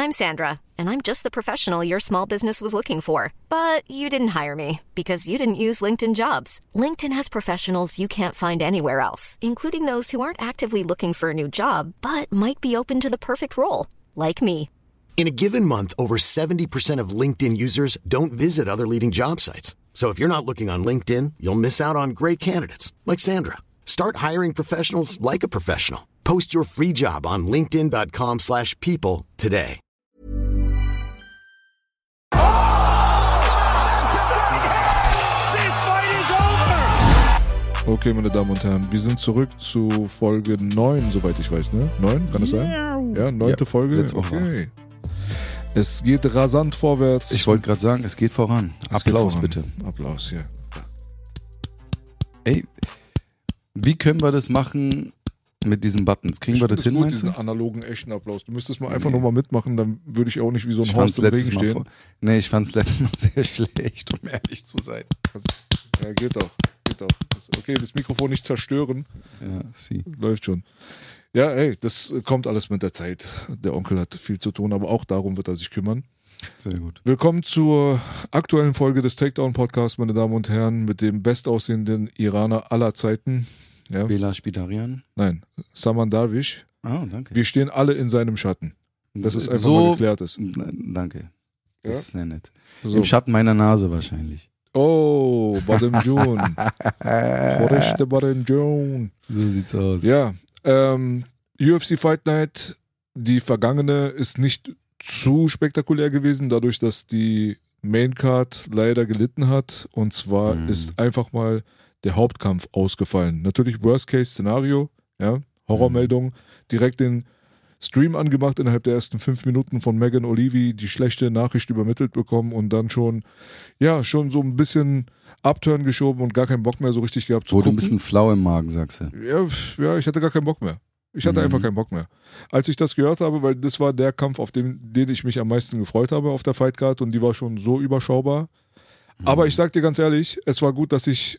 I'm Sandra, and I'm just the professional your small business was looking for. But you didn't hire me because you didn't use LinkedIn Jobs. LinkedIn has professionals you can't find anywhere else, including those who aren't actively looking for a new job, but might be open to the perfect role, like me. In a given month, over 70% of LinkedIn users don't visit other leading job sites. So if you're not looking on LinkedIn, you'll miss out on great candidates like Sandra. Start hiring professionals like a professional. Post your free job on linkedin.com/people today. Okay, meine Damen und Herren, wir sind zurück zu Folge 9, soweit ich weiß, ne? 9, kann das sein? Ja, 9. Folge. Letzte Woche. Okay. Es geht rasant vorwärts. Ich wollte gerade sagen, es geht voran. Applaus bitte. Applaus, ja. Ey, wie können wir das machen mit diesen Buttons? Kriegen wir das hin, meinst du? Diesen analogen, echten Applaus. Du müsstest mal einfach nur mal mitmachen, dann würde ich auch nicht wie so ein Horst im Regen stehen. Ich fand's letztes Mal sehr schlecht, um ehrlich zu sein. Ja, geht doch. Okay, das Mikrofon nicht zerstören. Ja, sie. Läuft schon. Ja, ey, das kommt alles mit der Zeit. Der Onkel hat viel zu tun, aber auch darum wird er sich kümmern. Sehr gut. Willkommen zur aktuellen Folge des Takedown-Podcasts, meine Damen und Herren, mit dem bestaussehenden Iraner aller Zeiten. Ja. Bela Spidarian? Nein, Saman Darwish. Ah, danke. Wir stehen alle in seinem Schatten. Dass es einfach so, mal geklärt ist. Danke. Das ist sehr nett. So. Im Schatten meiner Nase wahrscheinlich. Oh, Badem Jun. Horrechte Badem Jun. So sieht's aus. Ja, UFC Fight Night, die vergangene, ist nicht zu spektakulär gewesen, dadurch, dass die Maincard leider gelitten hat. Und zwar ist einfach mal der Hauptkampf ausgefallen. Natürlich Worst-Case-Szenario, ja, Horrormeldung, direkt den Stream angemacht, innerhalb der ersten 5 Minuten von Megan Olivi die schlechte Nachricht übermittelt bekommen und dann schon so ein bisschen Upturn geschoben und gar keinen Bock mehr so richtig gehabt zu gucken. Wurde ein bisschen flau im Magen, sagst du. Ja, ich hatte gar keinen Bock mehr. Ich hatte einfach keinen Bock mehr. Als ich das gehört habe, weil das war der Kampf, auf den ich mich am meisten gefreut habe auf der Fightcard und die war schon so überschaubar. Aber ich sag dir ganz ehrlich, es war gut, dass ich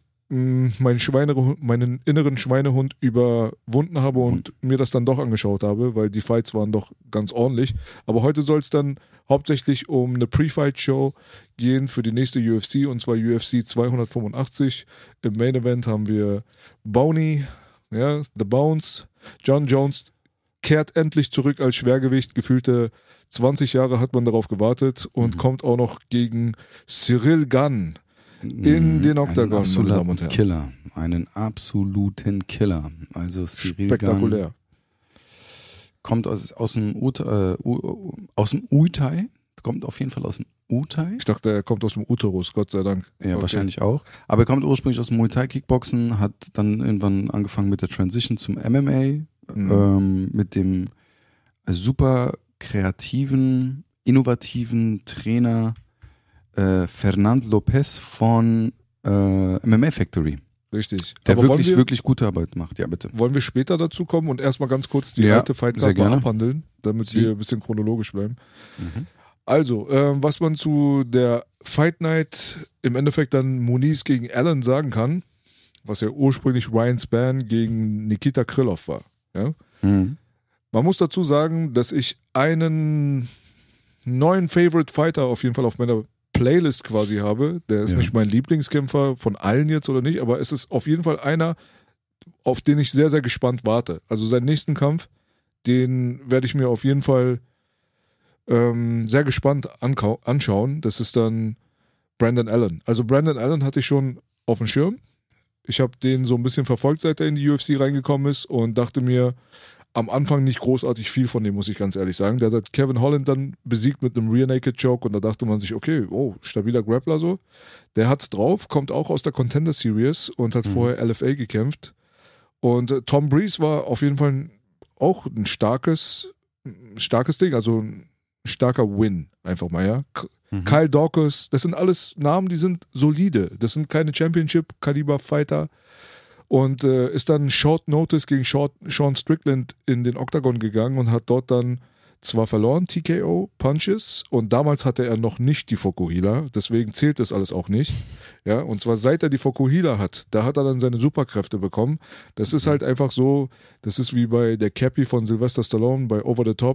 meinen inneren Schweinehund überwunden habe und mir das dann doch angeschaut habe, weil die Fights waren doch ganz ordentlich. Aber heute soll es dann hauptsächlich um eine Pre-Fight-Show gehen für die nächste UFC, und zwar UFC 285. Im Main Event haben wir Bounty, ja, The Bounce. John Jones kehrt endlich zurück als Schwergewicht. Gefühlte 20 Jahre hat man darauf gewartet und kommt auch noch gegen Cyril Gane in den Octagon, meine Damen und Herren. Einen absoluten Killer. Also Cyril Spektakulär. Gane kommt aus dem Muay Thai. Kommt auf jeden Fall aus dem Muay Thai. Ich dachte, er kommt aus dem Uterus, Gott sei Dank. Ja, okay. Wahrscheinlich auch. Aber er kommt ursprünglich aus dem Muay Thai Kickboxen, hat dann irgendwann angefangen mit der Transition zum MMA, mit dem super kreativen, innovativen Trainer Fernand Lopez von MMA Factory. Richtig. Der wirklich gute Arbeit macht. Ja, bitte. Wollen wir später dazu kommen und erstmal ganz kurz die alte Fight-Card abhandeln, damit wir ein bisschen chronologisch bleiben? Also, was man zu der Fight Night im Endeffekt dann Muniz gegen Allen sagen kann, was ja ursprünglich Ryan Spann gegen Nikita Krylov war. Ja? Man muss dazu sagen, dass ich einen neuen Favorite Fighter auf jeden Fall auf meiner Playlist quasi habe. Der ist nicht mein Lieblingskämpfer von allen jetzt oder nicht, aber es ist auf jeden Fall einer, auf den ich sehr, sehr gespannt warte. Also seinen nächsten Kampf, den werde ich mir auf jeden Fall sehr gespannt anschauen. Das ist dann Brandon Allen. Also Brandon Allen hatte ich schon auf dem Schirm. Ich habe den so ein bisschen verfolgt, seit er in die UFC reingekommen ist und dachte mir, am Anfang nicht großartig viel von dem, muss ich ganz ehrlich sagen. Der hat Kevin Holland dann besiegt mit einem Rear Naked Choke und da dachte man sich, okay, stabiler Grappler so. Der hat's drauf, kommt auch aus der Contender Series und hat vorher LFA gekämpft. Und Tom Breeze war auf jeden Fall auch ein starkes Ding, also ein starker Win, einfach mal, ja. Kyle Dawkins, das sind alles Namen, die sind solide. Das sind keine Championship-Kaliber-Fighter. Und ist dann Short Notice gegen Sean Strickland in den Octagon gegangen und hat dort dann zwar verloren, TKO, Punches, und damals hatte er noch nicht die Fokuhila, deswegen zählt das alles auch nicht. Ja, und zwar seit er die Fokuhila hat, da hat er dann seine Superkräfte bekommen. Das ist halt einfach so, das ist wie bei der Cappy von Sylvester Stallone bei Over the Top.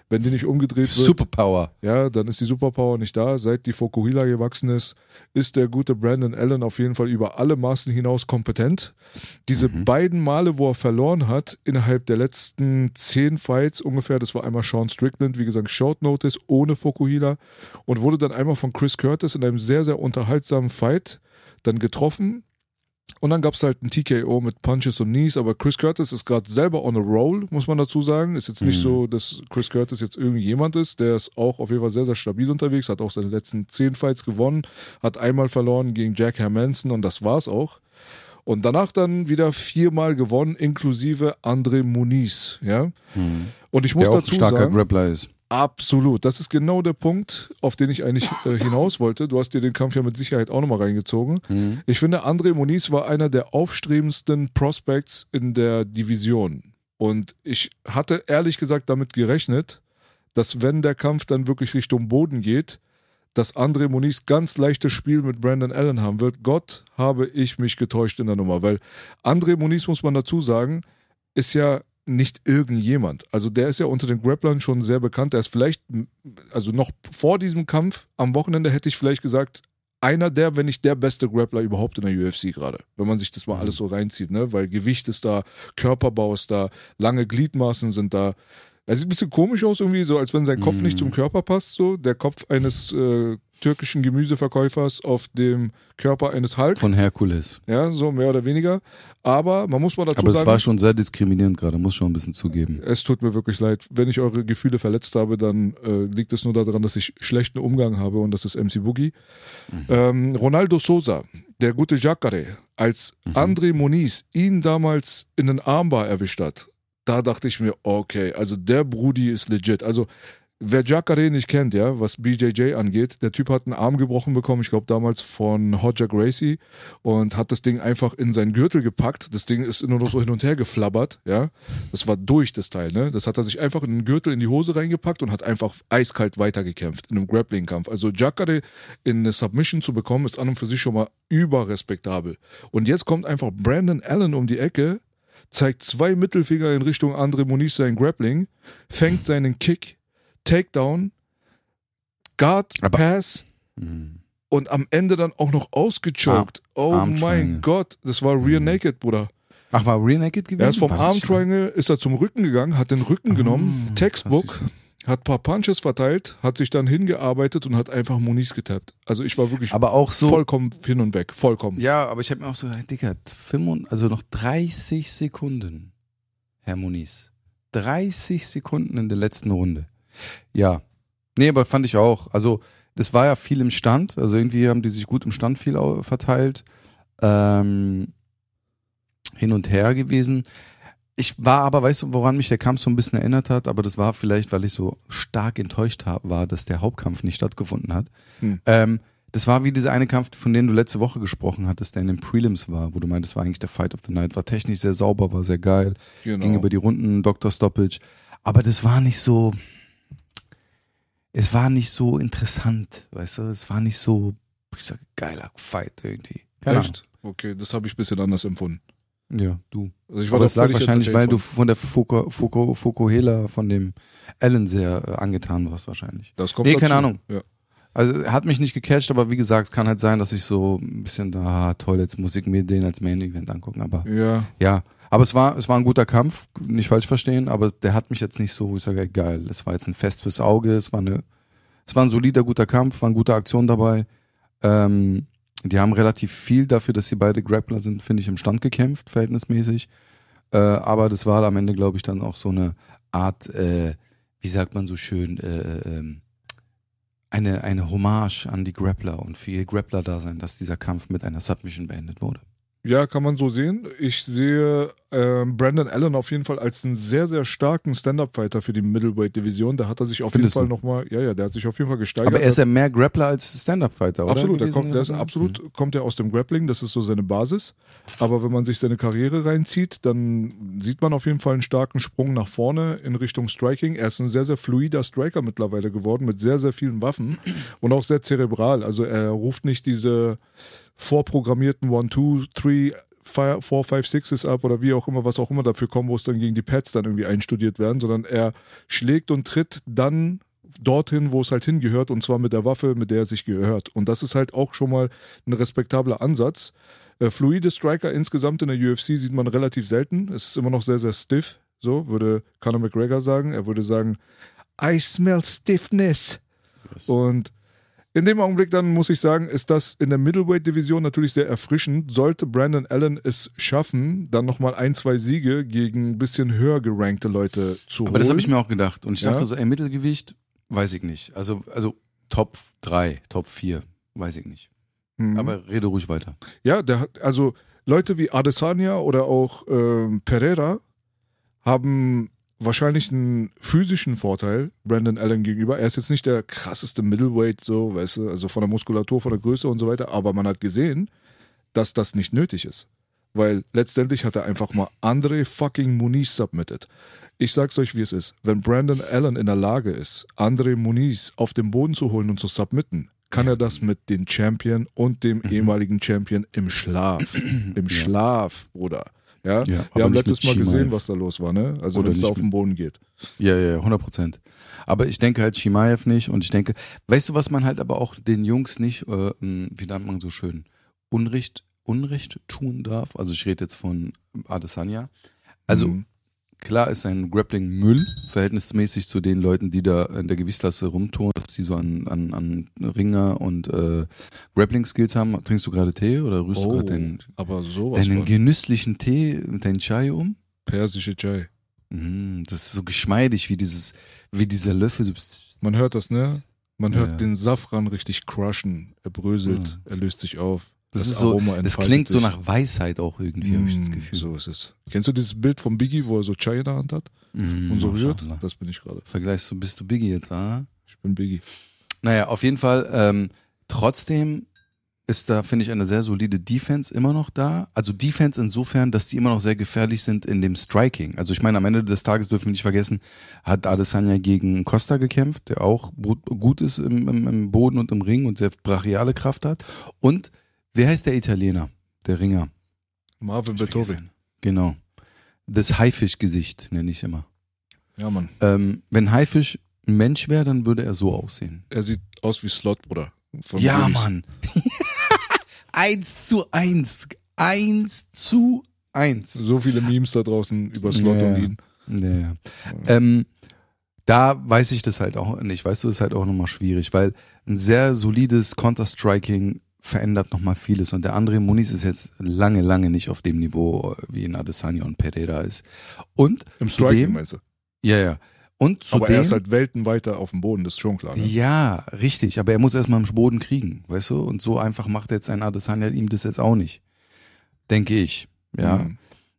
Wenn die nicht umgedreht wird, Superpower. Ja, dann ist die Superpower nicht da. Seit die Fukuhila gewachsen ist der gute Brandon Allen auf jeden Fall über alle Maßen hinaus kompetent. Diese beiden Male, wo er verloren hat, innerhalb der letzten 10 Fights ungefähr, das war einmal Sean Strickland, wie gesagt, Short Notice, ohne Fukuhila, und wurde dann einmal von Chris Curtis in einem sehr, sehr unterhaltsamen Fight dann getroffen. Und dann gab es halt ein TKO mit Punches und Knees, aber Chris Curtis ist gerade selber on a roll, muss man dazu sagen. Ist jetzt nicht so, dass Chris Curtis jetzt irgendjemand ist, der ist auch auf jeden Fall sehr, sehr stabil unterwegs, hat auch seine letzten 10 Fights gewonnen, hat einmal verloren gegen Jack Hermanson und das war's auch. Und danach dann wieder 4-mal gewonnen, inklusive Andre Muniz, ja. Und ich muss der auch dazu ein starker sagen, Grappler ist. absolut. Das ist genau der Punkt, auf den ich eigentlich hinaus wollte. Du hast dir den Kampf ja mit Sicherheit auch nochmal reingezogen. Ich finde, Andre Muniz war einer der aufstrebendsten Prospects in der Division. Und ich hatte ehrlich gesagt damit gerechnet, dass wenn der Kampf dann wirklich Richtung Boden geht, dass Andre Muniz ganz leichtes Spiel mit Brandon Allen haben wird. Gott, habe ich mich getäuscht in der Nummer. Weil Andre Muniz, muss man dazu sagen, ist ja nicht irgendjemand. Also der ist ja unter den Grapplern schon sehr bekannt. Der ist vielleicht, also noch vor diesem Kampf am Wochenende hätte ich vielleicht gesagt, einer der, wenn nicht der beste Grappler überhaupt in der UFC gerade. Wenn man sich das mal alles so reinzieht, ne? Weil Gewicht ist da, Körperbau ist da, lange Gliedmaßen sind da. Er sieht ein bisschen komisch aus irgendwie, so als wenn sein Kopf nicht zum Körper passt. So der Kopf eines türkischen Gemüseverkäufers auf dem Körper eines Hulk. Von Herkules. Ja, so mehr oder weniger. Aber man muss mal dazu sagen... Aber es war schon sehr diskriminierend gerade, muss schon ein bisschen zugeben. Es tut mir wirklich leid. Wenn ich eure Gefühle verletzt habe, dann liegt es nur daran, dass ich schlechten Umgang habe, und das ist MC Boogie. Ronaldo Souza, der gute Jacare, als Andre Muniz ihn damals in den Armbar erwischt hat, da dachte ich mir, okay, also der Brudi ist legit. Also wer Jacare nicht kennt, ja, was BJJ angeht, der Typ hat einen Arm gebrochen bekommen, ich glaube damals von Roger Gracie, und hat das Ding einfach in seinen Gürtel gepackt. Das Ding ist nur noch so hin und her geflabbert, ja. Das war durch, das Teil, ne. Das hat er sich einfach in den Gürtel, in die Hose reingepackt und hat einfach eiskalt weitergekämpft in einem Grappling-Kampf. Also Jacare in eine Submission zu bekommen, ist an und für sich schon mal überrespektabel. Und jetzt kommt einfach Brandon Allen um die Ecke, zeigt 2 Mittelfinger in Richtung Andre Muniz sein Grappling, fängt seinen Kick, Takedown, Guard, Pass und am Ende dann auch noch ausgechoked. Oh mein Gott, das war Rear Naked, Bruder. Ach, war Rear Naked gewesen? Er ist vom Arm Triangle, ist er zum Rücken gegangen, hat den Rücken genommen, Textbook, hat ein paar Punches verteilt, hat sich dann hingearbeitet und hat einfach Muniz getappt. Also ich war wirklich aber auch so, vollkommen hin und weg, vollkommen. Ja, aber ich habe mir auch so gedacht, Digga, also noch 30 Sekunden, Herr Muniz. 30 Sekunden in der letzten Runde. Ja, nee, aber fand ich auch. Also das war ja viel im Stand, also irgendwie haben die sich gut im Stand viel verteilt. Hin und her gewesen. Ich war aber, weißt du, woran mich der Kampf so ein bisschen erinnert hat, aber das war vielleicht, weil ich so stark enttäuscht war, dass der Hauptkampf nicht stattgefunden hat. Das war wie dieser eine Kampf, von dem du letzte Woche gesprochen hattest, der in den Prelims war, wo du meintest, das war eigentlich der Fight of the Night, war technisch sehr sauber, war sehr geil, ging über die Runden, Dr. Stoppage, aber das war nicht so, es war nicht so interessant, weißt du, es war nicht so, ich sag, geiler Fight irgendwie. Keine Ahnung. Okay, das habe ich ein bisschen anders empfunden. Ja, du. Also ich war aber das lag wahrscheinlich, weil du von der Fukuhila, von dem Allen sehr angetan warst wahrscheinlich. Das kommt dazu. Keine Ahnung. Ja. Also hat mich nicht gecatcht, aber wie gesagt, es kann halt sein, dass ich so ein bisschen toll, jetzt muss ich mir den als Main-Event angucken, aber ja. Aber es war ein guter Kampf, nicht falsch verstehen, aber der hat mich jetzt nicht so, wo ich sage, geil, es war jetzt ein Fest fürs Auge, es war ein solider, guter Kampf, war eine gute Aktion dabei. Die haben relativ viel dafür, dass sie beide Grappler sind, finde ich, im Stand gekämpft, verhältnismäßig. Aber das war am Ende, glaube ich, dann auch so eine Art, wie sagt man so schön, eine Hommage an die Grappler und für ihr Grappler-Dasein, dass dieser Kampf mit einer Submission beendet wurde. Ja, kann man so sehen. Ich sehe Brandon Allen auf jeden Fall als einen sehr, sehr starken Stand-Up-Fighter für die Middleweight-Division. Da hat er sich auf jeden Fall nochmal, der hat sich auf jeden Fall gesteigert. Aber er ist ja mehr Grappler als Stand-Up-Fighter, oder? Absolut, kommt er aus dem Grappling, das ist so seine Basis. Aber wenn man sich seine Karriere reinzieht, dann sieht man auf jeden Fall einen starken Sprung nach vorne in Richtung Striking. Er ist ein sehr, sehr fluider Striker mittlerweile geworden, mit sehr, sehr vielen Waffen und auch sehr zerebral. Also er ruft nicht diese vorprogrammierten 1, 2, 3 4, 5, 6s ab oder wie auch immer, was auch immer dafür Kombos dann gegen die Pads dann irgendwie einstudiert werden, sondern er schlägt und tritt dann dorthin, wo es halt hingehört, und zwar mit der Waffe, mit der er sich gehört. Und das ist halt auch schon mal ein respektabler Ansatz. Fluide Striker insgesamt in der UFC sieht man relativ selten. Es ist immer noch sehr, sehr stiff, so würde Conor McGregor sagen. Er würde sagen, I smell stiffness. Yes. Und in dem Augenblick dann muss ich sagen, ist das in der Middleweight-Division natürlich sehr erfrischend. Sollte Brandon Allen es schaffen, dann nochmal 1, 2 Siege gegen ein bisschen höher gerankte Leute zu holen. Aber das habe ich mir auch gedacht. Und ich dachte so, Mittelgewicht, weiß ich nicht. Also Top 3, Top 4, weiß ich nicht. Aber rede ruhig weiter. Ja, also Leute wie Adesanya oder auch Pereira haben wahrscheinlich einen physischen Vorteil Brandon Allen gegenüber. Er ist jetzt nicht der krasseste Middleweight, so, weißt du, also von der Muskulatur, von der Größe und so weiter, aber man hat gesehen, dass das nicht nötig ist. Weil letztendlich hat er einfach mal Andre fucking Muniz submitted. Ich sag's euch, wie es ist. Wenn Brandon Allen in der Lage ist, Andre Muniz auf den Boden zu holen und zu submitten, kann er das mit dem Champion und dem ehemaligen Champion im Schlaf. Im Schlaf, Bruder. Ja, wir haben letztes Mal gesehen, was da los war, ne? Also wenn es da auf den Boden geht. Ja, 100%. Aber ich denke halt Chimaev nicht, und ich denke, weißt du, was man halt aber auch den Jungs nicht, wie nennt man so schön, Unrecht tun darf? Also ich rede jetzt von Adesanya. Also klar ist sein Grappling Müll, verhältnismäßig zu den Leuten, die da in der Gewichtsklasse rumtouren, dass die so an Ringer und Grappling-Skills haben. Trinkst du gerade Tee oder rührst du gerade deinen genüsslichen Tee mit deinem Chai um? Persische Chai. Das ist so geschmeidig wie dieser Löffel. Man hört das, ne? Man hört den Safran richtig crushen. Er bröselt, er löst sich auf. Das ist so, das klingt so nach Weisheit auch irgendwie, habe ich das Gefühl. So ist es. Kennst du dieses Bild von Biggie, wo er so Chai in der Hand hat und so rührt? Das bin ich gerade. Bist du Biggie jetzt, Ich bin Biggie. Naja, auf jeden Fall, trotzdem ist da, finde ich, eine sehr solide Defense immer noch da. Also Defense insofern, dass die immer noch sehr gefährlich sind in dem Striking. Also ich meine, am Ende des Tages dürfen wir nicht vergessen, hat Adesanya gegen Costa gekämpft, der auch gut ist im Boden und im Ring und sehr brachiale Kraft hat. Und wie heißt der Italiener, der Ringer? Marvin Vettori. Genau. Das Haifisch-Gesicht nenne ich immer. Ja, Mann. Wenn Haifisch ein Mensch wäre, dann würde er so aussehen. Er sieht aus wie Slot, Bruder. Ja, Babys. Mann. 1:1. 1:1. So viele Memes da draußen über Slot und ihn. Ja. Da weiß ich das halt auch nicht. Weißt du, ist halt auch nochmal schwierig, weil ein sehr solides Counter-Striking verändert nochmal vieles. Und der Andre Muniz ist jetzt lange, lange nicht auf dem Niveau, wie in Adesanya und Pereira ist. Und im Striking meinst du? Ja. Und aber er ist halt Welten weiter auf dem Boden, das ist schon klar. Ne? Ja, richtig. Aber er muss erstmal im Boden kriegen, weißt du? Und so einfach macht jetzt ein Adesanya ihm das jetzt auch nicht. Denke ich. Ja.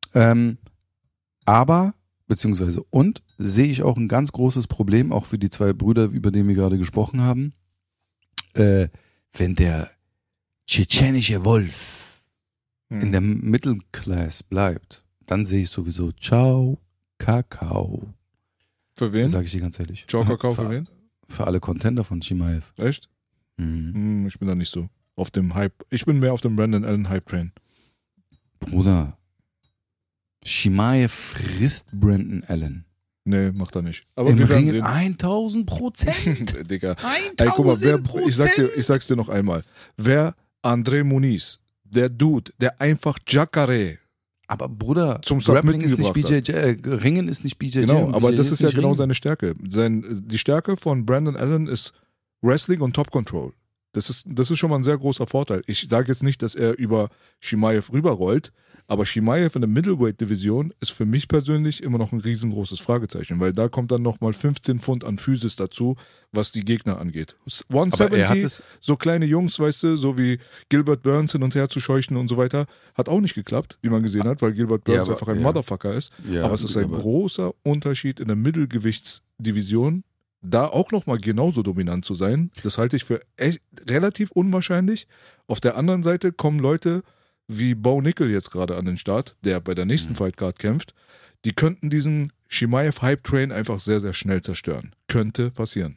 Aber, beziehungsweise, und sehe ich auch ein ganz großes Problem, auch für die 2 Brüder, über die wir gerade gesprochen haben. Wenn der tschetschenische Wolf in der Mittelklasse bleibt, dann sehe ich sowieso Ciao, Kakao. Für wen? Sag ich dir ganz ehrlich. Ciao, Kakao für wen? Für alle Contender von Chimaev. Echt? Ich bin da nicht so auf dem Hype. Ich bin mehr auf dem Brandon Allen Hype-Train. Bruder, Chimaev frisst Brandon Allen. Nee, macht er nicht. Aber im Ring 1000%. Digga. 1000%. Ey, guck mal, ich sag's dir noch einmal. Wer Andre Muniz, der Dude, der einfach Jacare aber Bruder, zum Grappling ist nicht Ringen ist nicht BJJ. Genau, aber das ist ja genau seine Stärke. Die Stärke von Brandon Allen ist Wrestling und Top Control. Das ist schon mal ein sehr großer Vorteil. Ich sage jetzt nicht, dass er über Chimaev rüberrollt, aber Chimaev in der Middleweight-Division ist für mich persönlich immer noch ein riesengroßes Fragezeichen, weil da kommt dann nochmal 15 Pfund an Physis dazu, was die Gegner angeht. 170, so kleine Jungs, weißt du, so wie Gilbert Burns hin und her zu scheuchen und so weiter, hat auch nicht geklappt, wie man gesehen hat, weil Gilbert Burns einfach ein Motherfucker ist. Ja, aber es ist ein großer Unterschied in der Mittelgewichtsdivision, da auch nochmal genauso dominant zu sein. Das halte ich für echt relativ unwahrscheinlich. Auf der anderen Seite kommen Leute wie Bo Nickel jetzt gerade an den Start, der bei der nächsten Fightcard kämpft, die könnten diesen Chimaev-Hype-Train einfach sehr, sehr schnell zerstören. Könnte passieren.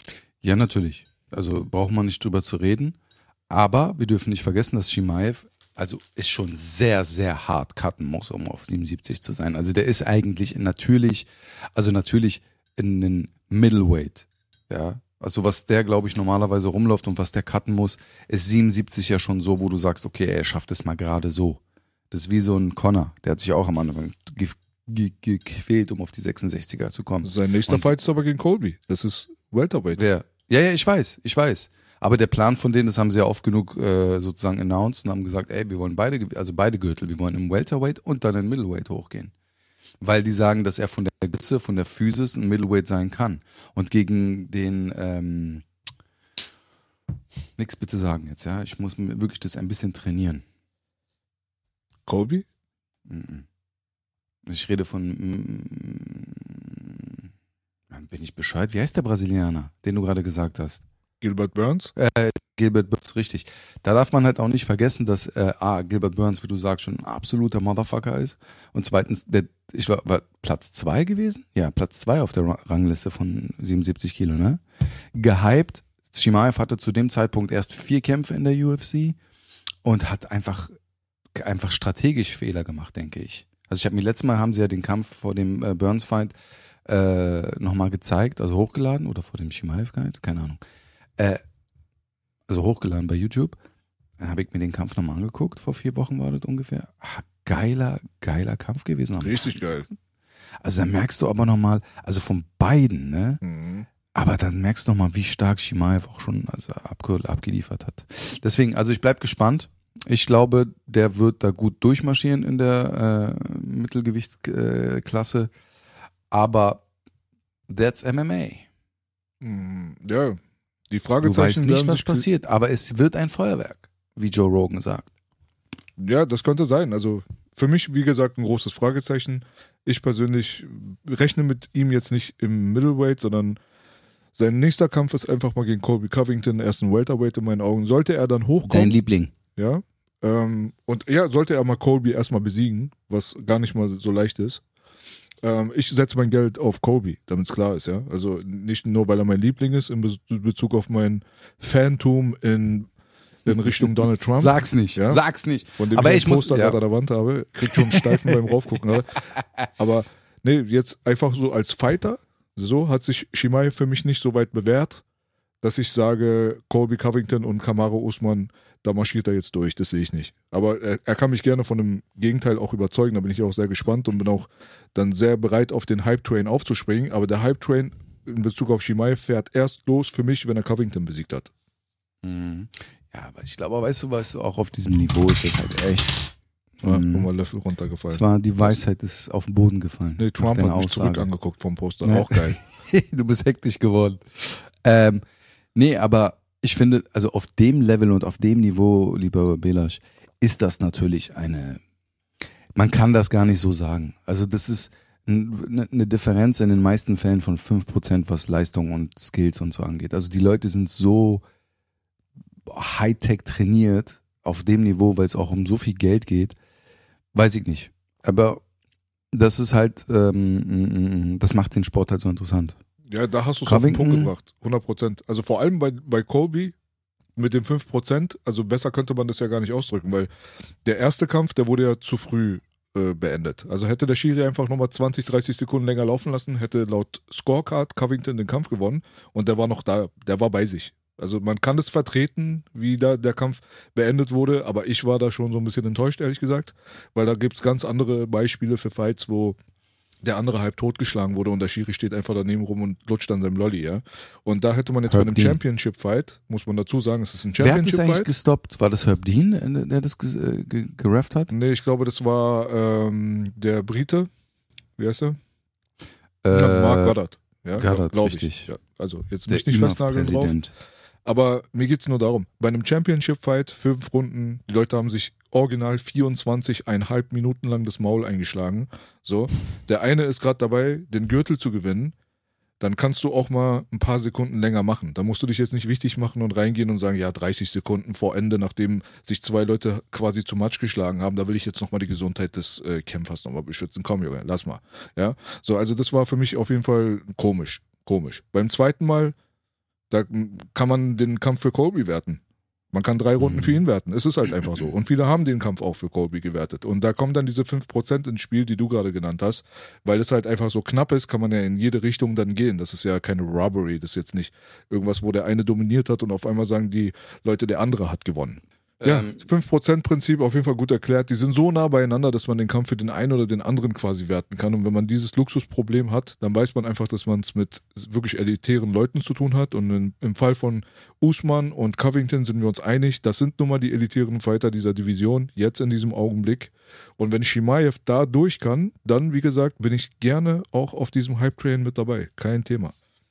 Ja, natürlich. Also braucht man nicht drüber zu reden. Aber wir dürfen nicht vergessen, dass Chimaev also ist schon sehr, sehr hart cutten muss, um auf 77 zu sein. Also der ist eigentlich natürlich in den Middleweight, ja. Also was der, glaube ich, normalerweise rumläuft und was der cutten muss, ist 77 ja schon so, wo du sagst, okay, er schafft es mal gerade so. Das ist wie so ein Conor, der hat sich auch am Anfang gequält, um auf die 66er zu kommen. Sein nächster Fight ist aber gegen Colby. Das ist Welterweight. Wer? Ja, ich weiß. Aber der Plan von denen, das haben sie ja oft genug sozusagen announced und haben gesagt, ey, wir wollen beide Gürtel, wir wollen im Welterweight und dann in Middleweight hochgehen. Weil die sagen, dass er von der Größe, von der Physis ein Middleweight sein kann. Und gegen den, nix bitte sagen jetzt, ja, ich muss mir wirklich das ein bisschen trainieren. Colby? Ich rede von, bin ich Bescheid? Wie heißt der Brasilianer, den du gerade gesagt hast? Gilbert Burns? Gilbert Burns, richtig. Da darf man halt auch nicht vergessen, dass Gilbert Burns, wie du sagst, schon ein absoluter Motherfucker ist. Und zweitens, ich glaube, war Platz 2 gewesen? Ja, Platz 2 auf der Rangliste von 77 Kilo, ne? Gehypt. Chimaev hatte zu dem Zeitpunkt erst 4 Kämpfe in der UFC und hat einfach strategisch Fehler gemacht, denke ich. Also ich habe mir letztes Mal, haben sie ja den Kampf vor dem Burns-Fight nochmal gezeigt, also hochgeladen oder vor dem Chimaev-Fight, keine Ahnung. Also hochgeladen bei YouTube. Dann habe ich mir den Kampf nochmal angeguckt, vor 4 Wochen war das ungefähr. Geiler Kampf gewesen. Richtig geil. Also da merkst du aber nochmal, also von beiden, ne? Mhm. Aber dann merkst du nochmal, wie stark Chimaev auch schon abgeliefert hat. Deswegen, also ich bleib gespannt. Ich glaube, der wird da gut durchmarschieren in der Mittelgewichtsklasse. Aber that's MMA. Ja, die Fragezeichen. Du weißt nicht, was passiert, aber es wird ein Feuerwerk, wie Joe Rogan sagt. Ja, das könnte sein. Also für mich, wie gesagt, ein großes Fragezeichen. Ich persönlich rechne mit ihm jetzt nicht im Middleweight, sondern sein nächster Kampf ist einfach mal gegen Colby Covington. Er ist ein Welterweight in meinen Augen. Sollte er dann hochkommen. Dein Liebling. Ja. Und ja, sollte er mal Colby erstmal besiegen, was gar nicht mal so leicht ist. Ich setze mein Geld auf Colby, damit es klar ist, ja. Also nicht nur, weil er mein Liebling ist, in Bezug auf mein Fantum in Richtung Donald Trump. Sag's nicht, ja? Sag's nicht. Von dem aber ich ein Poster gerade an der Wand habe, kriegt schon einen Steifen beim Raufgucken. Halt. Aber nee, jetzt einfach so als Fighter, so hat sich Chimaev für mich nicht so weit bewährt, dass ich sage, Colby Covington und Kamaru Usman, da marschiert er jetzt durch, das sehe ich nicht. Aber er kann mich gerne von dem Gegenteil auch überzeugen, da bin ich auch sehr gespannt und bin auch dann sehr bereit, auf den Hype-Train aufzuspringen. Aber der Hype-Train in Bezug auf Chimaev fährt erst los für mich, wenn er Covington besiegt hat. Mhm. Ja, aber ich glaube, weißt du, auch auf diesem Niveau ist das halt echt. Mal Löffel runtergefallen. Es war, die Weisheit ist auf den Boden gefallen. Nee, Trump hat mich zurück angeguckt vom Poster, ja. Auch geil. Du bist hektisch geworden. Nee, aber ich finde, also auf dem Level und auf dem Niveau, lieber Belasch, ist das natürlich man kann das gar nicht so sagen. Also das ist eine Differenz in den meisten Fällen von 5%, was Leistung und Skills und so angeht. Also die Leute sind so Hightech trainiert auf dem Niveau, weil es auch um so viel Geld geht, weiß ich nicht. Aber das ist halt, das macht den Sport halt so interessant. Ja, da hast du es auf den Punkt gebracht, 100%. Also vor allem bei Colby mit den 5%, also besser könnte man das ja gar nicht ausdrücken, weil der erste Kampf, der wurde ja zu früh beendet. Also hätte der Schiri einfach nochmal 20, 30 Sekunden länger laufen lassen, hätte laut Scorecard Covington den Kampf gewonnen und der war noch da, der war bei sich. Also man kann es vertreten, wie da der Kampf beendet wurde, aber ich war da schon so ein bisschen enttäuscht, ehrlich gesagt, weil da gibt es ganz andere Beispiele für Fights, wo der andere halb totgeschlagen wurde und der Schiri steht einfach daneben rum und lutscht an seinem Lolli, ja. Und da hätte man jetzt bei einem Championship-Fight, muss man dazu sagen, es ist ein Championship-Fight. Wer hat das eigentlich gestoppt? War das Herb Dean, der das gerefft hat? Nee, ich glaube, das war der Brite, wie heißt er? Mark Goddard. Ja, Goddard, glaube ich. Ja, also jetzt mich nicht festnageln drauf. Aber mir geht's nur darum, bei einem Championship-Fight, 5 Runden, die Leute haben sich original 24,5 Minuten lang das Maul eingeschlagen. So, der eine ist gerade dabei, den Gürtel zu gewinnen. Dann kannst du auch mal ein paar Sekunden länger machen. Da musst du dich jetzt nicht wichtig machen und reingehen und sagen, ja, 30 Sekunden vor Ende, nachdem sich 2 Leute quasi zu Matsch geschlagen haben, da will ich jetzt nochmal die Gesundheit des Kämpfers nochmal beschützen. Komm, Junge, lass mal. Ja, so, also das war für mich auf jeden Fall komisch. Beim zweiten Mal, da kann man den Kampf für Colby werten. Man kann 3 Runden für ihn werten. Es ist halt einfach so. Und viele haben den Kampf auch für Colby gewertet. Und da kommen dann diese 5% ins Spiel, die du gerade genannt hast. Weil es halt einfach so knapp ist, kann man ja in jede Richtung dann gehen. Das ist ja keine Robbery. Das ist jetzt nicht irgendwas, wo der eine dominiert hat und auf einmal sagen die Leute, der andere hat gewonnen. Ja, 5%-Prinzip auf jeden Fall gut erklärt. Die sind so nah beieinander, dass man den Kampf für den einen oder den anderen quasi werten kann. Und wenn man dieses Luxusproblem hat, dann weiß man einfach, dass man es mit wirklich elitären Leuten zu tun hat. Und im Fall von Usman und Covington sind wir uns einig, das sind nun mal die elitären Fighter dieser Division, jetzt in diesem Augenblick. Und wenn Chimaev da durch kann, dann, wie gesagt, bin ich gerne auch auf diesem Hype-Train mit dabei. Kein Thema.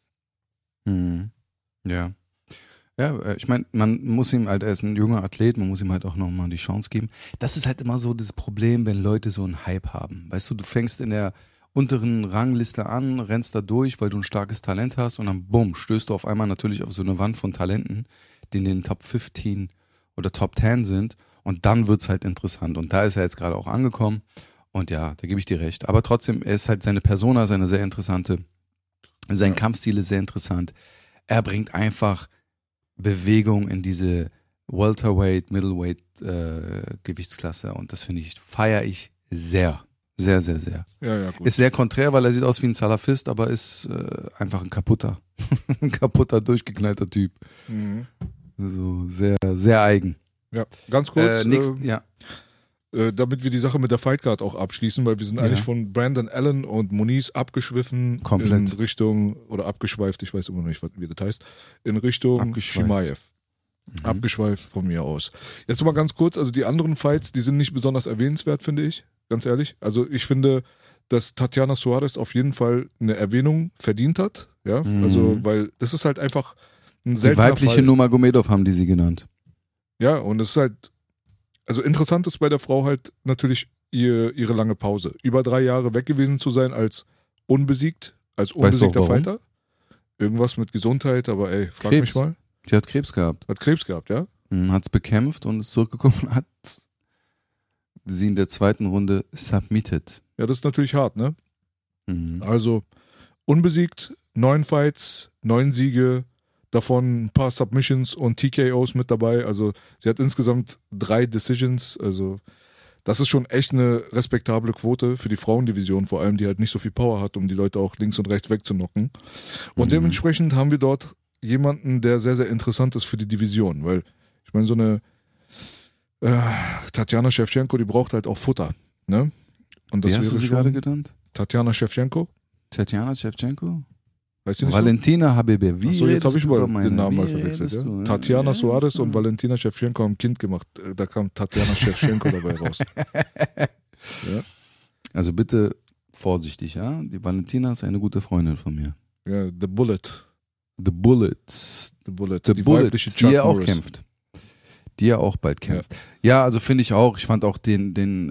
Ja. Ja, ich meine, man muss ihm halt, er ist ein junger Athlet, man muss ihm halt auch nochmal die Chance geben. Das ist halt immer so das Problem, wenn Leute so einen Hype haben. Weißt du fängst in der unteren Rangliste an, rennst da durch, weil du ein starkes Talent hast und dann bumm, stößt du auf einmal natürlich auf so eine Wand von Talenten, die in den Top 15 oder Top 10 sind und dann wird's halt interessant. Und da ist er jetzt gerade auch angekommen und ja, da gebe ich dir recht. Aber trotzdem, er ist halt seine Persona, ist eine sehr interessante, sein Kampfstil ist sehr interessant. Er bringt einfach Bewegung in diese Welterweight, Middleweight Gewichtsklasse und das feiere ich sehr, sehr, sehr, sehr. Ja, gut. Ist sehr konträr, weil er sieht aus wie ein Salafist, aber ist einfach ein kaputter, durchgeknallter Typ. So sehr, sehr eigen. Ja, ganz kurz. Ja. Damit wir die Sache mit der Fightcard auch abschließen, weil wir sind eigentlich von Brandon Allen und Muniz abgeschwiffen komplett in Richtung, oder abgeschweift, ich weiß immer noch nicht, wie das heißt, in Richtung Chimaev. Abgeschweift von mir aus. Jetzt mal ganz kurz, also die anderen Fights, die sind nicht besonders erwähnenswert, finde ich, ganz ehrlich. Also ich finde, dass Tatiana Suarez auf jeden Fall eine Erwähnung verdient hat, ja, also weil das ist halt einfach ein seltener Die weibliche Fall. Nurmagomedov haben die sie genannt. Ja, und es ist halt, also interessant ist bei der Frau halt natürlich ihre lange Pause. Über 3 Jahre weg gewesen zu sein als unbesiegter Fighter. Irgendwas mit Gesundheit, aber ey, frag Krebs. mich mal. Die hat Krebs gehabt. Hat Krebs gehabt, ja? Hat's bekämpft und ist zurückgekommen und hat sie in der 2. Runde submitted. Ja, das ist natürlich hart, ne? Also unbesiegt, 9 Fights, 9 Siege, davon ein paar Submissions und TKOs mit dabei. Also sie hat insgesamt 3 Decisions. Also das ist schon echt eine respektable Quote für die Frauendivision, vor allem die halt nicht so viel Power hat, um die Leute auch links und rechts wegzunocken. Und dementsprechend haben wir dort jemanden, der sehr, sehr interessant ist für die Division, weil ich meine, so eine Tatjana Shevchenko, die braucht halt auch Futter. Ne? Und das Wie hast du sie gerade genannt? Tatjana Shevchenko. Tatjana Shevchenko? Weißt du nicht Valentina Habibi. Achso, jetzt habe ich mal den Namen mal Wie verwechselt. Ja? du? Tatjana Suarez und Valentina Shevchenko haben ein Kind gemacht. Da kam Tatjana Shevchenko dabei raus. Ja? Also bitte vorsichtig, ja? Die Valentina ist eine gute Freundin von mir. Ja, The Bullet. The Bullets. The Bullet. The die Bullet, weibliche Chuck die ja auch Norris. kämpft. Die ja auch bald kämpft. Ja, also finde ich auch. Ich fand auch den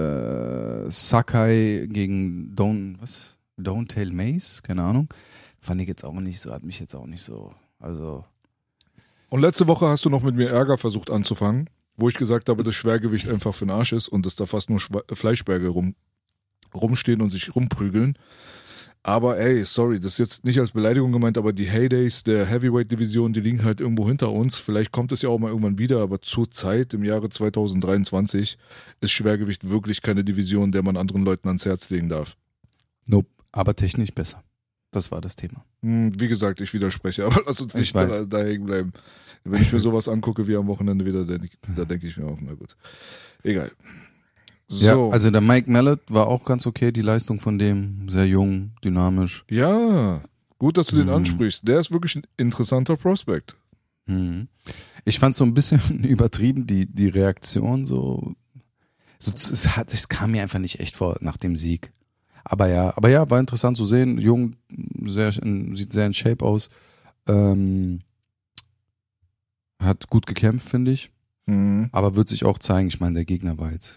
Sakai gegen Don'Tale Mace, keine Ahnung. Fand ich jetzt auch nicht so, hat mich jetzt auch nicht so, also. Und letzte Woche hast du noch mit mir Ärger versucht anzufangen, wo ich gesagt habe, dass Schwergewicht einfach für den Arsch ist und dass da fast nur Fleischberge rumstehen und sich rumprügeln. Aber ey, sorry, das ist jetzt nicht als Beleidigung gemeint, aber die Heydays der Heavyweight-Division, die liegen halt irgendwo hinter uns. Vielleicht kommt es ja auch mal irgendwann wieder, aber zurzeit, im Jahre 2023, ist Schwergewicht wirklich keine Division, der man anderen Leuten ans Herz legen darf. Nope, aber technisch besser. Das war das Thema. Wie gesagt, ich widerspreche, aber lass uns nicht da hängen bleiben. Wenn ich mir sowas angucke wie am Wochenende wieder, da denke ich mir auch, na gut. Egal. So. Ja, also der Mike Mallet war auch ganz okay, die Leistung von dem, sehr jung, dynamisch. Ja, gut, dass du den ansprichst. Der ist wirklich ein interessanter Prospect. Ich fand so ein bisschen übertrieben, die Reaktion so es kam mir einfach nicht echt vor nach dem Sieg. Aber ja, war interessant zu sehen. Jung, sieht sehr in Shape aus. Hat gut gekämpft, finde ich. Aber wird sich auch zeigen. Ich meine, der Gegner war jetzt.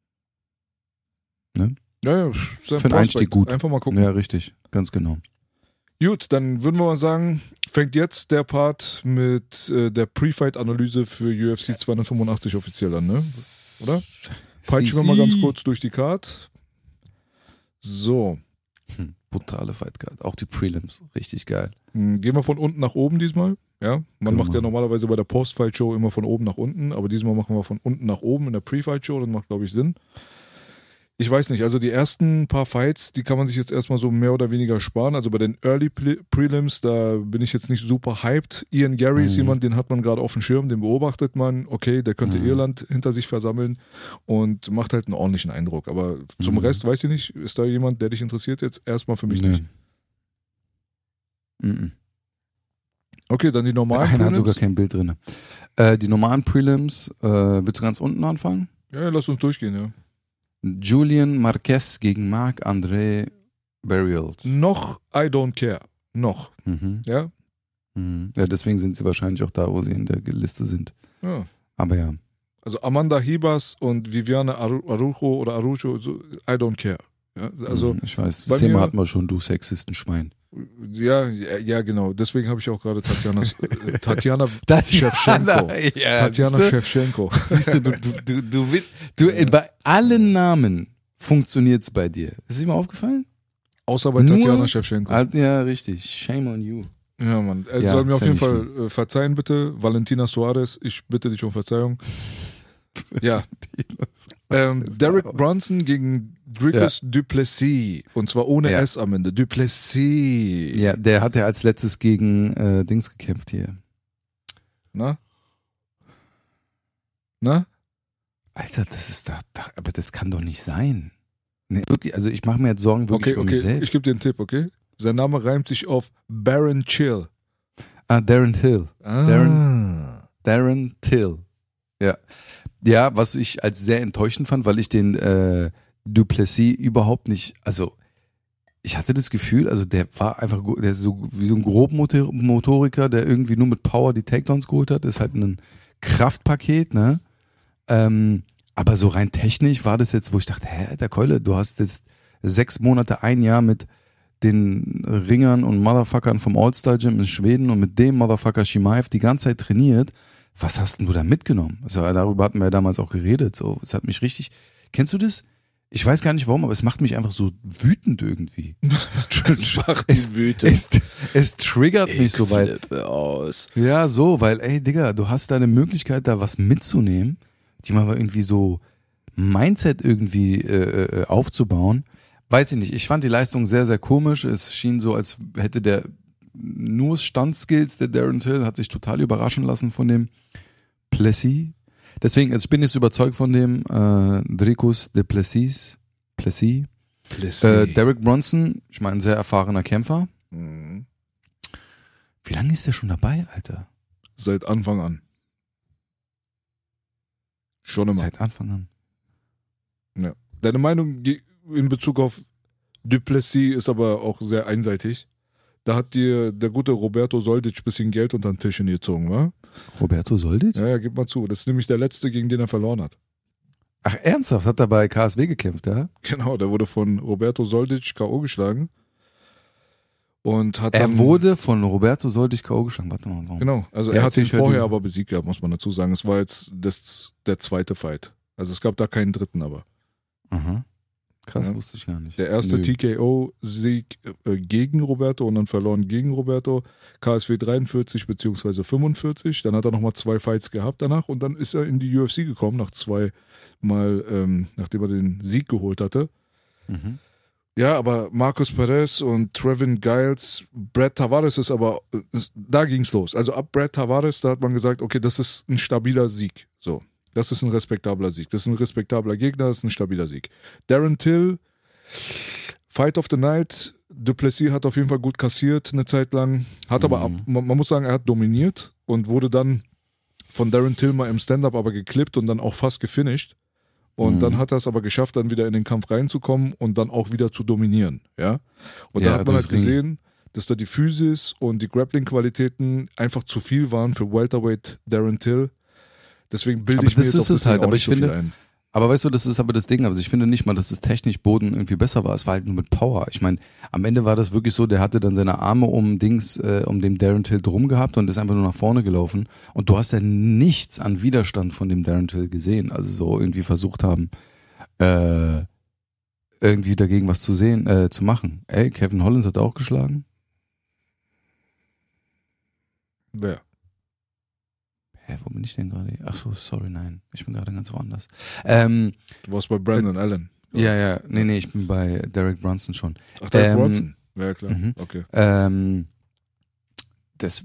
Ne? Ja, für den Einstieg gut. Einfach mal gucken. Ja, richtig. Ganz genau. Gut, dann würden wir mal sagen, fängt jetzt der Part mit der Pre-Fight-Analyse für UFC 285 offiziell an, ne? Oder? Peitschen wir mal ganz kurz durch die Card. So. Brutale Fightcard. Auch die Prelims. Richtig geil. Gehen wir von unten nach oben diesmal. Ja, man macht ja normalerweise bei der Post-Fight-Show immer von oben nach unten, aber diesmal machen wir von unten nach oben in der Pre-Fight-Show, das macht, glaube ich, Sinn. Ich weiß nicht, also die ersten paar Fights, die kann man sich jetzt erstmal so mehr oder weniger sparen. Also bei den Early Prelims, da bin ich jetzt nicht super hyped. Ian Gary ist jemand, den hat man gerade auf dem Schirm, den beobachtet man. Okay, der könnte Irland hinter sich versammeln und macht halt einen ordentlichen Eindruck. Aber zum Rest weiß ich nicht, ist da jemand, der dich interessiert jetzt? Erstmal für mich nicht. Okay, dann die normalen Prelims. Einer hat sogar kein Bild drin. Die normalen Prelims, willst du ganz unten anfangen? Ja, lass uns durchgehen, ja. Julian Marquez gegen Marc-André Barrios. Noch I don't care. Noch. Ja? Ja, deswegen sind sie wahrscheinlich auch da, wo sie in der Liste sind. Ja. Aber ja. Also Amanda Hibas und Viviane Araújo, so, I don't care. Ja, also ich weiß, das Thema hatten wir schon, du Sexistenschwein. Ja, genau. Deswegen habe ich auch gerade Tatjana Shevchenko. Tatjana Shevchenko. Siehst du, bei allen Namen funktioniert es bei dir. Ist dir mal aufgefallen? Außer bei Tatjana Shevchenko. Ja, richtig. Shame on you. Ja, Mann. Er soll mir auf jeden Fall verzeihen, bitte. Valentina Suarez, ich bitte dich um Verzeihung. Ja. Derek Brunson gegen Dricus du Plessis. Und zwar ohne S am Ende. Du Plessis. Ja, der hat ja als letztes gegen Dings gekämpft hier. Na? Alter, das ist aber das kann doch nicht sein. Nee, wirklich, also ich mache mir jetzt Sorgen wirklich um mich selbst. Ich gebe dir einen Tipp, okay? Sein Name reimt sich auf Baron Chill. Darren Till. Darren Till. Ja. Ja, was ich als sehr enttäuschend fand, weil ich den du Plessis überhaupt nicht, also ich hatte das Gefühl, also der war einfach, der ist so wie so ein Grobmotoriker, der irgendwie nur mit Power die Takedowns geholt hat, ist halt ein Kraftpaket, ne? Aber so rein technisch war das jetzt, wo ich dachte, der Keule, du hast jetzt 6 Monate, 1 Jahr mit den Ringern und Motherfuckern vom All-Star-Gym in Schweden und mit dem Motherfucker Shimaev die ganze Zeit trainiert. Was hast denn du da mitgenommen? Also darüber hatten wir ja damals auch geredet. So, es hat mich richtig. Kennst du das? Ich weiß gar nicht warum, aber es macht mich einfach so wütend irgendwie. Es triggert mich so, weil. Ja, so, weil, ey, Digga, du hast da eine Möglichkeit, da was mitzunehmen, die mal irgendwie so Mindset irgendwie aufzubauen. Weiß ich nicht. Ich fand die Leistung sehr, sehr komisch. Es schien so, als hätte der nur Standskills, der Darren Till hat sich total überraschen lassen von dem Plessis. Deswegen, also ich bin jetzt überzeugt von dem Dricus de Plessis. Derek Brunson, ich meine, ein sehr erfahrener Kämpfer. Wie lange ist der schon dabei, Alter? Seit Anfang an. Schon immer. Seit Anfang an. Ja. Deine Meinung in Bezug auf du Plessis ist aber auch sehr einseitig. Da hat dir der gute Roberto Soldic ein bisschen Geld unter den Tisch gezogen, wa? Roberto Soldic? Ja, gib mal zu. Das ist nämlich der letzte, gegen den er verloren hat. Ach, ernsthaft? Hat er bei KSW gekämpft, ja? Genau, der wurde von Roberto Soldic K.O. geschlagen. Und hat er wurde von Roberto Soldic K.O. geschlagen. Warte mal. Warum? Genau, also er hat ihn vorher aber besiegt gehabt, muss man dazu sagen. Es war jetzt der zweite Fight. Also es gab da keinen dritten, aber. Aha. Krass, wusste ich gar nicht. Der erste TKO-Sieg gegen Roberto und dann verloren gegen Roberto. KSW 43 bzw. 45. Dann hat er nochmal 2 Fights gehabt danach und dann ist er in die UFC gekommen, nachdem er den Sieg geholt hatte. Ja, aber Marcus Perez und Trevin Giles, Brad Tavares da ging's los. Also ab Brad Tavares, da hat man gesagt, okay, das ist ein stabiler Sieg. So. Das ist ein respektabler Sieg. Das ist ein respektabler Gegner, das ist ein stabiler Sieg. Darren Till, Fight of the Night. Du Plessis hat auf jeden Fall gut kassiert eine Zeit lang. Hat aber, man muss sagen, er hat dominiert und wurde dann von Darren Till mal im Stand-Up aber geklippt und dann auch fast gefinisht. Und dann hat er es aber geschafft, dann wieder in den Kampf reinzukommen und dann auch wieder zu dominieren. Ja? Und da hat man halt gesehen, dass da die Physis und die Grappling-Qualitäten einfach zu viel waren für Welterweight Darren Till. Deswegen bilde ich mir jetzt auch nicht so viel ein. Aber weißt du, das ist aber das Ding, also ich finde nicht mal, dass es technisch Boden irgendwie besser war, es war halt nur mit Power. Ich meine, am Ende war das wirklich so, der hatte dann seine Arme um dem Darren Till drum gehabt und ist einfach nur nach vorne gelaufen und du hast ja nichts an Widerstand von dem Darren Till gesehen, also so irgendwie versucht haben, irgendwie dagegen was zu machen. Ey, Kevin Holland hat auch geschlagen. Wer? Wo bin ich denn gerade? Ach so, sorry, nein. Ich bin gerade ganz woanders. Du warst bei Brandon Allen. Ja. Nee, ich bin bei Derek Brunson schon. Ach, Derek Brunson? Ja, klar. Okay. Das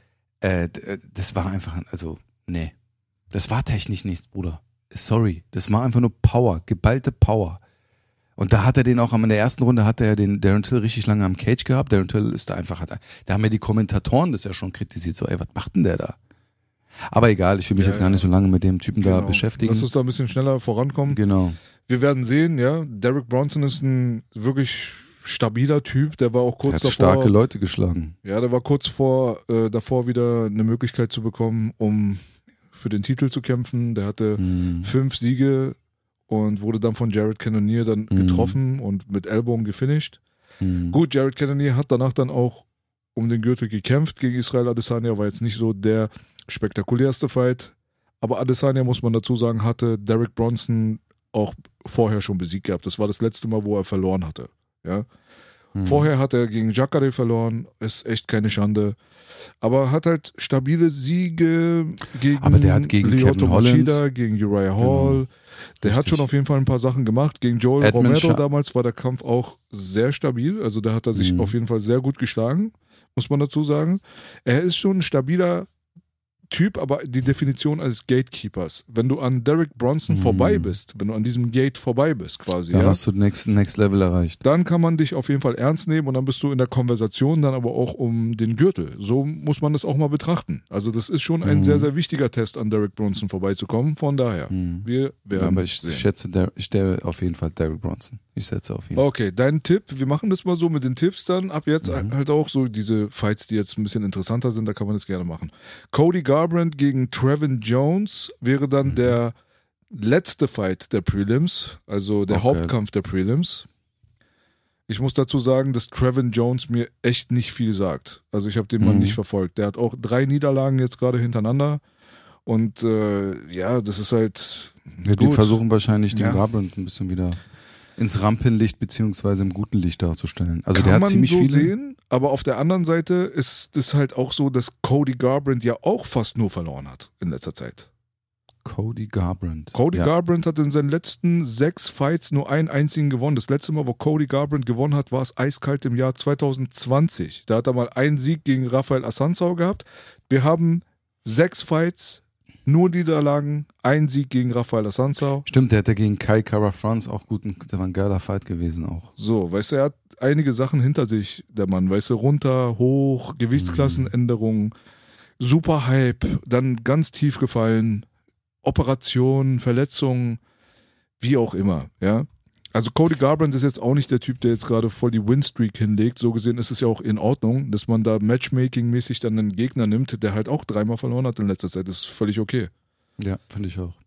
war einfach, nee. Das war technisch nichts, Bruder. Sorry. Das war einfach nur Power, geballte Power. Und da hat er den auch in der ersten Runde hat er den Darren Till richtig lange am Cage gehabt. Darren Till ist da einfach, da haben ja die Kommentatoren das ja schon kritisiert, so, ey, was macht denn der da? Aber egal, ich will mich jetzt gar nicht so lange mit dem Typen da beschäftigen. Lass uns da ein bisschen schneller vorankommen. Genau. Wir werden sehen, ja, Derek Brunson ist ein wirklich stabiler Typ, der war auch kurz davor. Hat starke Leute geschlagen. Ja, der war kurz davor wieder eine Möglichkeit zu bekommen, um für den Titel zu kämpfen. Der hatte 5 Siege und wurde dann von Jared Cannonier dann getroffen und mit Ellbogen gefinisht. Gut, Jared Cannonier hat danach dann auch um den Gürtel gekämpft gegen Israel Adesanya, war jetzt nicht so der spektakulärste Fight, aber Adesanya, muss man dazu sagen, hatte Derek Brunson auch vorher schon besiegt gehabt. Das war das letzte Mal, wo er verloren hatte. Ja? Vorher hat er gegen Jacare verloren, ist echt keine Schande. Aber hat halt stabile Siege gegen, aber der hat gegen Lyoto Kevin Machida, Holland, gegen Uriah Hall. Genau. Der hat schon auf jeden Fall ein paar Sachen gemacht. Gegen Joel Edmund Romero damals war der Kampf auch sehr stabil. Also da hat er sich auf jeden Fall sehr gut geschlagen, muss man dazu sagen. Er ist schon ein stabiler Typ, aber die Definition als Gatekeepers, wenn du an Derek Brunson vorbei bist, wenn du an diesem Gate vorbei bist quasi, dann hast du Next Level erreicht. Dann kann man dich auf jeden Fall ernst nehmen und dann bist du in der Konversation dann aber auch um den Gürtel. So muss man das auch mal betrachten. Also das ist schon ein sehr, sehr wichtiger Test, an Derek Brunson vorbeizukommen. Von daher, wir werden aber ich stelle auf jeden Fall Derek Brunson. Ich setze auf ihn. Okay, dein Tipp, wir machen das mal so mit den Tipps dann. Ab jetzt halt auch so diese Fights, die jetzt ein bisschen interessanter sind, da kann man das gerne machen. Cody Garbrandt gegen Trevin Jones wäre dann der letzte Fight der Prelims, also der Hauptkampf der Prelims. Ich muss dazu sagen, dass Trevin Jones mir echt nicht viel sagt. Also ich habe den Mann nicht verfolgt. Der hat auch 3 Niederlagen jetzt gerade hintereinander. Und das ist halt ja, die versuchen wahrscheinlich den Garbrandt ein bisschen wieder ins Rampenlicht beziehungsweise im guten Licht darzustellen. Also der hat ziemlich viel sehen, aber auf der anderen Seite ist es halt auch so, dass Cody Garbrandt ja auch fast nur verloren hat in letzter Zeit. Cody Garbrandt hat in seinen letzten 6 Fights nur einen einzigen gewonnen. Das letzte Mal, wo Cody Garbrandt gewonnen hat, war es eiskalt im Jahr 2020. Da hat er mal einen Sieg gegen Rafael Assunção gehabt. Wir haben 6 Fights, nur Niederlagen, ein Sieg gegen Rafael Assunção. Stimmt, der hat ja gegen Kai Kara-France auch der war ein geiler Fight gewesen auch. So, weißt du, er hat einige Sachen hinter sich, der Mann, weißt du, runter, hoch, Gewichtsklassenänderungen, super Hype, dann ganz tief gefallen, Operationen, Verletzungen, wie auch immer, ja. Also Cody Garbrandt ist jetzt auch nicht der Typ, der jetzt gerade voll die Winstreak hinlegt. So gesehen ist es ja auch in Ordnung, dass man da Matchmaking-mäßig dann einen Gegner nimmt, der halt auch 3-mal verloren hat in letzter Zeit. Das ist völlig okay. Ja, finde ich auch.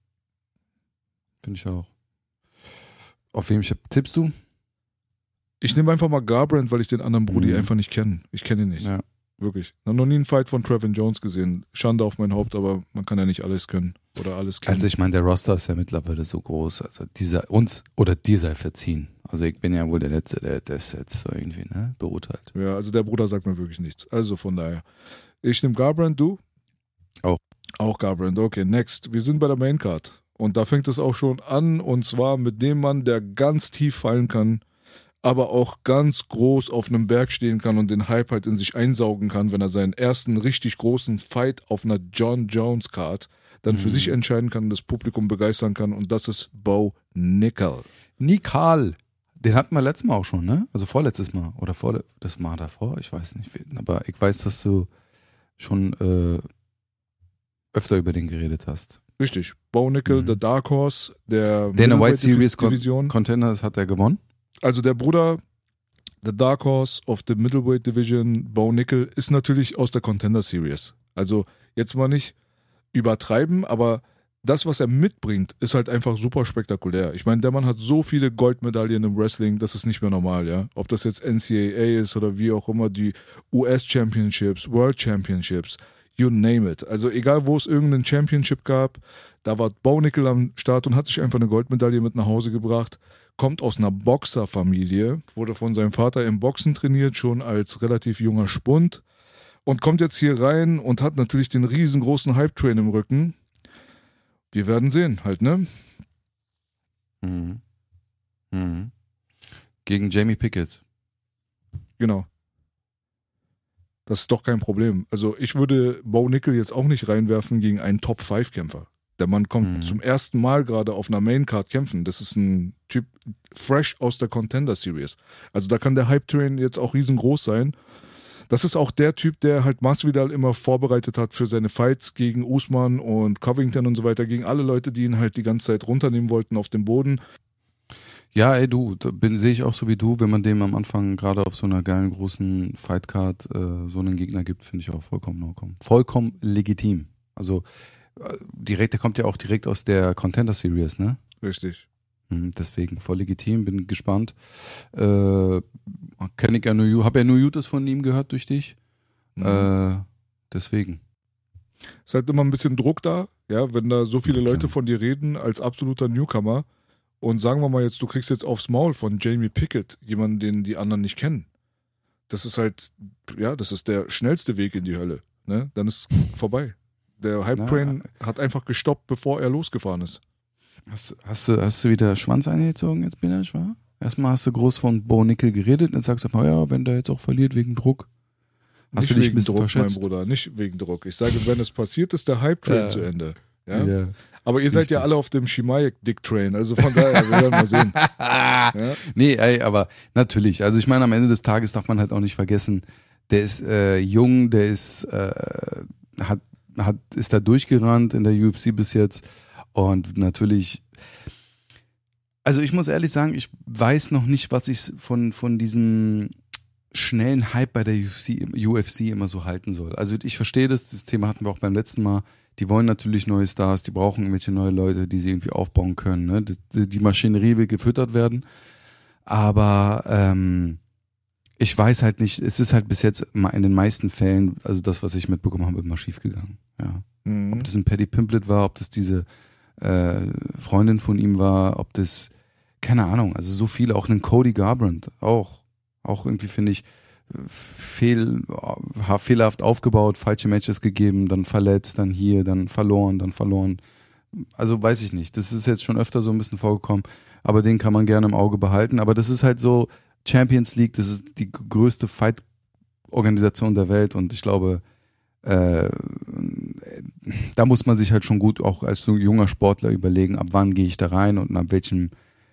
Auf wem tippst du? Ich nehme einfach mal Garbrandt, weil ich den anderen Brudi einfach nicht kenne. Ich kenne ihn nicht. Ja. Wirklich. Ich habe noch nie einen Fight von Trevin Jones gesehen. Schande auf mein Haupt, aber man kann ja nicht alles können oder alles kennen. Also ich meine, der Roster ist ja mittlerweile so groß. Also dir sei verziehen. Also ich bin ja wohl der Letzte, der das jetzt so irgendwie beurteilt. Ja, also der Bruder sagt mir wirklich nichts. Also von daher. Ich nehme Garbrandt, du? Auch Garbrandt, okay. Next. Wir sind bei der Maincard. Und da fängt es auch schon an. Und zwar mit dem Mann, der ganz tief fallen kann, aber auch ganz groß auf einem Berg stehen kann und den Hype halt in sich einsaugen kann, wenn er seinen ersten richtig großen Fight auf einer John Jones Card dann für sich entscheiden kann und das Publikum begeistern kann, und das ist Bo Nickal. Den hatten wir letztes Mal auch schon, ne? Also vorletztes Mal oder das Mal davor, ich weiß nicht, aber ich weiß, dass du schon öfter über den geredet hast. Richtig, Bo Nickal, the Dark Horse, der Dana White Series Contenders hat er gewonnen. Also der Bruder, the Dark Horse of the Middleweight Division, Bo Nickal, ist natürlich aus der Contender Series. Also jetzt mal nicht übertreiben, aber das, was er mitbringt, ist halt einfach super spektakulär. Ich meine, der Mann hat so viele Goldmedaillen im Wrestling, das ist nicht mehr normal, ja. Ob das jetzt NCAA ist oder wie auch immer, die US Championships, World Championships, you name it. Also egal, wo es irgendeinen Championship gab, da war Bo Nickal am Start und hat sich einfach eine Goldmedaille mit nach Hause gebracht. Kommt aus einer Boxerfamilie, wurde von seinem Vater im Boxen trainiert, schon als relativ junger Spund. und kommt jetzt hier rein und hat natürlich den riesengroßen Hype-Train im Rücken. Wir werden sehen halt, ne? Gegen Jamie Pickett. Genau. Das ist doch kein Problem. Also ich würde Bo Nickel jetzt auch nicht reinwerfen gegen einen Top-5-Kämpfer. Der Mann kommt zum ersten Mal gerade auf einer Maincard kämpfen. Das ist ein Typ fresh aus der Contender Series. Also da kann der Hype-Train jetzt auch riesengroß sein. Das ist auch der Typ, der halt Masvidal immer vorbereitet hat für seine Fights gegen Usman und Covington und so weiter, gegen alle Leute, die ihn halt die ganze Zeit runternehmen wollten auf dem Boden. Ja, ey, sehe ich auch so wie du, wenn man dem am Anfang gerade auf so einer geilen großen Fightcard so einen Gegner gibt, finde ich auch vollkommen legitim. Also der kommt ja auch direkt aus der Contender Series, ne? Richtig. Deswegen voll legitim, bin gespannt. Kenne ich ja nur, habe ja nur Gutes von ihm gehört durch dich. Deswegen. Es ist halt immer ein bisschen Druck da, ja, wenn da so viele Leute von dir reden als absoluter Newcomer und sagen wir mal jetzt, du kriegst jetzt aufs Maul von Jamie Pickett, jemanden, den die anderen nicht kennen. Das ist halt, ja, das ist der schnellste Weg in die Hölle, ne? Dann ist vorbei. Der Hype-Train hat einfach gestoppt, bevor er losgefahren ist. Hast du wieder Schwanz eingezogen jetzt, Binasch, wa? Erstmal hast du groß von Bo Nickel geredet und jetzt sagst du, ja, wenn der jetzt auch verliert wegen Druck. Hast du dich ein bisschen verschätzt? Mein Bruder, nicht wegen Druck. Ich sage, wenn es passiert, ist der Hype-Train zu Ende. Ja? Ja. Aber ihr seid ja alle auf dem Chimaev-Dick-Train, also von daher, wir werden mal sehen. Ja? Nee, ey, aber natürlich, also ich meine, am Ende des Tages darf man halt auch nicht vergessen, der ist jung, der ist ist da durchgerannt in der UFC bis jetzt und natürlich, also ich muss ehrlich sagen, ich weiß noch nicht, was ich von diesem schnellen Hype bei der UFC immer so halten soll. Also ich verstehe das Thema hatten wir auch beim letzten Mal, die wollen natürlich neue Stars, die brauchen irgendwelche neue Leute, die sie irgendwie aufbauen können. Ne? Die Maschinerie will gefüttert werden, aber ich weiß halt nicht, es ist halt bis jetzt in den meisten Fällen, also das, was ich mitbekommen habe, immer schief gegangen. Ja. Ob das ein Paddy Pimblett war, ob das diese Freundin von ihm war, ob das, keine Ahnung, also so viele, auch einen Cody Garbrandt, auch irgendwie finde ich fehlerhaft aufgebaut, falsche Matches gegeben, dann verletzt, dann hier, dann verloren. Also weiß ich nicht, das ist jetzt schon öfter so ein bisschen vorgekommen, aber den kann man gerne im Auge behalten, aber das ist halt so Champions League, das ist die größte Fight-Organisation der Welt und ich glaube, da muss man sich halt schon gut auch als so junger Sportler überlegen, ab wann gehe ich da rein und ab welchem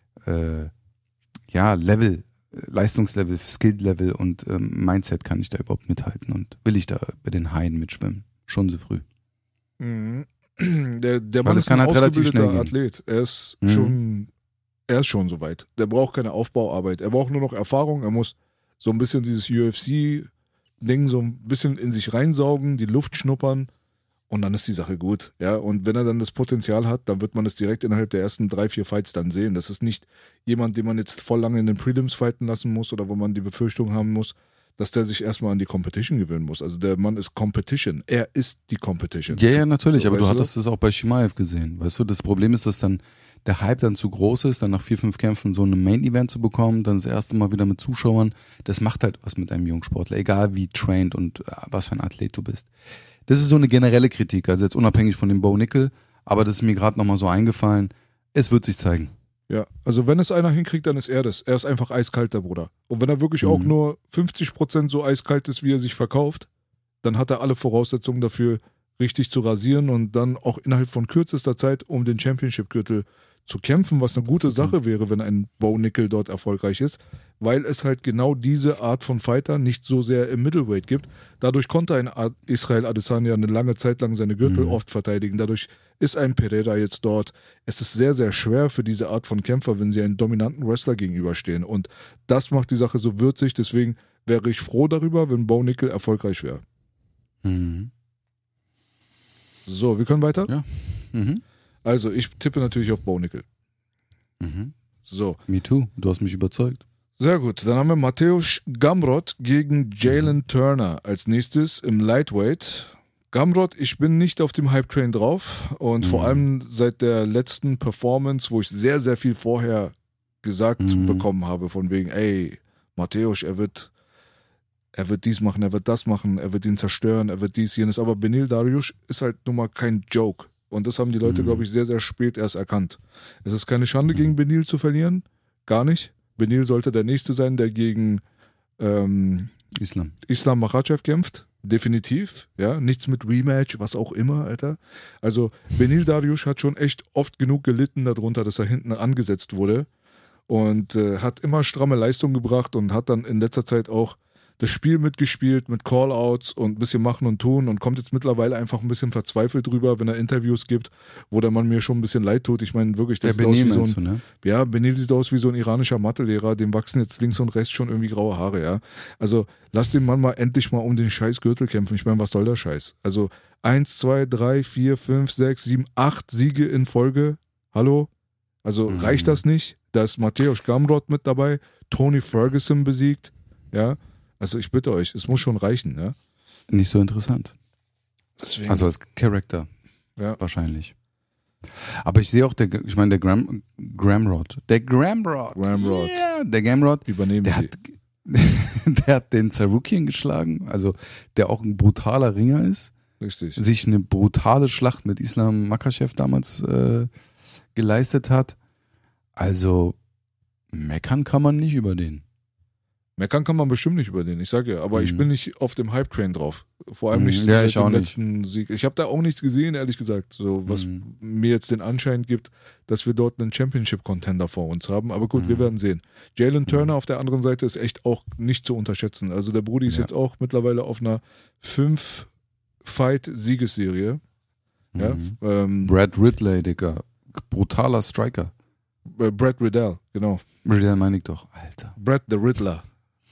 Level, Leistungslevel, Skill-Level und Mindset kann ich da überhaupt mithalten und will ich da bei den Haien mitschwimmen? Schon so früh. Mhm. Der Mann ist ein halt ausgebildeter Athlet. Er ist schon so weit. Der braucht keine Aufbauarbeit. Er braucht nur noch Erfahrung. Er muss so ein bisschen dieses UFC-Ding so ein bisschen in sich reinsaugen, die Luft schnuppern und dann ist die Sache gut. Ja? Und wenn er dann das Potenzial hat, dann wird man es direkt innerhalb der ersten 3-4 Fights dann sehen. Das ist nicht jemand, den man jetzt voll lange in den Prelims fighten lassen muss oder wo man die Befürchtung haben muss, dass der sich erstmal an die Competition gewöhnen muss. Also der Mann ist Competition. Er ist die Competition. Ja, natürlich, so, aber du hattest das auch bei Chimaev gesehen. Weißt du, das Problem ist, dass dann der Hype dann zu groß ist, dann nach 4-5 Kämpfen so ein Main-Event zu bekommen, dann das erste Mal wieder mit Zuschauern. Das macht halt was mit einem Jungsportler, egal wie trained und was für ein Athlet du bist. Das ist so eine generelle Kritik, also jetzt unabhängig von dem Bo Nickel, aber das ist mir gerade nochmal so eingefallen. Es wird sich zeigen. Ja, also wenn es einer hinkriegt, dann ist er das. Er ist einfach eiskalt, der Bruder. Und wenn er wirklich auch nur 50% so eiskalt ist, wie er sich verkauft, dann hat er alle Voraussetzungen dafür, richtig zu rasieren und dann auch innerhalb von kürzester Zeit um den Championship-Gürtel zu kämpfen, was eine gute Sache wäre, wenn ein Bo Nickel dort erfolgreich ist, weil es halt genau diese Art von Fighter nicht so sehr im Middleweight gibt. Dadurch konnte ein Israel Adesanya eine lange Zeit lang seine Gürtel oft verteidigen. Dadurch ist ein Pereira jetzt dort. Es ist sehr, sehr schwer für diese Art von Kämpfer, wenn sie einen dominanten Wrestler gegenüberstehen. Und das macht die Sache so würzig. Deswegen wäre ich froh darüber, wenn Bo Nickel erfolgreich wäre. So, wir können weiter? Ja. Also, ich tippe natürlich auf Bo Nickel. So. Me too, du hast mich überzeugt. Sehr gut, dann haben wir Mateusz Gamrot gegen Jalen Turner als nächstes im Lightweight. Gamrot, ich bin nicht auf dem Hype-Train drauf und vor allem seit der letzten Performance, wo ich sehr, sehr viel vorher gesagt bekommen habe, von wegen, ey, Mateusz, er wird er wird dies machen, er wird das machen, er wird ihn zerstören, er wird dies, jenes. Aber Beneil Dariush ist halt nun mal kein Joke. Und das haben die Leute, glaube ich, sehr, sehr spät erst erkannt. Es ist keine Schande, gegen Beneil zu verlieren. Gar nicht. Beneil sollte der Nächste sein, der gegen Islam Makhachev kämpft. Definitiv. Ja, nichts mit Rematch, was auch immer, Alter. Also Beneil Dariush hat schon echt oft genug gelitten darunter, dass er hinten angesetzt wurde. Und hat immer stramme Leistung gebracht und hat dann in letzter Zeit auch das Spiel mitgespielt mit Callouts und ein bisschen machen und tun und kommt jetzt mittlerweile einfach ein bisschen verzweifelt drüber, wenn er Interviews gibt, wo der Mann mir schon ein bisschen leid tut. Ich meine wirklich, das sieht aus wie so ein, ne? Ja, Beneil sieht aus wie so ein iranischer Mathelehrer, dem wachsen jetzt links und rechts schon irgendwie graue Haare, ja. Also lass den Mann mal endlich mal um den scheiß Gürtel kämpfen. Ich meine, was soll der Scheiß? Also 1, 2, 3, 4, 5, 6, 7, 8 Siege in Folge. Hallo? Also reicht das nicht? Da ist Mateusz Gamrot mit dabei, Tony Ferguson besiegt, ja. Also ich bitte euch, es muss schon reichen, ja. Nicht so interessant. Deswegen. Also als Charakter, ja. Wahrscheinlich. Aber ich sehe auch, der Gamrot. Der Gamrot, Übernehmen der hat den Tsarukyan geschlagen, also der auch ein brutaler Ringer ist. Richtig. Sich eine brutale Schlacht mit Islam Makhachev damals geleistet hat. Also meckern kann man nicht über den. Meckern kann man bestimmt nicht über den, ich sage ja, aber ich bin nicht auf dem Hype-Train drauf. Vor allem nicht ich auch nicht. Letzten Sieg. Ich habe da auch nichts gesehen, ehrlich gesagt, so was mir jetzt den Anschein gibt, dass wir dort einen Championship-Contender vor uns haben. Aber gut, wir werden sehen. Jalen Turner auf der anderen Seite ist echt auch nicht zu unterschätzen. Also der Brudi ist jetzt auch mittlerweile auf einer 5-Fight-Siegesserie. Ja, Brad Ridley, Digga. Brutaler Striker. Brad Riddell, genau. Riddell meine ich doch, Alter. Brad the Riddler.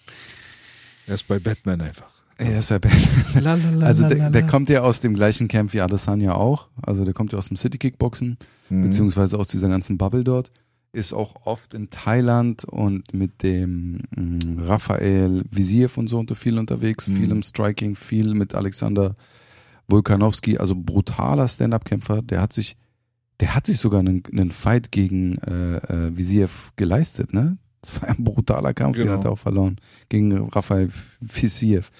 Er ist bei Batman einfach. Er ist bei Batman. Also der kommt ja aus dem gleichen Camp wie Adesanya auch. Also der kommt ja aus dem City Kickboxen, beziehungsweise aus dieser ganzen Bubble dort. Ist auch oft in Thailand und mit dem Rafael Viziev und so viel unterwegs. Viel im Striking, viel mit Alexander Volkanovski. Also brutaler Stand-Up-Kämpfer. Der hat sich sogar einen Fight gegen Viziev geleistet, ne? Das war ein brutaler Kampf, Den hat er auch verloren. Gegen Rafael Viziev.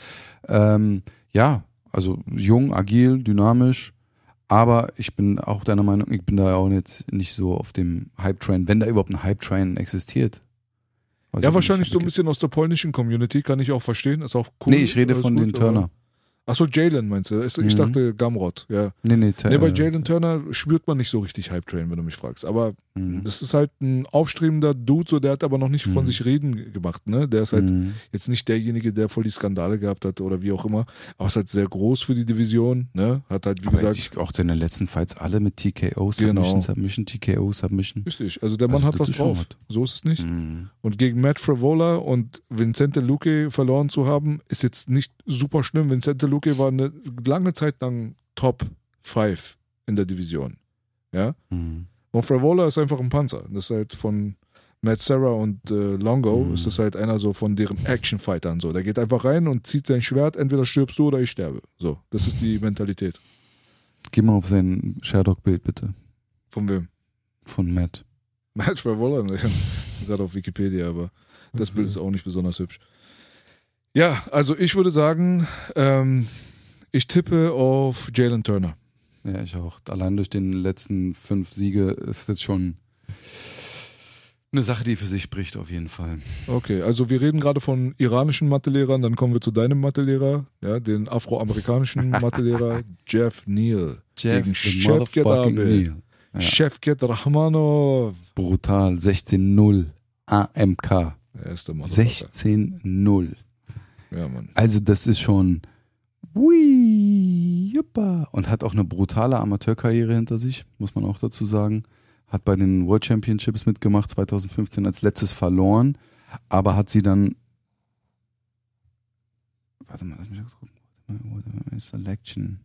Ja, also jung, agil, dynamisch. Aber ich bin auch deiner Meinung, ich bin da auch jetzt nicht so auf dem Hype-Train, wenn da überhaupt ein Hype-Train existiert. Ja, wahrscheinlich so ein bisschen aus der polnischen Community, kann ich auch verstehen. Ist auch cool. Nee, ich rede von den Turner. Achso, Jalen meinst du? Ich dachte Gamrot, ja. Nee, bei Jalen Turner spürt man nicht so richtig Hype-Train, wenn du mich fragst. Aber das ist halt ein aufstrebender Dude, so, der hat aber noch nicht von sich reden gemacht, ne? Der ist halt jetzt nicht derjenige, der voll die Skandale gehabt hat oder wie auch immer. Aber ist halt sehr groß für die Division, ne? Hat halt, wie gesagt. Auch seine letzten Fights alle mit TKO, Submission, TKO, Submission. Richtig, also der Mann hat was drauf. So ist es nicht. Und gegen Matt Frevola und Vicente Luque verloren zu haben, ist jetzt nicht super schlimm. Vicente Luque war eine lange Zeit lang Top 5 in der Division. Ja? Und Frevola ist einfach ein Panzer. Das ist halt von Matt Serra und Longo, ist das halt einer so von deren Action-Fightern. So. Der geht einfach rein und zieht sein Schwert, entweder stirbst du oder ich sterbe. So, das ist die Mentalität. Geh mal auf sein Sherdog-Bild, bitte. Von wem? Von Matt. Matt Frevola? Gerade auf Wikipedia, aber das Bild ist auch nicht besonders hübsch. Ja, also ich würde sagen, ich tippe auf Jalen Turner. Ja, ich auch. Allein durch den letzten 5 Siege ist das schon eine Sache, die für sich spricht, auf jeden Fall. Okay, also wir reden gerade von iranischen Mathelehrern, dann kommen wir zu deinem Mathelehrer, ja, den afroamerikanischen Mathelehrer Jeff Neal. Gegen Shavkat Neal. Ja. Shavkat Rahmanov. Brutal, 16-0 AMK. 16-0. Ja, Mann. Also das ist schon und hat auch eine brutale Amateurkarriere hinter sich, muss man auch dazu sagen. Hat bei den World Championships mitgemacht, 2015 als letztes verloren, aber hat sie dann warte mal, lass mich kurz gucken. Selection.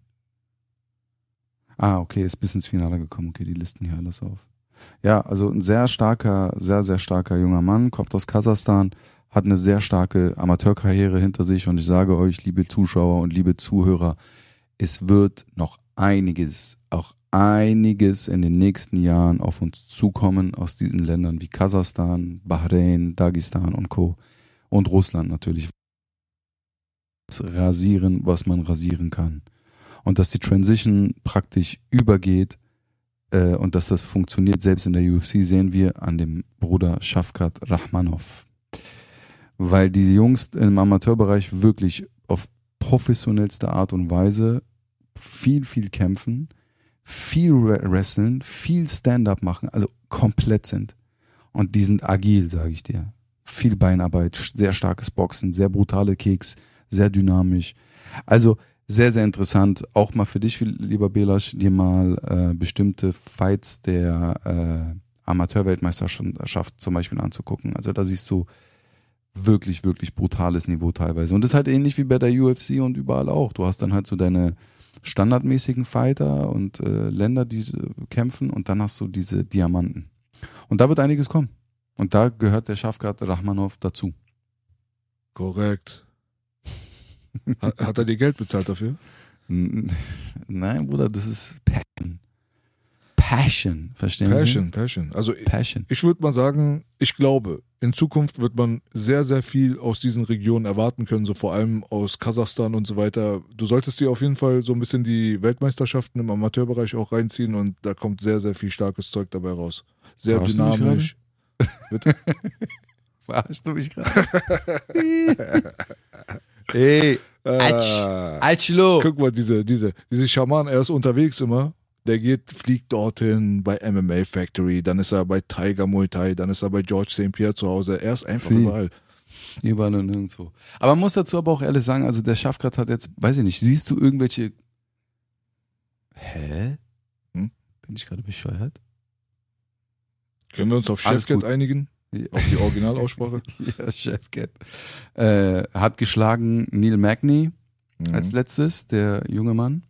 Okay, ist bis ins Finale gekommen. Okay, die listen hier alles auf. Ja, also ein sehr starker, sehr, sehr starker junger Mann, kommt aus Kasachstan, hat eine sehr starke Amateurkarriere hinter sich und ich sage euch, liebe Zuschauer und liebe Zuhörer, es wird noch einiges in den nächsten Jahren auf uns zukommen aus diesen Ländern wie Kasachstan, Bahrain, Dagestan und Co. und Russland natürlich. rasieren, was man rasieren kann. Und dass die Transition praktisch übergeht und dass das funktioniert, selbst in der UFC, sehen wir an dem Bruder Shavkat Rakhmonov. Weil diese Jungs im Amateurbereich wirklich auf professionellste Art und Weise viel kämpfen, viel wresteln, viel Stand-up machen, also komplett sind. Und die sind agil, sage ich dir. Viel Beinarbeit, sehr starkes Boxen, sehr brutale Kicks, sehr dynamisch. Also sehr, sehr interessant. Auch mal für dich, lieber Belasch, dir mal bestimmte Fights der Amateurweltmeisterschaft zum Beispiel anzugucken. Also da siehst du wirklich brutales Niveau teilweise. Und das ist halt ähnlich wie bei der UFC und überall auch. Du hast dann halt so deine standardmäßigen Fighter und Länder, die kämpfen, und dann hast du diese Diamanten. Und da wird einiges kommen. Und da gehört der Shavkat Rakhmonov dazu. Korrekt. Hat er dir Geld bezahlt dafür? Nein, Bruder, das ist Passion, verstehen Sie? Passion. Also Passion. Ich würde mal sagen, ich glaube, in Zukunft wird man sehr, sehr viel aus diesen Regionen erwarten können, so vor allem aus Kasachstan und so weiter. Du solltest dir auf jeden Fall so ein bisschen die Weltmeisterschaften im Amateurbereich auch reinziehen, und da kommt sehr, sehr viel starkes Zeug dabei raus. Sehr dynamisch. Bitte? Verarschst du mich gerade? Hey, Achlo. Guck mal, diese Schaman, er ist unterwegs immer. Der fliegt dorthin bei MMA Factory, dann ist er bei Tiger Muay Thai, dann ist er bei George St. Pierre zu Hause. Er ist einfach überall. Überall und nirgendwo. Aber man muss dazu aber auch ehrlich sagen, also der Shavkat hat jetzt, weiß ich nicht, siehst du irgendwelche... Hä? Bin ich gerade bescheuert? Können wir uns auf Shavkat einigen? Auf die Originalaussprache? Ja, Shavkat. Hat geschlagen Neil Magny als letztes, der junge Mann.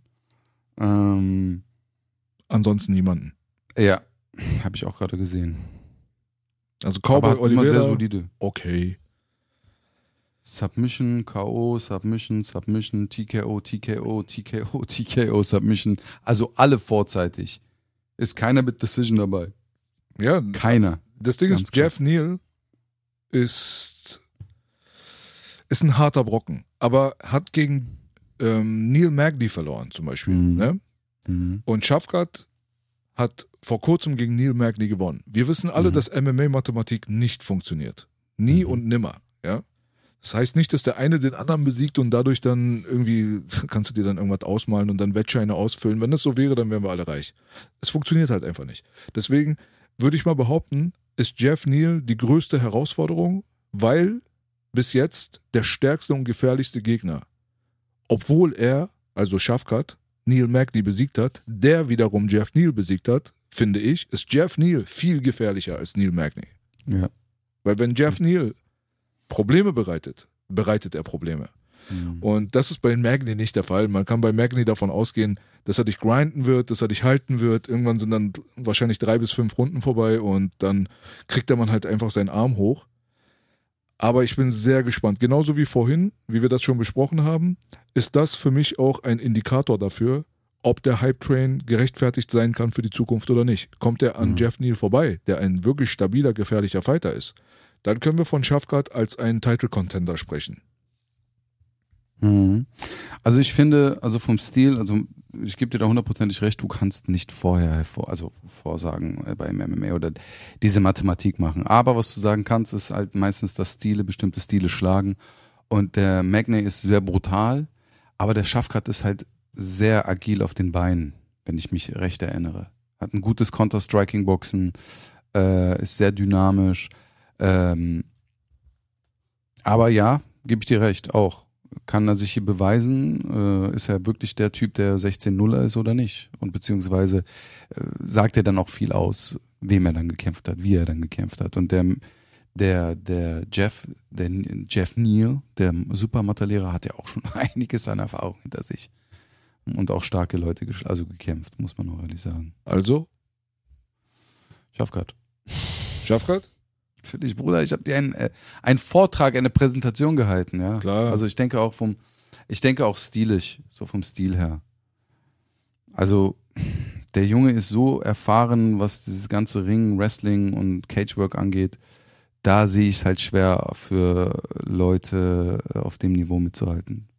Ansonsten niemanden. Ja, habe ich auch gerade gesehen. Also Cowboy Oliveira. Sehr solide. Okay. Submission, K.O., Submission, TKO, Submission. Also alle vorzeitig. Ist keiner mit Decision dabei. Ja. Keiner. Das Ding ist, Jeff Neal ist ein harter Brocken, aber hat gegen Neil Magny verloren zum Beispiel. Ne? Und Shavkat hat vor kurzem gegen Neil Magny gewonnen. Wir wissen alle, dass MMA-Mathematik nicht funktioniert. Nie und nimmer. Ja? Das heißt nicht, dass der eine den anderen besiegt und dadurch dann irgendwie, kannst du dir dann irgendwas ausmalen und dann Wettscheine ausfüllen. Wenn das so wäre, dann wären wir alle reich. Es funktioniert halt einfach nicht. Deswegen würde ich mal behaupten, ist Jeff Neal die größte Herausforderung, weil bis jetzt der stärkste und gefährlichste Gegner, obwohl er, also Shavkat, Neil Magny besiegt hat, der wiederum Jeff Neal besiegt hat, finde ich, ist Jeff Neal viel gefährlicher als Neil Magny. Ja. Weil wenn Jeff Neal Probleme bereitet er Probleme. Und das ist bei Magny nicht der Fall. Man kann bei Magny davon ausgehen, dass er dich grinden wird, dass er dich halten wird. Irgendwann sind dann wahrscheinlich 3 bis 5 Runden vorbei und dann kriegt der Mann halt einfach seinen Arm hoch. Aber ich bin sehr gespannt. Genauso wie vorhin, wie wir das schon besprochen haben, ist das für mich auch ein Indikator dafür, ob der Hype-Train gerechtfertigt sein kann für die Zukunft oder nicht. Kommt er an Jeff Neal vorbei, der ein wirklich stabiler, gefährlicher Fighter ist, dann können wir von Shavkat als einen Title-Contender sprechen. Also ich finde, also vom Stil, also ich gebe dir da 100% recht, du kannst nicht vorsagen beim MMA oder diese Mathematik machen. Aber was du sagen kannst, ist halt meistens, dass bestimmte Stile schlagen. Und der Magny ist sehr brutal, aber der Shavkat ist halt sehr agil auf den Beinen, wenn ich mich recht erinnere. Hat ein gutes Counter-Striking-Boxen, ist sehr dynamisch. Aber ja, gebe ich dir recht, auch. Kann er sich hier beweisen? Ist er wirklich der Typ, der 16-0er ist oder nicht? Und beziehungsweise sagt er dann auch viel aus, wem er dann gekämpft hat, wie er dann gekämpft hat. Und der Jeff Neal, der Supermathe-Lehrer, hat ja auch schon einiges an Erfahrung hinter sich. Und auch starke Leute gekämpft, muss man auch ehrlich sagen. Also? Shavkat? Für dich, Bruder, ich habe dir einen Vortrag, eine Präsentation gehalten, ja. Klar. Also ich denke auch stilisch, so vom Stil her. Also der Junge ist so erfahren, was dieses ganze Ring, Wrestling und Cagework angeht. Da sehe ich es halt schwer für Leute auf dem Niveau mitzuhalten.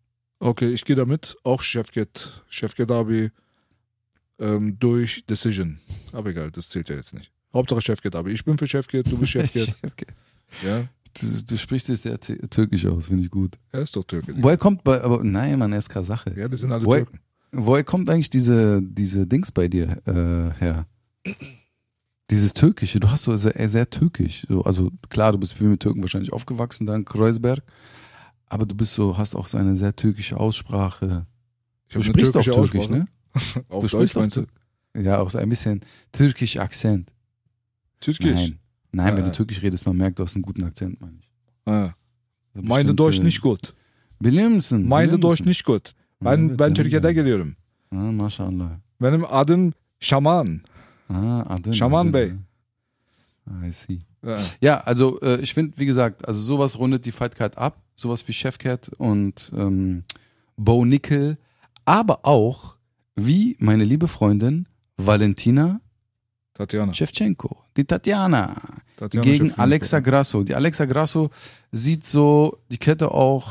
Okay, ich gehe damit. Auch Şevket abi durch Decision. Aber egal, das zählt ja jetzt nicht. Hauptsache Şevket abi. Ich bin für Şevket, du bist Şevket. Ja. Du sprichst es sehr türkisch aus, finde ich gut. Er ist doch Türke. Woher kommt, aber nein, Mann, er ist Kasache. Ja, die sind alle Türken. Woher kommt eigentlich diese Dings bei dir her? Dieses Türkische, du hast so sehr türkisch. So, also klar, du bist viel mit Türken wahrscheinlich aufgewachsen, da in Kreuzberg, aber du hast auch so eine sehr türkische Aussprache. Du sprichst auch türkisch, ne? Auf Deutsch meinst du? Ja, auch so ein bisschen türkisch Akzent. Türkisch? Nein, wenn du türkisch redest, man merkt, du hast einen guten Akzent, meine ich. Also meine Deutsch nicht gut. Biliyor musun? Meine Deutsch nicht gut. Ben Türkiye'de geliyorum. Maşallah. Benim adım Şaman. Şaman Bey. I see. Ja, also ich finde, wie gesagt, also sowas rundet die Fightcard ab. Sowas wie Şevket und Bo Nickel. Aber auch wie meine liebe Freundin Valentina Shevchenko. Die Tatjana gegen Alexa Grasso. Die Alexa Grasso sieht so die Kette auch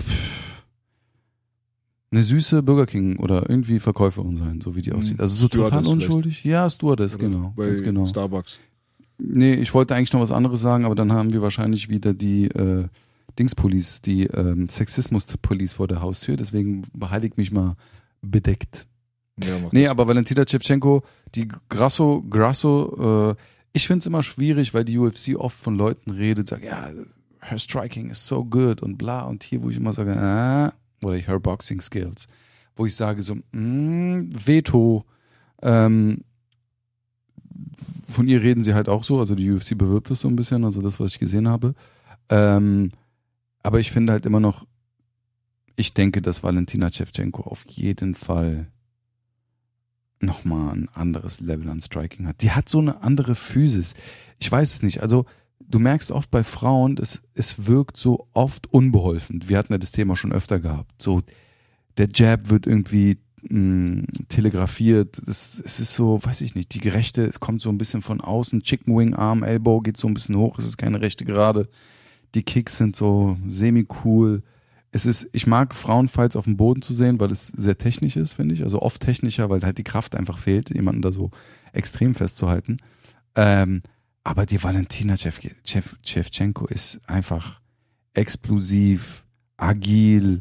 eine süße Burger King oder irgendwie Verkäuferin sein, so wie die aussieht. Also so total unschuldig. Vielleicht. Ja, Stewardess, genau. Bei ganz genau. Starbucks. Nee, ich wollte eigentlich noch was anderes sagen, aber dann haben wir wahrscheinlich wieder die Dingspolice, die Sexismus-Police vor der Haustür. Deswegen behalte ich mich mal bedeckt. Ja, nee, aber Valentina Shevchenko, die Grasso, ich finde es immer schwierig, weil die UFC oft von Leuten redet, sagt, ja, her striking is so good und bla. Und hier, wo ich immer sage, oder her boxing skills, wo ich sage so, Veto. Von ihr reden sie halt auch so, also die UFC bewirbt es so ein bisschen, also das, was ich gesehen habe. Aber ich finde halt immer noch, ich denke, dass Valentina Shevchenko auf jeden Fall nochmal ein anderes Level an Striking hat. Die hat so eine andere Physis. Ich weiß es nicht. Also du merkst oft bei Frauen, es wirkt so oft unbeholfen. Wir hatten ja das Thema schon öfter gehabt. So der Jab wird irgendwie telegrafiert. Es ist so, weiß ich nicht, die Rechte, es kommt so ein bisschen von außen. Chicken Wing, Arm, Elbow geht so ein bisschen hoch. Es ist keine rechte Gerade. Die Kicks sind so semi-cool. Ich mag Frauenfights auf dem Boden zu sehen, weil es sehr technisch ist, finde ich. Also oft technischer, weil halt die Kraft einfach fehlt, jemanden da so extrem festzuhalten. Aber die Valentina Shevchenko ist einfach explosiv, agil,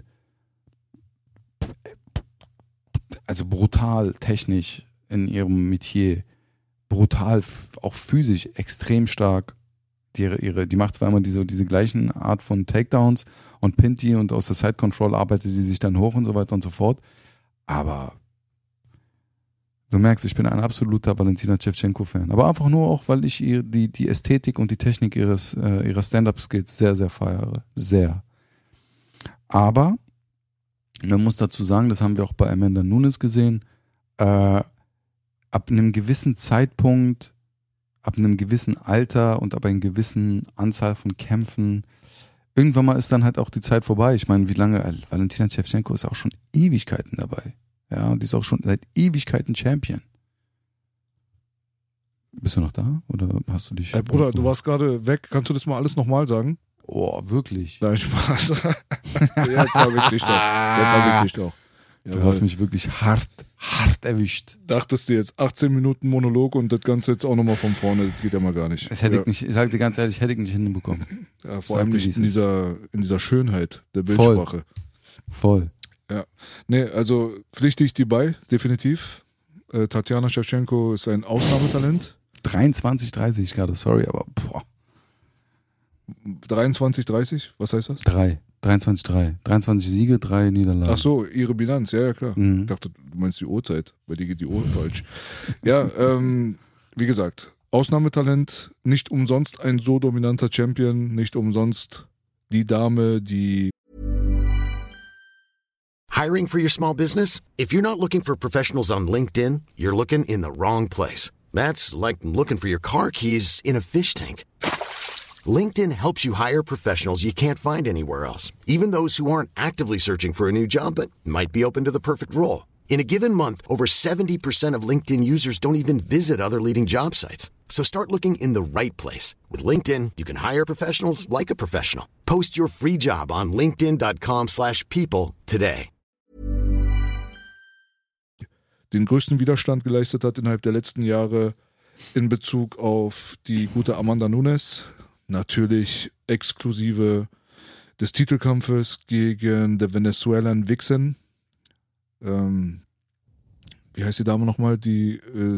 also brutal technisch in ihrem Metier. Brutal, auch physisch extrem stark. Die macht zwar immer diese gleichen Art von Takedowns und pinnt die und aus der Side Control arbeitet sie sich dann hoch und so weiter und so fort. Aber du merkst, ich bin ein absoluter Valentina Shevchenko-Fan. Aber einfach nur auch, weil ich die Ästhetik und die Technik ihrer Stand-Up-Skills sehr, sehr feiere. Sehr. Aber man muss dazu sagen, das haben wir auch bei Amanda Nunes gesehen, ab einem gewissen Zeitpunkt, ab einem gewissen Alter und ab einer gewissen Anzahl von Kämpfen, irgendwann mal ist dann halt auch die Zeit vorbei. Ich meine, wie lange, Valentina Shevchenko ist auch schon Ewigkeiten dabei. Ja, und die ist auch schon seit Ewigkeiten Champion. Bist du noch da? Oder hast du dich... Hey Bruder, du warst gerade weg. Kannst du das mal alles nochmal sagen? Oh, wirklich? Nein, Spaß. Jetzt habe ich dich doch. Du hast mich wirklich hart erwischt. Dachtest du jetzt 18 Minuten Monolog und das Ganze jetzt auch nochmal von vorne, das geht ja mal gar nicht. Das hätte ich nicht, ich sag dir ganz ehrlich, hätte ich nicht hinbekommen. Ja, vor allem nicht in dieser Schönheit der Bildsprache. Voll. Ja. Nee, also pflichte ich die bei, definitiv. Tatjana Shevchenko ist ein Ausnahmetalent. 23-30 gerade, sorry, aber boah. 23-30? Was heißt das? 23-3. 23 Siege, 3 Niederlagen. Ach so, ihre Bilanz, ja klar. Ich dachte, du meinst die Uhrzeit, bei dir geht die Uhr falsch. Ja, wie gesagt, Ausnahmetalent, nicht umsonst ein so dominanter Champion, nicht umsonst die Dame, die... Hiring for your small business? If you're not looking for professionals on LinkedIn, you're looking in the wrong place. That's like looking for your car keys in a fish tank. LinkedIn helps you hire professionals you can't find anywhere else, even those who aren't actively searching for a new job but might be open to the perfect role. In a given month, over 70% of LinkedIn users don't even visit other leading job sites. So start looking in the right place. With LinkedIn, you can hire professionals like a professional. Post your free job on linkedin.com/people today. den größten Widerstand geleistet hat innerhalb der letzten Jahre in Bezug auf die gute Amanda Nunes. Natürlich exklusive des Titelkampfes gegen der Venezuelan Vixen. Wie heißt die Dame nochmal, die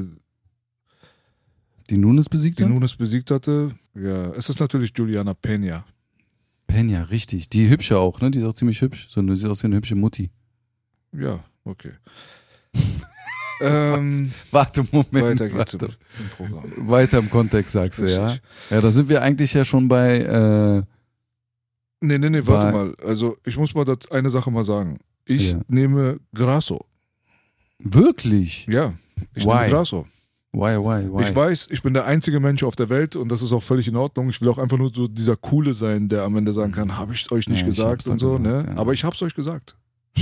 Nunes besiegt hat? Die Nunes besiegt hatte. Ja, es ist natürlich Juliana Peña. Peña, richtig. Die hübsche auch, ne? Die ist auch ziemlich hübsch. So, die sieht aus wie eine hübsche Mutti. Ja, okay. Warte, Moment. Weiter geht's im Programm. Weiter im Kontext, sagst du, ja? Ja, da sind wir eigentlich ja schon bei... Nee, warte mal. Also, ich muss mal eine Sache mal sagen. Ich nehme Grasso. Wirklich? Ja, ich nehme Grasso. Why? Ich weiß, ich bin der einzige Mensch auf der Welt und das ist auch völlig in Ordnung. Ich will auch einfach nur so dieser Coole sein, der am Ende sagen kann, habe ich es euch nicht gesagt und so, gesagt, ne? Ja. Aber ich hab's euch gesagt.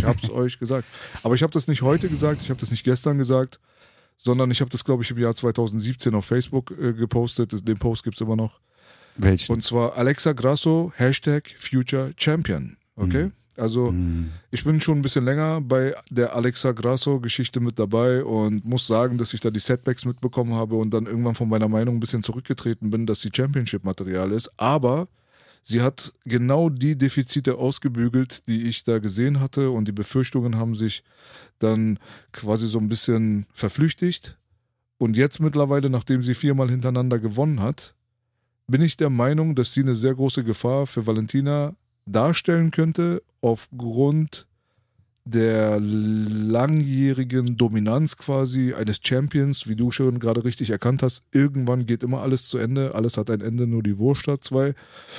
Aber ich habe das nicht heute gesagt, ich habe das nicht gestern gesagt, sondern ich habe das, glaube ich, im Jahr 2017 auf Facebook gepostet. Den Post gibt's immer noch. Welchen? Und zwar Alexa Grasso, #FutureChampion. Okay? Also ich bin schon ein bisschen länger bei der Alexa Grasso-Geschichte mit dabei und muss sagen, dass ich da die Setbacks mitbekommen habe und dann irgendwann von meiner Meinung ein bisschen zurückgetreten bin, dass sie Championship-Material ist. Aber sie hat genau die Defizite ausgebügelt, die ich da gesehen hatte und die Befürchtungen haben sich dann quasi so ein bisschen verflüchtigt. Und jetzt mittlerweile, nachdem sie 4-mal hintereinander gewonnen hat, bin ich der Meinung, dass sie eine sehr große Gefahr für Valentina darstellen könnte, aufgrund der langjährigen Dominanz quasi eines Champions, wie du schon gerade richtig erkannt hast. Irgendwann geht immer alles zu Ende, alles hat ein Ende, nur die Wurst hat 2.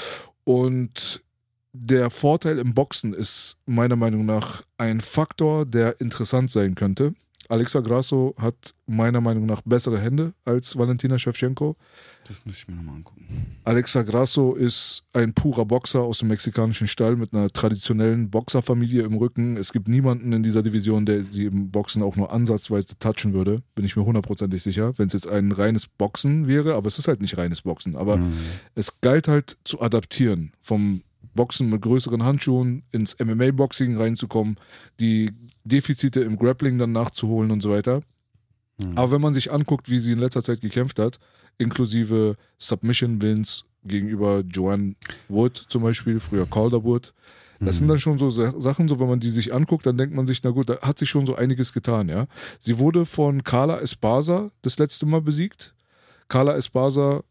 Und der Vorteil im Boxen ist meiner Meinung nach ein Faktor, der interessant sein könnte. Alexa Grasso hat meiner Meinung nach bessere Hände als Valentina Shevchenko. Das muss ich mir nochmal angucken. Alexa Grasso ist ein purer Boxer aus dem mexikanischen Stall mit einer traditionellen Boxerfamilie im Rücken. Es gibt niemanden in dieser Division, der sie im Boxen auch nur ansatzweise touchen würde. Bin ich mir 100% sicher. Wenn es jetzt ein reines Boxen wäre, aber es ist halt nicht reines Boxen. Aber es galt halt zu adaptieren, vom Boxen mit größeren Handschuhen ins MMA-Boxing reinzukommen, die Defizite im Grappling dann nachzuholen und so weiter. Aber wenn man sich anguckt, wie sie in letzter Zeit gekämpft hat, inklusive Submission-Wins gegenüber Joanne Wood zum Beispiel, früher Calderwood, das sind dann schon so Sachen, so wenn man die sich anguckt, dann denkt man sich, na gut, da hat sich schon so einiges getan, ja. Sie wurde von Carla Esparza das letzte Mal besiegt. Carla Esparza,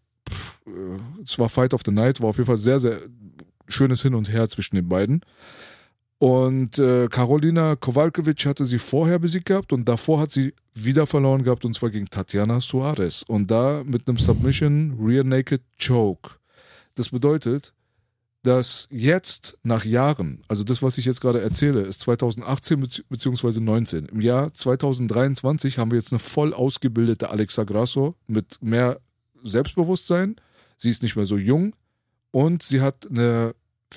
es war Fight of the Night, war auf jeden Fall sehr, sehr schönes Hin und Her zwischen den beiden. Und Karolina Kowalkiewicz hatte sie vorher besiegt gehabt und davor hat sie wieder verloren gehabt und zwar gegen Tatiana Suarez. Und da mit einem Submission Rear Naked Choke. Das bedeutet, dass jetzt nach Jahren, also das, was ich jetzt gerade erzähle, ist 2018 bzw. 19. Im Jahr 2023 haben wir jetzt eine voll ausgebildete Alexa Grasso mit mehr Selbstbewusstsein. Sie ist nicht mehr so jung und sie hat eine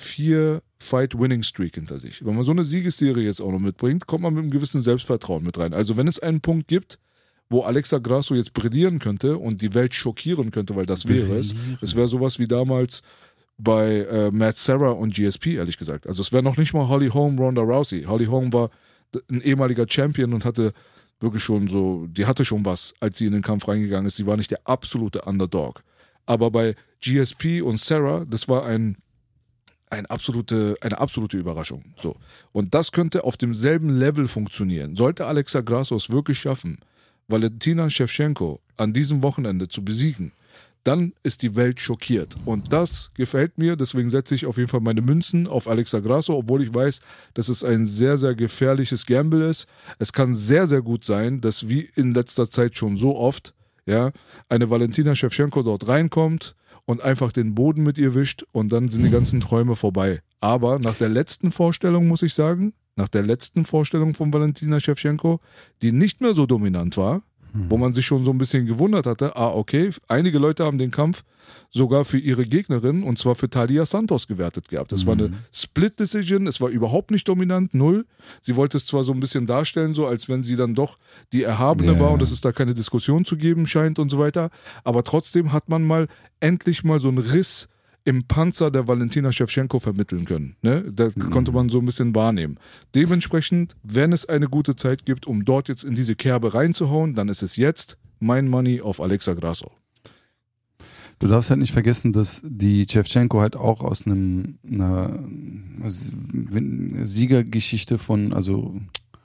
4-Fight-Winning-Streak hinter sich. Wenn man so eine Siegesserie jetzt auch noch mitbringt, kommt man mit einem gewissen Selbstvertrauen mit rein. Also wenn es einen Punkt gibt, wo Alexa Grasso jetzt brillieren könnte und die Welt schockieren könnte, weil das wäre es. Es wäre sowas wie damals bei Matt Serra und GSP, ehrlich gesagt. Also es wäre noch nicht mal Holly Holm, Ronda Rousey. Holly Holm war ein ehemaliger Champion und hatte wirklich schon so, die hatte schon was, als sie in den Kampf reingegangen ist. Sie war nicht der absolute Underdog. Aber bei GSP und Serra, das war eine absolute Überraschung. So. Und das könnte auf demselben Level funktionieren. Sollte Alexa Grasso es wirklich schaffen, Valentina Shevchenko an diesem Wochenende zu besiegen, dann ist die Welt schockiert. Und das gefällt mir, deswegen setze ich auf jeden Fall meine Münzen auf Alexa Grasso, obwohl ich weiß, dass es ein sehr, sehr gefährliches Gamble ist. Es kann sehr, sehr gut sein, dass wie in letzter Zeit schon so oft, ja, eine Valentina Shevchenko dort reinkommt und einfach den Boden mit ihr wischt und dann sind die ganzen Träume vorbei. Aber nach der letzten Vorstellung, muss ich sagen, nach der letzten Vorstellung von Valentina Shevchenko, die nicht mehr so dominant war, wo man sich schon so ein bisschen gewundert hatte, okay, einige Leute haben den Kampf sogar für ihre Gegnerin, und zwar für Talia Santos gewertet gehabt. Das war eine Split-Decision, es war überhaupt nicht dominant, 0. Sie wollte es zwar so ein bisschen darstellen, so als wenn sie dann doch die Erhabene war und dass es da keine Diskussion zu geben scheint und so weiter, aber trotzdem hat man mal endlich mal so einen Riss im Panzer der Valentina Shevchenko vermitteln können. Ne? Das konnte man so ein bisschen wahrnehmen. Dementsprechend, wenn es eine gute Zeit gibt, um dort jetzt in diese Kerbe reinzuhauen, dann ist es jetzt mein Money auf Alexa Grasso. Du darfst halt nicht vergessen, dass die Shevchenko halt auch aus einer Siegergeschichte von, also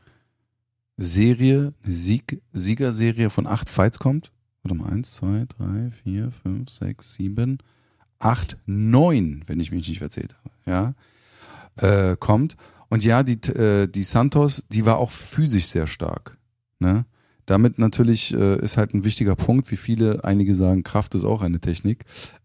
Siegerserie von 8 Fights kommt. Warte mal, 1, 2, 3, 4, 5, 6, 7, 8, 9, wenn ich mich nicht verzählt habe, ja, kommt. Und ja, die Santos, die war auch physisch sehr stark, ne? Damit natürlich ist halt ein wichtiger Punkt, wie einige sagen, Kraft ist auch eine Technik.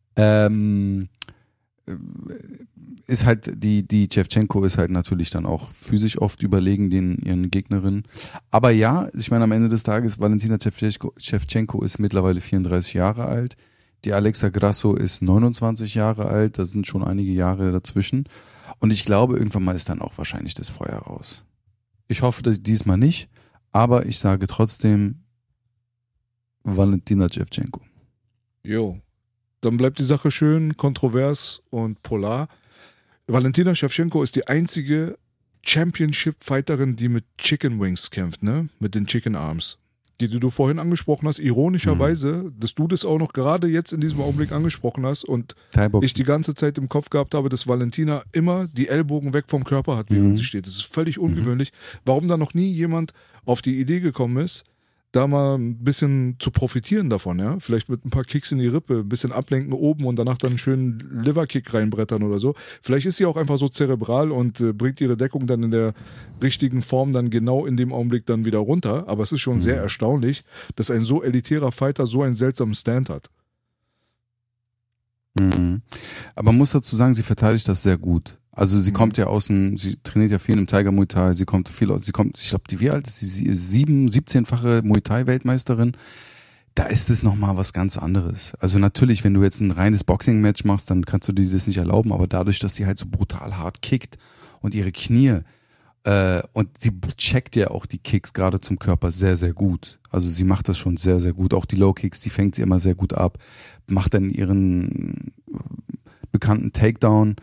Ist halt, die Shevchenko ist halt natürlich dann auch physisch oft überlegen ihren Gegnerinnen. Aber ja, ich meine, am Ende des Tages, Valentina Shevchenko ist mittlerweile 34 Jahre alt. Die Alexa Grasso ist 29 Jahre alt. Da sind schon einige Jahre dazwischen. Und ich glaube, irgendwann mal ist dann auch wahrscheinlich das Feuer raus. Ich hoffe, dass diesmal nicht. Aber ich sage trotzdem Valentina Shevchenko. Jo, dann bleibt die Sache schön kontrovers und polar. Valentina Shevchenko ist die einzige Championship-Fighterin, die mit Chicken Wings kämpft, ne? Mit den Chicken Arms. Die du vorhin angesprochen hast, ironischerweise, dass du das auch noch gerade jetzt in diesem Augenblick angesprochen hast und ich die ganze Zeit im Kopf gehabt habe, dass Valentina immer die Ellbogen weg vom Körper hat, während sie steht. Das ist völlig ungewöhnlich. Warum da noch nie jemand auf die Idee gekommen ist, da mal ein bisschen zu profitieren davon, ja? Vielleicht mit ein paar Kicks in die Rippe, ein bisschen ablenken oben und danach dann einen schönen Liverkick reinbrettern oder so. Vielleicht ist sie auch einfach so zerebral und bringt ihre Deckung dann in der richtigen Form dann genau in dem Augenblick dann wieder runter. Aber es ist schon sehr erstaunlich, dass ein so elitärer Fighter so einen seltsamen Stand hat. Aber man muss dazu sagen, sie verteidigt das sehr gut. Also sie kommt ja sie trainiert ja viel im Tiger Muay Thai, ich glaube, wie alt ist sie? 17-fache Muay Thai Weltmeisterin. Da ist es nochmal was ganz anderes. Also natürlich, wenn du jetzt ein reines Boxing-Match machst, dann kannst du dir das nicht erlauben, aber dadurch, dass sie halt so brutal hart kickt und ihre Knie, und sie checkt ja auch die Kicks gerade zum Körper sehr, sehr gut. Also sie macht das schon sehr, sehr gut. Auch die Low-Kicks, die fängt sie immer sehr gut ab, macht dann ihren bekannten Takedown,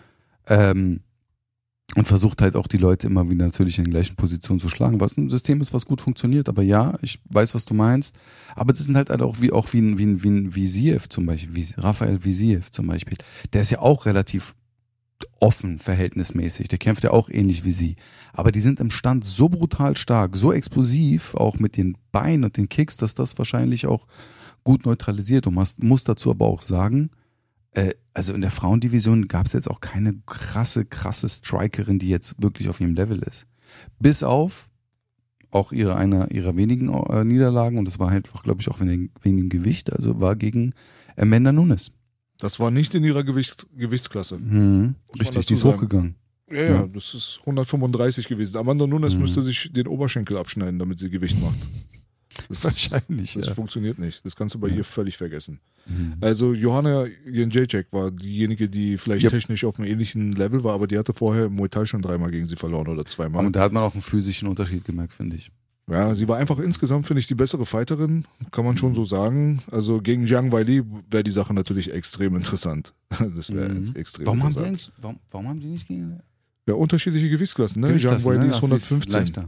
und versucht halt auch die Leute immer wieder natürlich in den gleichen Positionen zu schlagen, was ein System ist, was gut funktioniert. Aber ja, ich weiß, was du meinst. Aber das sind halt auch wie Viziev zum Beispiel, wie Rafael Viziev zum Beispiel. Der ist ja auch relativ offen verhältnismäßig. Der kämpft ja auch ähnlich wie sie. Aber die sind im Stand so brutal stark, so explosiv, auch mit den Beinen und den Kicks, dass das wahrscheinlich auch gut neutralisiert. Und man muss dazu aber auch sagen, also in der Frauendivision gab es jetzt auch keine krasse Strikerin, die jetzt wirklich auf ihrem Level ist. Bis auf auch einer ihrer wenigen Niederlagen, und das war halt, glaube ich, auch wegen dem Gewicht, also war gegen Amanda Nunes. Das war nicht in ihrer Gewichtsklasse. Richtig, die ist hochgegangen. Ja, das ist 135 gewesen. Amanda Nunes müsste sich den Oberschenkel abschneiden, damit sie Gewicht macht. Wahrscheinlich, Das funktioniert nicht. Das kannst du bei ihr völlig vergessen. Also Johanna Jędrzejczyk war diejenige, die vielleicht technisch auf einem ähnlichen Level war, aber die hatte vorher im Muay Thai schon 3-mal gegen sie verloren oder 2-mal. Und da hat man auch einen physischen Unterschied gemerkt, finde ich. Ja, sie war einfach insgesamt, finde ich, die bessere Fighterin, kann man schon so sagen. Also gegen Zhang Weili wäre die Sache natürlich extrem interessant. Das wäre extrem interessant. Warum haben die nicht gegen? Ja, unterschiedliche Gewichtsklassen, ne? Zhang Weili ist 115. Leichter.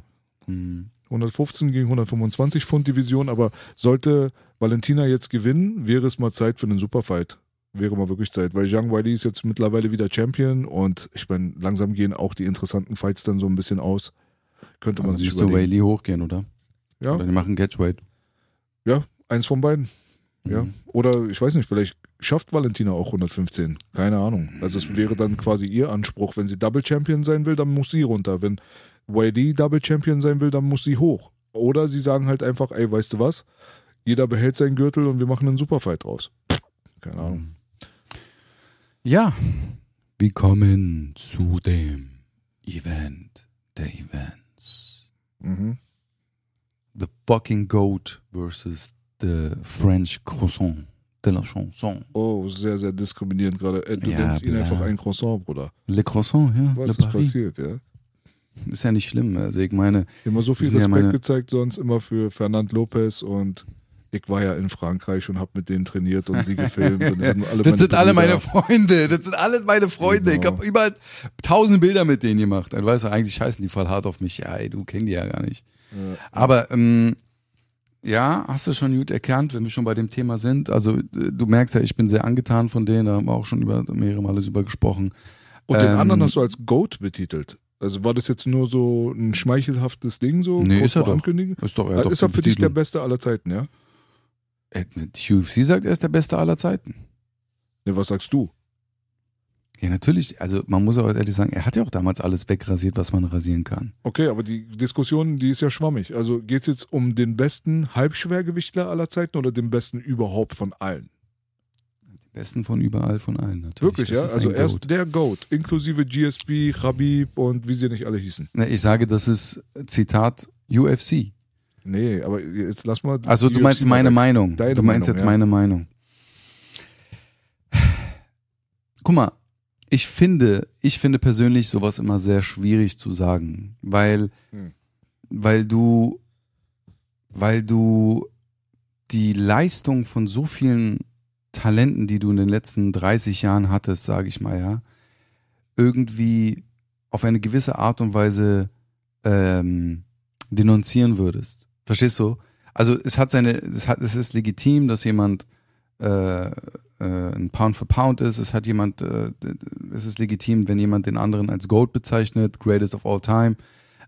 115 gegen 125 Pfund Division, aber sollte Valentina jetzt gewinnen, wäre es mal Zeit für einen Superfight. Wäre mal wirklich Zeit, weil Zhang Weili ist jetzt mittlerweile wieder Champion und ich meine, langsam gehen auch die interessanten Fights dann so ein bisschen aus. Könnte man sich überlegen. Weili hochgehen, oder? Ja. Oder die machen Catchweight. Ja, eins von beiden. Ja. Oder ich weiß nicht, vielleicht schafft Valentina auch 115. Keine Ahnung. Also es wäre dann quasi ihr Anspruch. Wenn sie Double Champion sein will, dann muss sie runter. Wenn Weili Double Champion sein will, dann muss sie hoch. Oder sie sagen halt einfach, ey, weißt du was? Jeder behält seinen Gürtel und wir machen einen Superfight draus. Keine Ahnung. Ja, wir kommen zu dem Event der Events. The fucking Goat versus the French Croissant de la Chanson. Oh, sehr, sehr diskriminierend gerade. Du nennst ihn einfach ein Croissant, Bruder. Le Croissant, ja. Was ist passiert, ja? Ist ja nicht schlimm. Also ich meine, immer so viel Respekt gezeigt sonst immer für Fernand Lopez und Ich war ja in Frankreich und habe mit denen trainiert und sie gefilmt. Und das sind alle meine Freunde. Das sind alle meine Freunde. Genau. Ich habe überall 1000 Bilder mit denen gemacht. Du weißt, eigentlich scheißen die voll hart auf mich. Ja, ey, du kennst die ja gar nicht. Ja. Aber ja, hast du schon gut erkannt, wenn wir schon bei dem Thema sind. Also du merkst ja, ich bin sehr angetan von denen. Da haben wir auch schon mehrere Male drüber gesprochen. Und den anderen hast du als GOAT betitelt. Also war das jetzt nur so ein schmeichelhaftes Ding so? Nee, ist er doch. Ist er für dich der Beste aller Zeiten, ja? Die UFC sagt, er ist der Beste aller Zeiten. Ne, was sagst du? Ja, natürlich. Also man muss auch ehrlich sagen, er hat ja auch damals alles wegrasiert, was man rasieren kann. Okay, aber die Diskussion, die ist ja schwammig. Also geht es jetzt um den besten Halbschwergewichtler aller Zeiten oder den besten überhaupt von allen? Den besten von überall, von allen natürlich. Wirklich, ja? Also er ist der GOAT, inklusive GSP, Khabib und wie sie nicht alle hießen. Ne, ich sage, das ist, Zitat, UFC. Nee, aber jetzt lass mal. Also du meinst meine Meinung. Du meinst jetzt meine Meinung. Guck mal, ich finde persönlich sowas immer sehr schwierig zu sagen, weil du die Leistung von so vielen Talenten, die du in den letzten 30 Jahren hattest, sage ich mal, ja, irgendwie auf eine gewisse Art und Weise denunzieren würdest. Verstehst du? Also es ist legitim, dass jemand ein Pound for Pound ist. Es ist legitim, wenn jemand den anderen als GOAT bezeichnet, Greatest of All Time.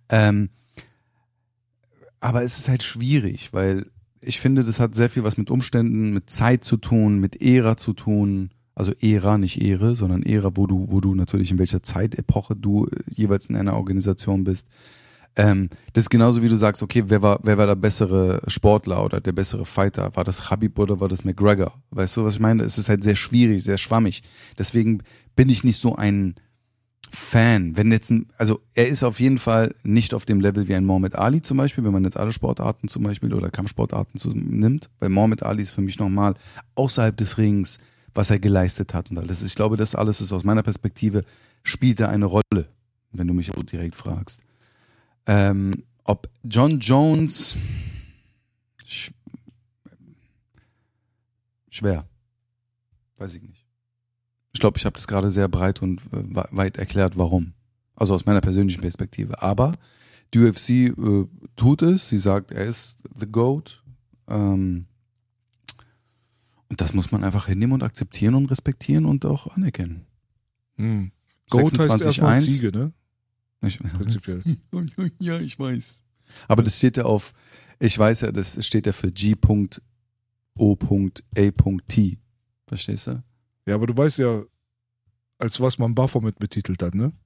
Aber es ist halt schwierig, weil ich finde, das hat sehr viel was mit Umständen, mit Zeit zu tun, mit Ära zu tun. Also Ära, nicht Ehre, sondern Ära, wo du natürlich in welcher Zeitepoche du jeweils in einer Organisation bist. Das ist genauso wie du sagst, okay, wer war der bessere Sportler oder der bessere Fighter? War das Khabib oder war das McGregor? Weißt du, was ich meine? Es ist halt sehr schwierig, sehr schwammig. Deswegen bin ich nicht so ein Fan. Also er ist auf jeden Fall nicht auf dem Level wie ein Muhammad Ali zum Beispiel, wenn man jetzt alle Sportarten zum Beispiel oder Kampfsportarten nimmt. Weil Muhammad Ali ist für mich nochmal außerhalb des Rings, was er geleistet hat und alles. Ich glaube, das alles ist aus meiner Perspektive, spielt da eine Rolle, wenn du mich so direkt fragst. Ob John Jones schwer. Weiß ich nicht. Ich glaube, ich habe das gerade sehr breit und weit erklärt, warum. Also aus meiner persönlichen Perspektive. Aber die UFC tut es. Sie sagt, er ist the GOAT. Und das muss man einfach hinnehmen und akzeptieren und respektieren und auch anerkennen. GOAT heißt erstmal Ziege, ne? Prinzipiell. Ja, ich weiß. Aber das steht ja auf, ich weiß ja, das steht ja für G.O.A.T. Verstehst du? Ja, aber du weißt ja, als was man Baphomet betitelt hat, ne?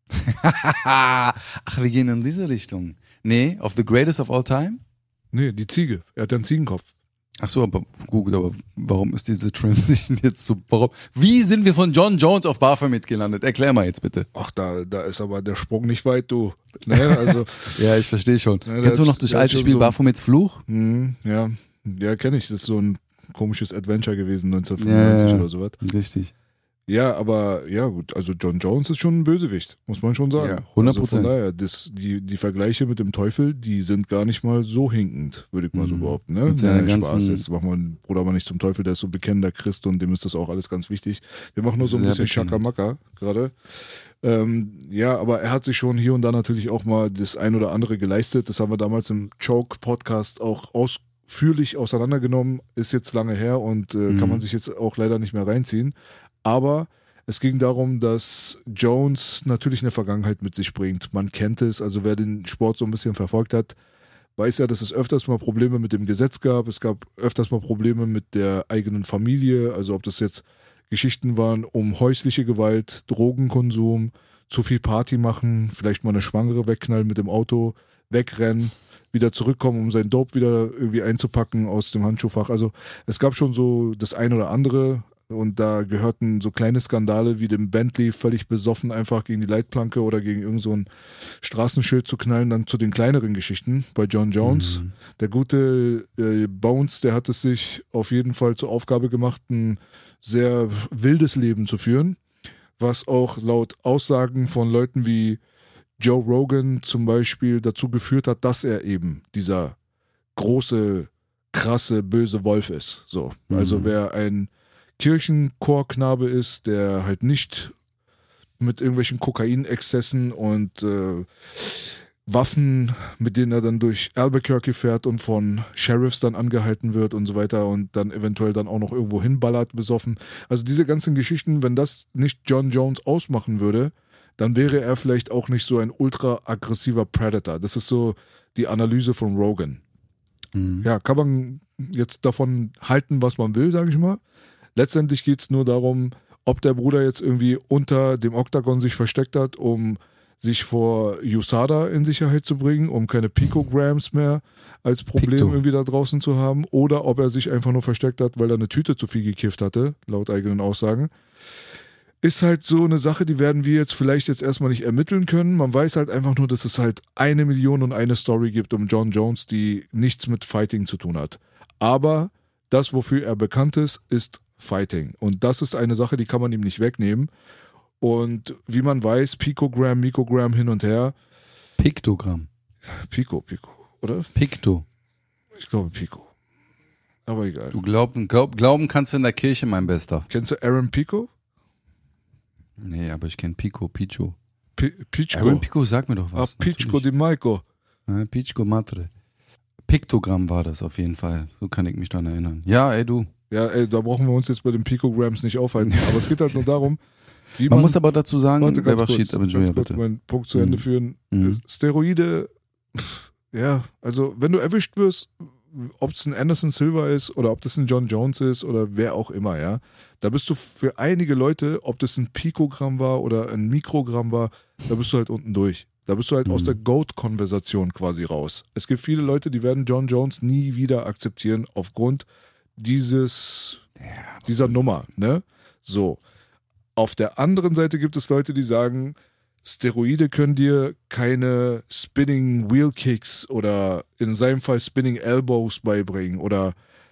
Ach, wir gehen in diese Richtung. Nee, of the greatest of all time? Nee, die Ziege. Er hat ja einen Ziegenkopf. Ach so, aber gut, aber warum ist diese Transition jetzt so, wie sind wir von John Jones auf Baphomet gelandet? Erklär mal jetzt bitte. Ach, da ist aber der Sprung nicht weit, du. Ne, also, ja, ich verstehe schon. Ne, kennst du noch das alte Spiel so Baphomets Fluch? Ja, kenne ich. Das ist so ein komisches Adventure gewesen, 1995 oder sowas. Richtig. Ja, aber ja gut, also John Jones ist schon ein Bösewicht, muss man schon sagen. Ja, 100%. Also von daher, die Vergleiche mit dem Teufel, die sind gar nicht mal so hinkend, würde ich mal so behaupten. Ne? Spaß, jetzt machen wir den Bruder aber nicht zum Teufel, der ist so bekennender Christ und dem ist das auch alles ganz wichtig. Wir machen nur so ein bisschen Schakamaka gerade. Ja, aber er hat sich schon hier und da natürlich auch mal das ein oder andere geleistet. Das haben wir damals im Choke-Podcast auch ausführlich auseinandergenommen. Ist jetzt lange her und kann man sich jetzt auch leider nicht mehr reinziehen. Aber es ging darum, dass Jones natürlich eine Vergangenheit mit sich bringt. Man kennt es, also wer den Sport so ein bisschen verfolgt hat, weiß ja, dass es öfters mal Probleme mit dem Gesetz gab. Es gab öfters mal Probleme mit der eigenen Familie, also ob das jetzt Geschichten waren um häusliche Gewalt, Drogenkonsum, zu viel Party machen, vielleicht mal eine Schwangere wegknallen mit dem Auto, wegrennen, wieder zurückkommen, um sein Dope wieder irgendwie einzupacken aus dem Handschuhfach. Also es gab schon so das ein oder andere. Und da gehörten so kleine Skandale wie dem Bentley völlig besoffen einfach gegen die Leitplanke oder gegen irgend so ein Straßenschild zu knallen, dann zu den kleineren Geschichten bei John Jones. Der gute Bones, der hat es sich auf jeden Fall zur Aufgabe gemacht, ein sehr wildes Leben zu führen, was auch laut Aussagen von Leuten wie Joe Rogan zum Beispiel dazu geführt hat, dass er eben dieser große krasse, böse Wolf ist. So. Also wer ein Kirchenchorknabe ist, der halt nicht mit irgendwelchen Kokainexzessen und Waffen, mit denen er dann durch Albuquerque fährt und von Sheriffs dann angehalten wird und so weiter und dann eventuell dann auch noch irgendwo hinballert, besoffen. Also diese ganzen Geschichten, wenn das nicht John Jones ausmachen würde, dann wäre er vielleicht auch nicht so ein ultra aggressiver Predator. Das ist so die Analyse von Rogan. Ja, kann man jetzt davon halten, was man will, sage ich mal. Letztendlich geht es nur darum, ob der Bruder jetzt irgendwie unter dem Oktagon sich versteckt hat, um sich vor USADA in Sicherheit zu bringen, um keine Picograms mehr als Problem irgendwie da draußen zu haben, oder ob er sich einfach nur versteckt hat, weil er eine Tüte zu viel gekifft hatte, laut eigenen Aussagen. Ist halt so eine Sache, die werden wir jetzt vielleicht erstmal nicht ermitteln können. Man weiß halt einfach nur, dass es halt 1 Million und eine Story gibt um John Jones, die nichts mit Fighting zu tun hat. Aber das, wofür er bekannt ist, ist Fighting. Und das ist eine Sache, die kann man ihm nicht wegnehmen. Und wie man weiß, Picogramm, Mikrogramm hin und her. Piktogramm. Pico, oder? Pikto. Ich glaube Pico. Aber egal. Du glauben kannst du in der Kirche, mein Bester. Kennst du Aaron Pico? Nee, aber ich kenne Pico. Pichko. Aaron Pico, sag mir doch was. Pichko di Maiko. Ja, Pichko Matre. Piktogramm war das auf jeden Fall. So kann ich mich daran erinnern. Ja, ey, du. Ja, ey, da brauchen wir uns jetzt bei den Picograms nicht aufhalten. Aber es geht halt nur darum, wie man muss aber dazu sagen, der war Schied, aber bitte meinen Punkt zu Ende führen. Steroide, ja, also wenn du erwischt wirst, ob es ein Anderson Silva ist oder ob das ein John Jones ist oder wer auch immer, ja, da bist du für einige Leute, ob das ein Pikogramm war oder ein Mikrogramm war, da bist du halt unten durch. Da bist du halt aus der GOAT-Konversation quasi raus. Es gibt viele Leute, die werden John Jones nie wieder akzeptieren aufgrund dieser Nummer, ne? So. Auf der anderen Seite gibt es Leute, die sagen, Steroide können dir keine Spinning Wheel Kicks oder in seinem Fall Spinning Elbows beibringen oder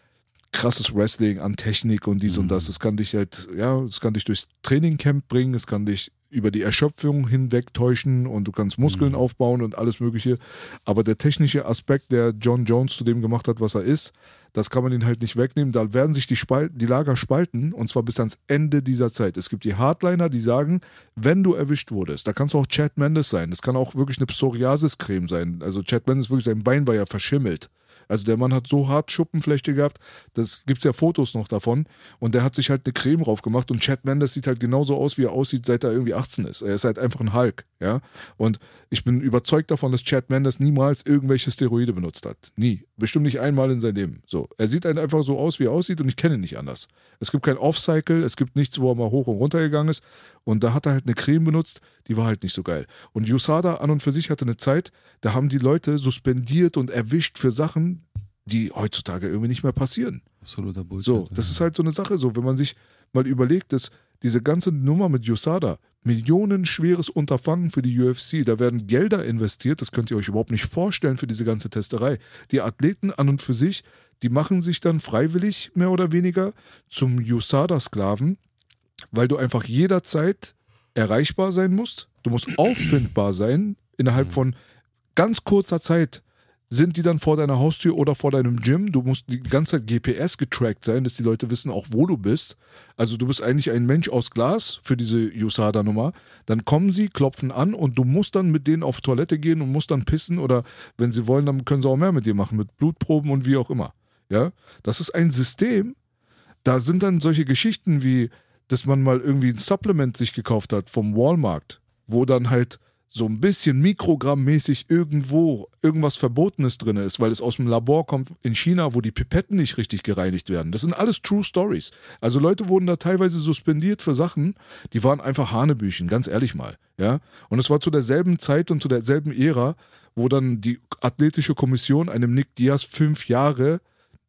krasses Wrestling an Technik und dies und das. Es kann dich halt, ja, es kann dich durchs Trainingcamp bringen, es kann dich über die Erschöpfung hinweg täuschen und du kannst Muskeln aufbauen und alles Mögliche. Aber der technische Aspekt, der John Jones zu dem gemacht hat, was er ist, das kann man ihn halt nicht wegnehmen. Da werden sich die Lager spalten und zwar bis ans Ende dieser Zeit. Es gibt die Hardliner, die sagen, wenn du erwischt wurdest, da kannst du auch Chad Mendes sein. Das kann auch wirklich eine Psoriasis-Creme sein. Also Chad Mendes, wirklich, sein Bein war ja verschimmelt. Also der Mann hat so hart Schuppenflechte gehabt, das gibt's ja Fotos noch davon und der hat sich halt eine Creme drauf gemacht und Chad Mendes sieht halt genauso aus, wie er aussieht, seit er irgendwie 18 ist. Er ist halt einfach ein Hulk, ja. Und ich bin überzeugt davon, dass Chad Mendes niemals irgendwelche Steroide benutzt hat. Nie. Bestimmt nicht einmal in seinem Leben. So. Er sieht halt einfach so aus, wie er aussieht und ich kenne ihn nicht anders. Es gibt kein Off-Cycle, es gibt nichts, wo er mal hoch und runter gegangen ist und da hat er halt eine Creme benutzt, die war halt nicht so geil. Und USADA an und für sich hatte eine Zeit, da haben die Leute suspendiert und erwischt für Sachen, die heutzutage irgendwie nicht mehr passieren. Absoluter Bullshit. So, das ist halt so eine Sache, so, wenn man sich mal überlegt, dass diese ganze Nummer mit USADA, millionenschweres Unterfangen für die UFC, da werden Gelder investiert, das könnt ihr euch überhaupt nicht vorstellen für diese ganze Testerei. Die Athleten an und für sich, die machen sich dann freiwillig, mehr oder weniger, zum USADA-Sklaven, weil du einfach jederzeit erreichbar sein musst, du musst auffindbar sein, innerhalb von ganz kurzer Zeit sind die dann vor deiner Haustür oder vor deinem Gym. Du musst die ganze Zeit GPS getrackt sein, dass die Leute wissen auch, wo du bist. Also du bist eigentlich ein Mensch aus Glas für diese USADA-Nummer. Dann kommen sie, klopfen an und du musst dann mit denen auf Toilette gehen und musst dann pissen oder wenn sie wollen, dann können sie auch mehr mit dir machen, mit Blutproben und wie auch immer. Ja, das ist ein System. Da sind dann solche Geschichten wie, dass man mal irgendwie ein Supplement sich gekauft hat vom Walmart, wo dann halt so ein bisschen mikrogrammmäßig irgendwo irgendwas Verbotenes drin ist, weil es aus dem Labor kommt in China, wo die Pipetten nicht richtig gereinigt werden. Das sind alles True Stories. Also Leute wurden da teilweise suspendiert für Sachen, die waren einfach Hanebüchen, ganz ehrlich mal. Ja? Und es war zu derselben Zeit und zu derselben Ära, wo dann die Athletische Kommission einem Nick Diaz 5 Jahre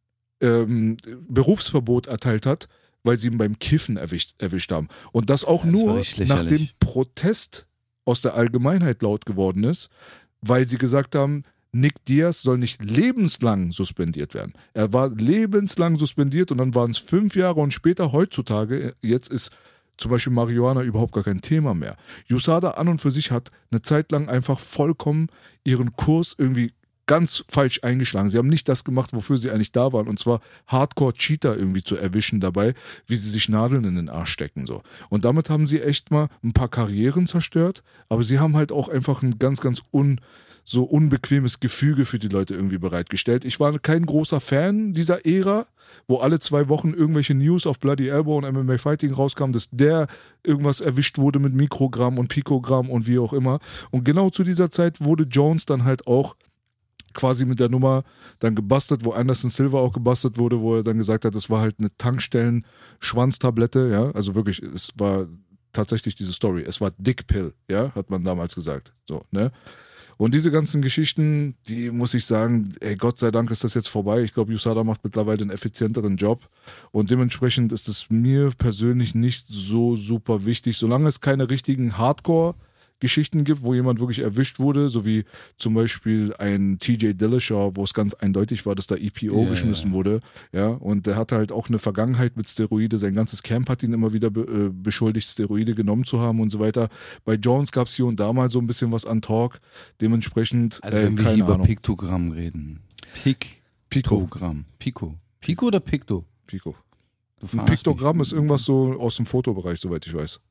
Berufsverbot erteilt hat, weil sie ihn beim Kiffen erwischt haben. Und das auch nur nachdem Protest aus der Allgemeinheit laut geworden ist, weil sie gesagt haben, Nick Diaz soll nicht lebenslang suspendiert werden. Er war lebenslang suspendiert und dann waren es 5 Jahre und später, heutzutage, jetzt ist zum Beispiel Marihuana überhaupt gar kein Thema mehr. USADA an und für sich hat eine Zeit lang einfach vollkommen ihren Kurs irgendwie ganz falsch eingeschlagen. Sie haben nicht das gemacht, wofür sie eigentlich da waren. Und zwar Hardcore-Cheater irgendwie zu erwischen dabei, wie sie sich Nadeln in den Arsch stecken. So. Und damit haben sie echt mal ein paar Karrieren zerstört. Aber sie haben halt auch einfach ein ganz, ganz so unbequemes Gefüge für die Leute irgendwie bereitgestellt. Ich war kein großer Fan dieser Ära, wo alle 2 Wochen irgendwelche News auf Bloody Elbow und MMA Fighting rauskamen, dass der irgendwas erwischt wurde mit Mikrogramm und Pikogramm und wie auch immer. Und genau zu dieser Zeit wurde Jones dann halt auch quasi mit der Nummer dann gebastelt, wo Anderson Silva auch gebastelt wurde, wo er dann gesagt hat, das war halt eine Tankstellen-Schwanztablette, ja, also wirklich, es war tatsächlich diese Story, es war Dick Pill, ja, hat man damals gesagt, so, ne. Und diese ganzen Geschichten, die muss ich sagen, ey, Gott sei Dank ist das jetzt vorbei. Ich glaube, USADA macht mittlerweile einen effizienteren Job und dementsprechend ist es mir persönlich nicht so super wichtig, solange es keine richtigen Hardcore-Geschichten gibt, wo jemand wirklich erwischt wurde, so wie zum Beispiel ein TJ Dillashaw, wo es ganz eindeutig war, dass da EPO geschmissen wurde, ja, und der hatte halt auch eine Vergangenheit mit Steroide, sein ganzes Camp hat ihn immer wieder beschuldigt, Steroide genommen zu haben und so weiter. Bei Jones gab es hier und da mal so ein bisschen was an Talk, dementsprechend, also wenn wir hier über Piktogramm reden, Pikogramm, Pico oder Pikto? Pico. Ein Piktogramm ist irgendwas so aus dem Fotobereich, soweit ich weiß.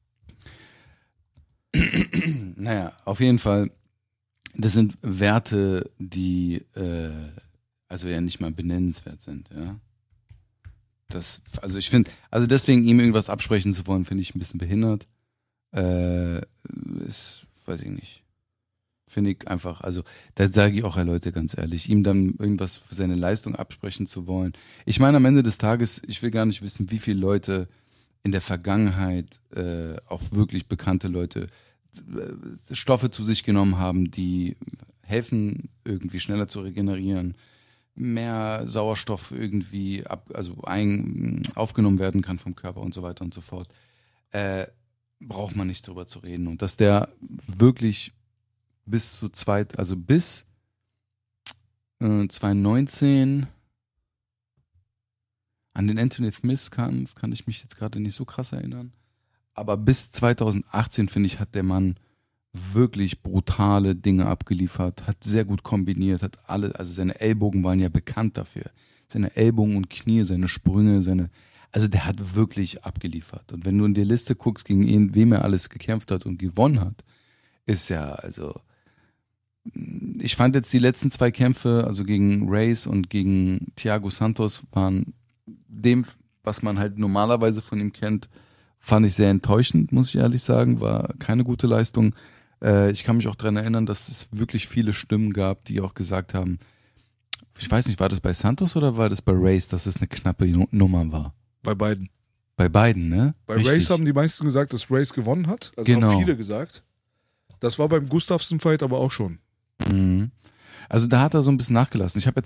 Naja, auf jeden Fall, das sind Werte, die also ja nicht mal benennenswert sind, ja. Also ich finde, also deswegen ihm irgendwas absprechen zu wollen, finde ich ein bisschen behindert. Ist, weiß ich nicht. Finde ich einfach, also da sage ich auch, Leute, ganz ehrlich, ihm dann irgendwas für seine Leistung absprechen zu wollen. Ich meine, am Ende des Tages, ich will gar nicht wissen, wie viele Leute in der Vergangenheit auch wirklich bekannte Leute Stoffe zu sich genommen haben, die helfen, irgendwie schneller zu regenerieren, mehr Sauerstoff irgendwie aufgenommen werden kann vom Körper und so weiter und so fort. Braucht man nicht drüber zu reden. Und dass der wirklich bis 2019 an den Anthony Smith-Kampf kann ich mich jetzt gerade nicht so krass erinnern. Aber bis 2018, finde ich, hat der Mann wirklich brutale Dinge abgeliefert, hat sehr gut kombiniert, also seine Ellbogen waren ja bekannt dafür. Seine Ellbogen und Knie, seine Sprünge, also der hat wirklich abgeliefert. Und wenn du in die Liste guckst, gegen wem er alles gekämpft hat und gewonnen hat, ist ja, also, ich fand jetzt die letzten 2 Kämpfe, also gegen Reyes und gegen Thiago Santos, waren dem, was man halt normalerweise von ihm kennt, fand ich sehr enttäuschend, muss ich ehrlich sagen, war keine gute Leistung. Ich kann mich auch daran erinnern, dass es wirklich viele Stimmen gab, die auch gesagt haben, ich weiß nicht, war das bei Santos oder war das bei Reyes, dass es eine knappe Nummer war? Bei beiden. Bei beiden, ne? Bei Reyes haben die meisten gesagt, dass Reyes gewonnen hat. Also genau. Haben viele gesagt. Das war beim Gustafsson-Fight aber auch schon. Mhm. Also da hat er so ein bisschen nachgelassen. Ich habe ja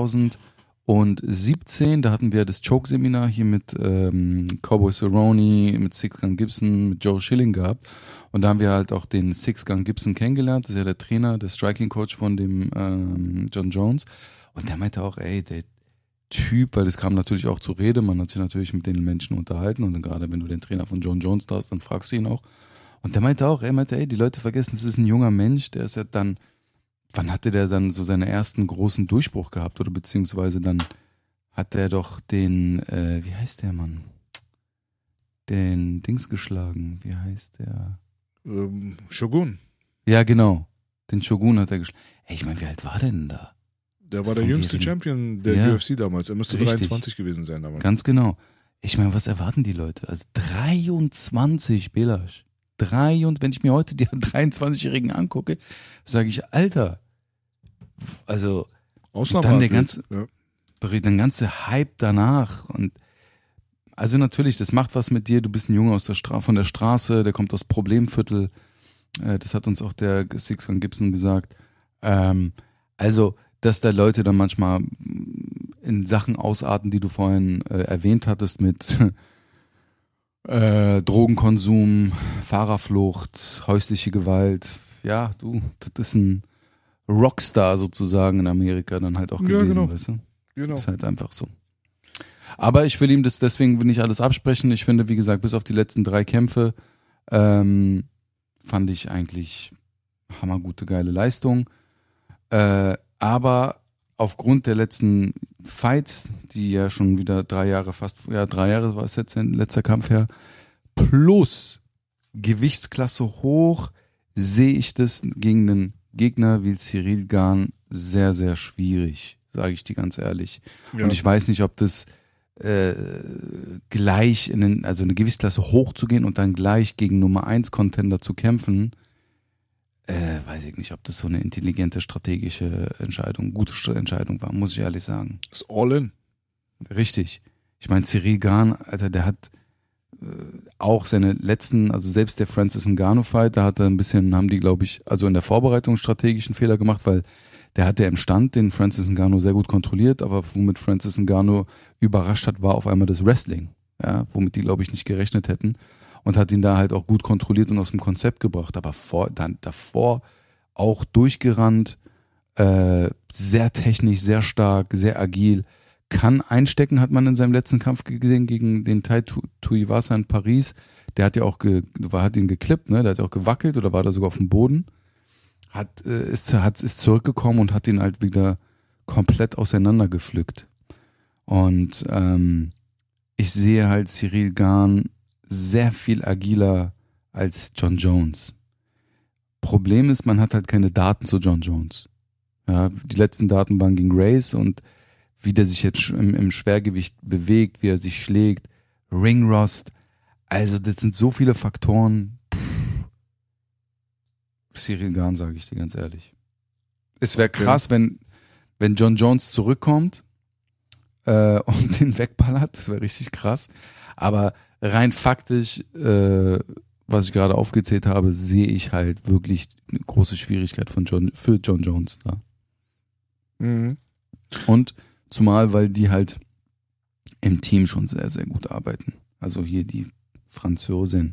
2017, da hatten wir das Choke-Seminar hier mit Cowboy Cerrone, mit Six-Gun Gibson, mit Joe Schilling gehabt. Und da haben wir halt auch den Six-Gun Gibson kennengelernt. Das ist ja der Trainer, der Striking-Coach von dem John Jones. Und der meinte auch, ey, der Typ, weil das kam natürlich auch zur Rede, man hat sich natürlich mit den Menschen unterhalten und dann gerade wenn du den Trainer von John Jones da hast, dann fragst du ihn auch. Und der meinte auch, die Leute vergessen, das ist ein junger Mensch, der ist ja dann, wann hatte der dann so seinen ersten großen Durchbruch gehabt oder beziehungsweise dann hat der doch den, wie heißt der Mann? Den Dings geschlagen, wie heißt der? Shogun. Ja, genau. Den Shogun hat er geschlagen. Ey, ich meine, wie alt war der denn da? Der war der jüngste Champion der UFC damals. Er müsste 23 gewesen sein damals. Ganz genau. Ich meine, was erwarten die Leute? Also 23, Belasch. Wenn ich mir heute die 23-Jährigen angucke, sage ich, Alter, also dann der ganze Hype danach und also natürlich, das macht was mit dir, du bist ein Junge von der Straße, der kommt aus Problemviertel, das hat uns auch der Six-Gun Gibson gesagt, also dass da Leute dann manchmal in Sachen ausarten, die du vorhin erwähnt hattest mit Drogenkonsum, Fahrerflucht, häusliche Gewalt. Ja, das ist ein Rockstar sozusagen in Amerika dann halt auch gewesen, genau. Weißt du? Genau. Ist halt einfach so. Aber ich will ihm das deswegen nicht alles absprechen. Ich finde, wie gesagt, bis auf die letzten 3 Kämpfe fand ich eigentlich hammergute, geile Leistung. Aber aufgrund der letzten Fights, die ja schon wieder 3 Jahre war es jetzt ein letzter Kampf her, plus Gewichtsklasse hoch, sehe ich das gegen einen Gegner wie Ciryl Gane sehr, sehr schwierig, sage ich dir ganz ehrlich. Ja. Und ich weiß nicht, ob das gleich also eine Gewichtsklasse hochzugehen und dann gleich gegen Nummer 1 Contender zu kämpfen, weiß ich nicht, ob das so eine intelligente strategische Entscheidung, gute Entscheidung war, muss ich ehrlich sagen. Das ist all in. Richtig. Ich meine, Ciryl Gane, Alter, der hat auch seine letzten, also selbst der Francis Ngannou-Fight, da haben die, glaube ich, also in der Vorbereitung strategischen Fehler gemacht, weil der hat ja im Stand den Francis Ngannou sehr gut kontrolliert, aber womit Francis Ngannou überrascht hat, war auf einmal das Wrestling, ja, womit die, glaube ich, nicht gerechnet hätten und hat ihn da halt auch gut kontrolliert und aus dem Konzept gebracht, aber davor auch durchgerannt, sehr technisch, sehr stark, sehr agil, kann einstecken, hat man in seinem letzten Kampf gesehen gegen den Tai Tuivasa in Paris, der hat ja auch hat ihn geklippt, ne, der hat auch gewackelt oder war da sogar auf dem Boden. Ist zurückgekommen und hat ihn halt wieder komplett auseinandergepflückt. Und ich sehe halt Ciryl Gane sehr viel agiler als Jon Jones. Problem ist, man hat halt keine Daten zu Jon Jones. Ja, die letzten Daten waren gegen Race und wie der sich jetzt im Schwergewicht bewegt, wie er sich schlägt, Ringrost. Also das sind so viele Faktoren. Ciryl Gane, sage ich dir ganz ehrlich. Es wäre krass, wenn Jon Jones zurückkommt und den wegballert. Das wäre richtig krass. Aber rein faktisch, was ich gerade aufgezählt habe, sehe ich halt wirklich eine große Schwierigkeit für Jon Jones da. Mhm. Und zumal, weil die halt im Team schon sehr, sehr gut arbeiten. Also hier die Französin.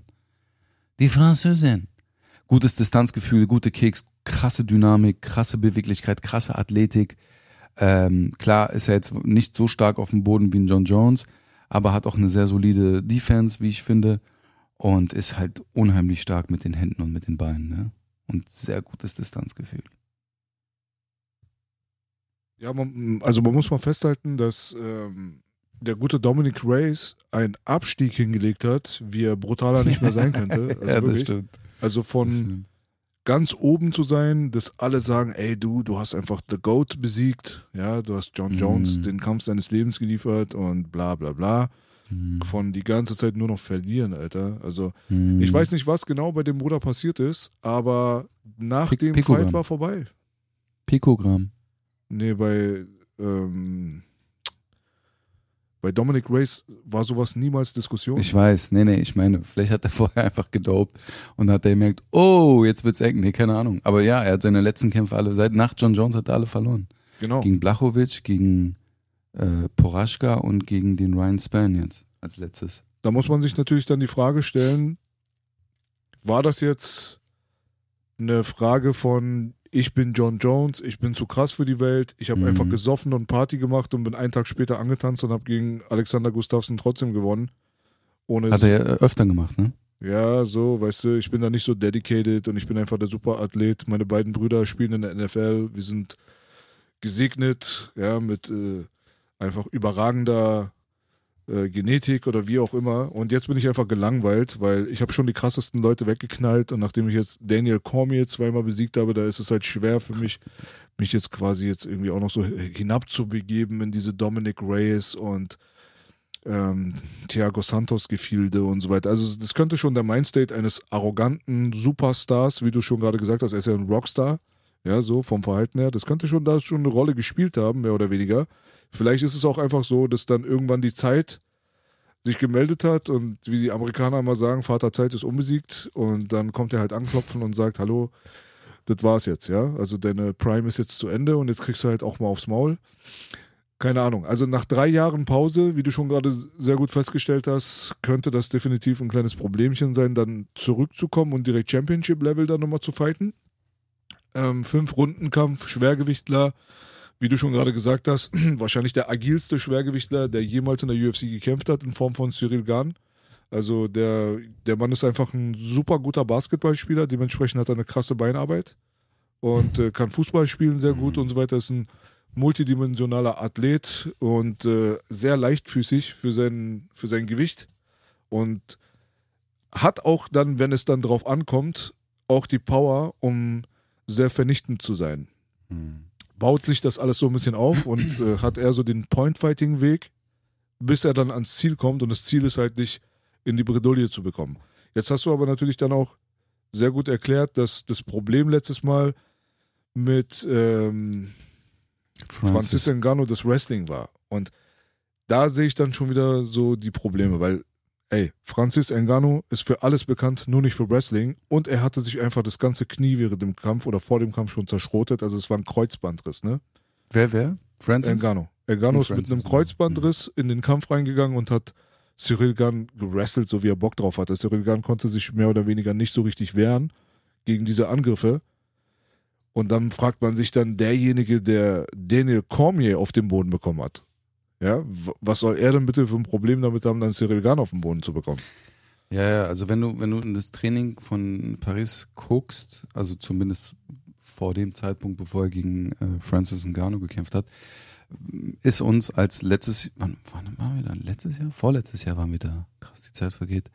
Gutes Distanzgefühl, gute Kicks, krasse Dynamik, krasse Beweglichkeit, krasse Athletik. Klar ist er jetzt nicht so stark auf dem Boden wie ein Jon Jones, aber hat auch eine sehr solide Defense, wie ich finde. Und ist halt unheimlich stark mit den Händen und mit den Beinen. Ne? Und sehr gutes Distanzgefühl. Ja, man muss mal festhalten, dass der gute Dominic Reyes einen Abstieg hingelegt hat, wie er brutaler nicht mehr sein könnte. Also ja, das stimmt. Also von ganz oben zu sein, dass alle sagen, ey du hast einfach The GOAT besiegt, ja, du hast Jon Jones den Kampf seines Lebens geliefert und bla bla bla. Von die ganze Zeit nur noch verlieren, Alter. Also ich weiß nicht, was genau bei dem Bruder passiert ist, aber nach dem Fight war vorbei. Pikogramm. Nee, bei Dominic Reyes war sowas niemals Diskussion. Ich weiß, ich meine, vielleicht hat er vorher einfach gedopt und hat er gemerkt, oh, jetzt wird's eng, nee, keine Ahnung. Aber ja, er hat seine letzten Kämpfe nach Jon Jones hat er alle verloren. Genau. Gegen Blachowicz, gegen Poraschka und gegen den Ryan Spann jetzt als letztes. Da muss man sich natürlich dann die Frage stellen, war das jetzt eine Frage von ich bin Jon Jones, ich bin zu krass für die Welt, ich habe einfach gesoffen und Party gemacht und bin einen Tag später angetanzt und habe gegen Alexander Gustafsson trotzdem gewonnen. Hat er ja öfter gemacht, ne? Ja, so, weißt du, ich bin da nicht so dedicated und ich bin einfach der Superathlet. Meine beiden Brüder spielen in der NFL, wir sind gesegnet, ja, mit einfach überragender Genetik oder wie auch immer. Und jetzt bin ich einfach gelangweilt, weil ich habe schon die krassesten Leute weggeknallt und nachdem ich jetzt Daniel Cormier zweimal besiegt habe, da ist es halt schwer für mich jetzt quasi jetzt irgendwie auch noch so hinabzubegeben in diese Dominic Reyes und Thiago Santos Gefilde und so weiter. Also das könnte schon der Mindstate eines arroganten Superstars, wie du schon gerade gesagt hast, er ist ja ein Rockstar, ja, so vom Verhalten her, das könnte schon da schon eine Rolle gespielt haben, mehr oder weniger. Vielleicht ist es auch einfach so, dass dann irgendwann die Zeit sich gemeldet hat und wie die Amerikaner immer sagen, Vater Zeit ist unbesiegt und dann kommt er halt anklopfen und sagt, hallo, das war's jetzt, ja, also deine Prime ist jetzt zu Ende und jetzt kriegst du halt auch mal aufs Maul. Keine Ahnung, also nach 3 Jahren Pause, wie du schon gerade sehr gut festgestellt hast, könnte das definitiv ein kleines Problemchen sein, dann zurückzukommen und direkt Championship-Level dann nochmal zu fighten. 5-Runden-Kampf, Schwergewichtler, wie du schon gerade gesagt hast, wahrscheinlich der agilste Schwergewichtler, der jemals in der UFC gekämpft hat, in Form von Ciryl Gane. Also der Mann ist einfach ein super guter Basketballspieler, dementsprechend hat er eine krasse Beinarbeit. und kann Fußball spielen sehr gut und so weiter. Ist ein multidimensionaler Athlet und sehr leichtfüßig für sein Gewicht und hat auch dann, wenn es dann drauf ankommt, auch die Power, um sehr vernichtend zu sein. Baut sich das alles so ein bisschen auf und hat eher so den Point-Fighting-Weg, bis er dann ans Ziel kommt und das Ziel ist halt nicht in die Bredouille zu bekommen. Jetzt hast du aber natürlich dann auch sehr gut erklärt, dass das Problem letztes Mal mit Francis Ngannou das Wrestling war. Und da sehe ich dann schon wieder so die Probleme, weil Francis Ngannou ist für alles bekannt, nur nicht für Wrestling. Und er hatte sich einfach das ganze Knie während dem Kampf oder vor dem Kampf schon zerschrotet. Also es war ein Kreuzbandriss, ne? Wer? Francis? Ngannou. Ngannou ist mit einem Kreuzbandriss in den Kampf reingegangen und hat Ciryl Gane gewrestelt, so wie er Bock drauf hatte. Ciryl Gane konnte sich mehr oder weniger nicht so richtig wehren gegen diese Angriffe. Und dann fragt man sich dann, derjenige, der Daniel Cormier auf den Boden bekommen hat, ja, was soll er denn bitte für ein Problem damit haben, dann Ciryl Gane auf den Boden zu bekommen? Ja, also wenn du in das Training von Paris guckst, also zumindest vor dem Zeitpunkt, bevor er gegen Francis Ngannou gekämpft hat, ist uns als wann waren wir da? Letztes Jahr? Vorletztes Jahr waren wir da. Krass, die Zeit vergeht.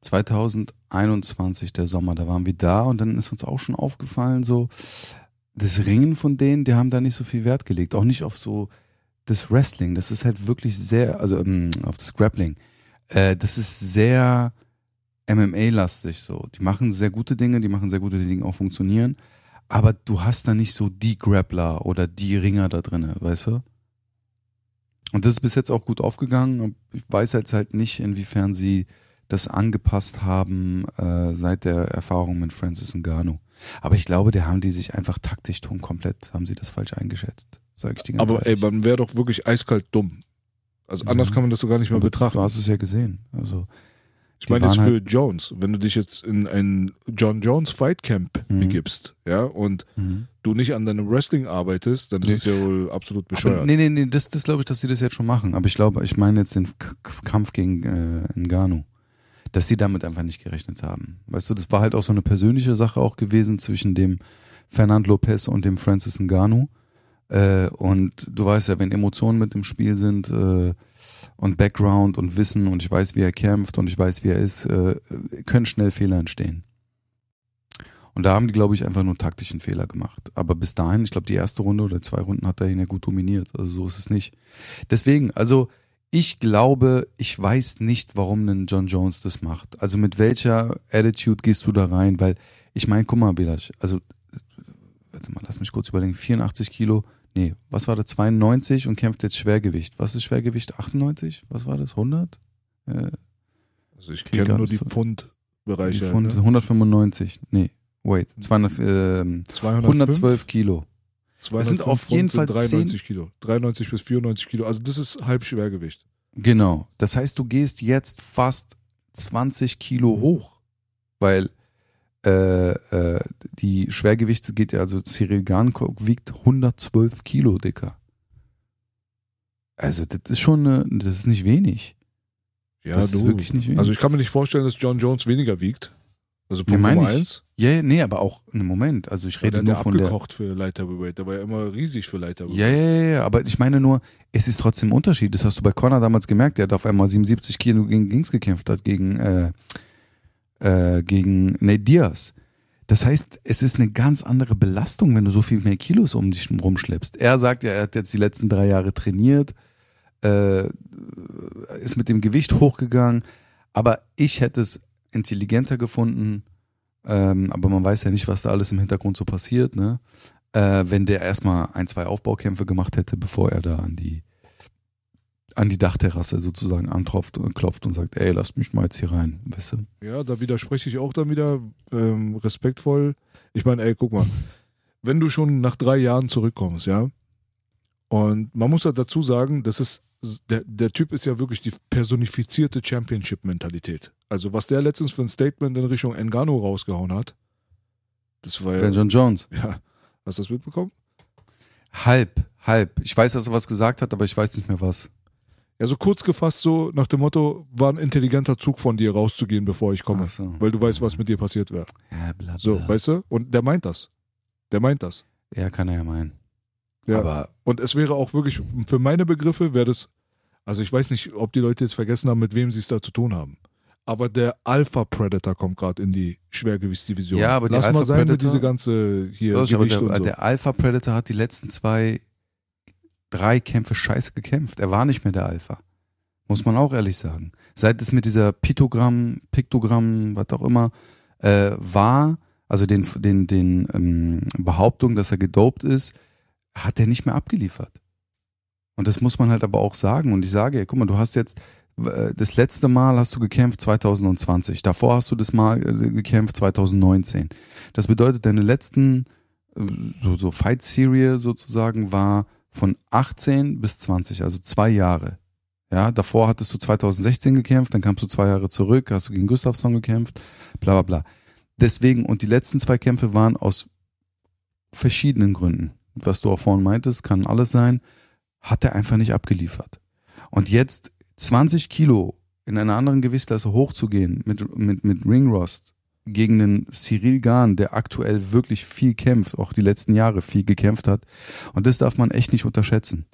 2021, der Sommer, da waren wir da und dann ist uns auch schon aufgefallen, so das Ringen von denen, die haben da nicht so viel Wert gelegt. Auch nicht auf so das Wrestling. Das ist halt wirklich sehr, also auf das Grappling. Das ist sehr MMA-lastig so. Die machen sehr gute Dinge, die auch funktionieren, aber du hast da nicht so die Grappler oder die Ringer da drin, weißt du? Und das ist bis jetzt auch gut aufgegangen. Ich weiß jetzt halt nicht, inwiefern sie das angepasst haben seit der Erfahrung mit Francis Ngannou. Aber ich glaube, haben die sich einfach taktisch komplett, haben sie das falsch eingeschätzt, sage ich die ganze Zeit. Aber man wäre doch wirklich eiskalt dumm. Also anders kann man das so gar nicht mehr betrachten. Du hast es ja gesehen. Also ich meine jetzt für Jones, wenn du dich jetzt in ein John Jones Fight Camp begibst, ja, und du nicht an deinem Wrestling arbeitest, dann ist es ja wohl absolut bescheuert. Nee, das glaube ich, dass sie das jetzt schon machen. Aber ich meine jetzt den Kampf gegen Ngannou, dass sie damit einfach nicht gerechnet haben. Weißt du, das war halt auch so eine persönliche Sache auch gewesen zwischen dem Fernand Lopez und dem Francis Ngannou. Und du weißt ja, wenn Emotionen mit im Spiel sind und Background und Wissen und ich weiß, wie er kämpft und ich weiß, wie er ist, können schnell Fehler entstehen. Und da haben die, glaube ich, einfach nur taktischen Fehler gemacht. Aber bis dahin, ich glaube, die erste Runde oder 2 Runden hat er ihn ja gut dominiert. Also so ist es nicht. Deswegen, also ich glaube, ich weiß nicht, warum denn John Jones das macht. Also mit welcher Attitude gehst du da rein? Weil ich meine, guck mal, Belasch, also warte mal, lass mich kurz überlegen, 84 Kilo, nee, was war das, 92 und kämpft jetzt Schwergewicht. Was ist Schwergewicht, 98? Was war das, 100? Also ich kenne nur die Pfundbereiche. Die Pfund, ne? 195, nee, wait, 112 Kilo. Das sind auf jeden Fall 93 Kilo. 93 bis 94 Kilo. Also das ist Halbschwergewicht. Genau. Das heißt, du gehst jetzt fast 20 Kilo hoch. Weil die Schwergewichte geht ja, also Ciryl Gane wiegt 112 Kilo, Dicker. Also das ist das ist nicht wenig. Ja, das ist wirklich nicht wenig. Also ich kann mir nicht vorstellen, dass John Jones weniger wiegt. Also Punkt Nummer 1. Ja, nee, aber auch einen Moment. Also ich rede nur von der... Der abgekocht für Light Heavyweight. Der war ja immer riesig für Light Heavyweight. Ja, aber ich meine nur, es ist trotzdem ein Unterschied. Das hast du bei Conor damals gemerkt. Der hat auf einmal 77 Kilo gegen Dings gekämpft hat, gegen Nate Diaz. Das heißt, es ist eine ganz andere Belastung, wenn du so viel mehr Kilos um dich rumschleppst. Er sagt ja, er hat jetzt die letzten 3 Jahre trainiert, ist mit dem Gewicht hochgegangen, aber ich hätte es intelligenter gefunden, aber man weiß ja nicht, was da alles im Hintergrund so passiert, ne? Wenn der erstmal 1, 2 Aufbaukämpfe gemacht hätte, bevor er da an die Dachterrasse sozusagen anklopft und sagt, ey, lasst mich mal jetzt hier rein, weißt du? Ja, da widerspreche ich auch dann wieder respektvoll. Ich meine, ey, guck mal, wenn du schon nach 3 Jahren zurückkommst, ja, und man muss halt dazu sagen, das ist der Typ ist ja wirklich die personifizierte Championship-Mentalität. Also was der letztens für ein Statement in Richtung Ngannou rausgehauen hat, das war ja... Ben John Jones. Ja, hast du das mitbekommen? Halb. Ich weiß, dass er was gesagt hat, aber ich weiß nicht mehr was. Ja, so kurz gefasst so nach dem Motto, war ein intelligenter Zug von dir rauszugehen, bevor ich komme. Ach so. Weil du weißt, was mit dir passiert wäre. Ja, bla bla. So, weißt du? Und der meint das. Der meint das. Ja, kann er ja meinen. Ja. Aber und es wäre auch wirklich, für meine Begriffe wäre das, also ich weiß nicht, ob die Leute jetzt vergessen haben, mit wem sie es da zu tun haben. Aber der Alpha Predator kommt gerade in die Schwergewichtsdivision. Ja, aber Lass der mal Alpha sein Predator, mit diese ganze hier aber Gewicht und so. der Alpha Predator hat die letzten 3 Kämpfe scheiße gekämpft. Er war nicht mehr der Alpha. Muss man auch ehrlich sagen. Seit es mit dieser Piktogramm, was auch immer, war, also den Behauptungen, dass er gedopt ist, hat er nicht mehr abgeliefert. Und das muss man halt aber auch sagen. Und ich sage, guck mal, du hast jetzt, das letzte Mal hast du gekämpft 2020. Davor hast du das Mal gekämpft 2019. Das bedeutet, deine letzten so Fight-Serie sozusagen war von 18 bis 20, also 2 Jahre. Ja, davor hattest du 2016 gekämpft, dann kamst du 2 Jahre zurück, hast du gegen Gustafsson gekämpft, bla bla bla. Deswegen, und die letzten 2 Kämpfe waren aus verschiedenen Gründen. Was du auch vorhin meintest, kann alles sein, hat er einfach nicht abgeliefert. Und jetzt 20 Kilo in einer anderen Gewichtsklasse hochzugehen mit Ringrost gegen den Cyril Gane, der aktuell wirklich viel kämpft, auch die letzten Jahre viel gekämpft hat. Und das darf man echt nicht unterschätzen.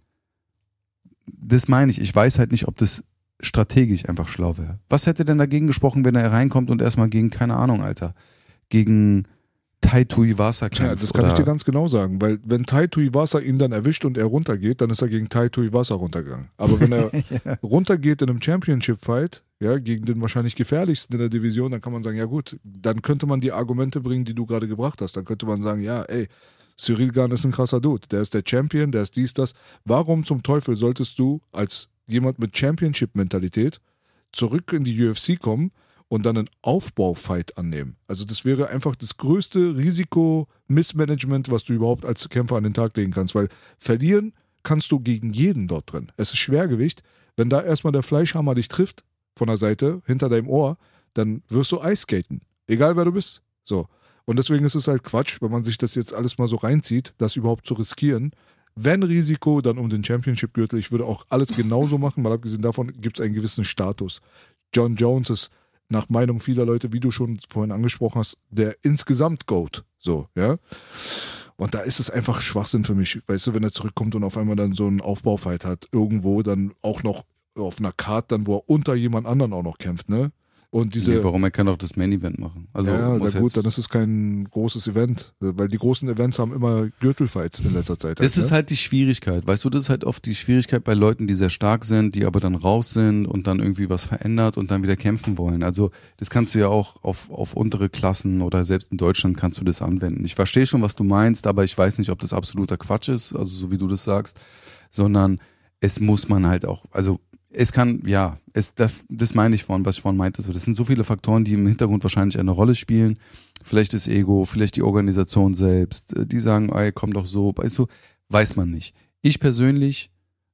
Das meine ich. Ich weiß halt nicht, ob das strategisch einfach schlau wäre. Was hätte denn dagegen gesprochen, wenn er reinkommt und erstmal gegen, keine Ahnung, Alter, gegen Tai Tuivasa kämpft? Ja, das kann ich dir ganz genau sagen, weil wenn Tai Tuivasa ihn dann erwischt und er runtergeht, dann ist er gegen Tai Tuivasa runtergegangen. Aber wenn er runtergeht in einem Championship-Fight, ja, gegen den wahrscheinlich gefährlichsten in der Division, dann kann man sagen, ja gut, dann könnte man die Argumente bringen, die du gerade gebracht hast. Dann könnte man sagen, ja, ey, Cyril Gane ist ein krasser Dude, der ist der Champion, der ist dies, das. Warum zum Teufel solltest du als jemand mit Championship-Mentalität zurück in die UFC kommen und dann einen Aufbaufight annehmen? Also das wäre einfach das größte Risiko-Missmanagement, was du überhaupt als Kämpfer an den Tag legen kannst, weil verlieren kannst du gegen jeden dort drin. Es ist Schwergewicht. Wenn da erstmal der Fleischhammer dich trifft, von der Seite, hinter deinem Ohr, dann wirst du Eisskaten. Egal wer du bist. So. Und deswegen ist es halt Quatsch, wenn man sich das jetzt alles mal so reinzieht, das überhaupt zu riskieren. Wenn Risiko, dann um den Championship-Gürtel. Ich würde auch alles genauso machen, mal abgesehen davon gibt es einen gewissen Status. John Jones ist nach Meinung vieler Leute, wie du schon vorhin angesprochen hast, der insgesamt GOAT. So, ja. Und da ist es einfach Schwachsinn für mich, weißt du, wenn er zurückkommt und auf einmal dann so einen Aufbaufight hat, irgendwo dann auch noch auf einer Card dann, wo er unter jemand anderen auch noch kämpft, ne? Und diese, warum, er kann auch das Main-Event machen. Also ja, na gut, dann ist es kein großes Event, weil die großen Events haben immer Gürtelfights in letzter Zeit. Das ist halt die Schwierigkeit, weißt du, das ist halt oft die Schwierigkeit bei Leuten, die sehr stark sind, die aber dann raus sind und dann irgendwie was verändert und dann wieder kämpfen wollen. Also das kannst du ja auch auf untere Klassen oder selbst in Deutschland kannst du das anwenden. Ich verstehe schon, was du meinst, aber ich weiß nicht, ob das absoluter Quatsch ist, also so wie du das sagst, sondern es muss man halt auch, also es kann, ja, das meine ich vorhin, was ich vorhin meinte. So, das sind so viele Faktoren, die im Hintergrund wahrscheinlich eine Rolle spielen. Vielleicht das Ego, vielleicht die Organisation selbst. Die sagen, ey, komm doch so. Weißt du, weiß man nicht. Ich persönlich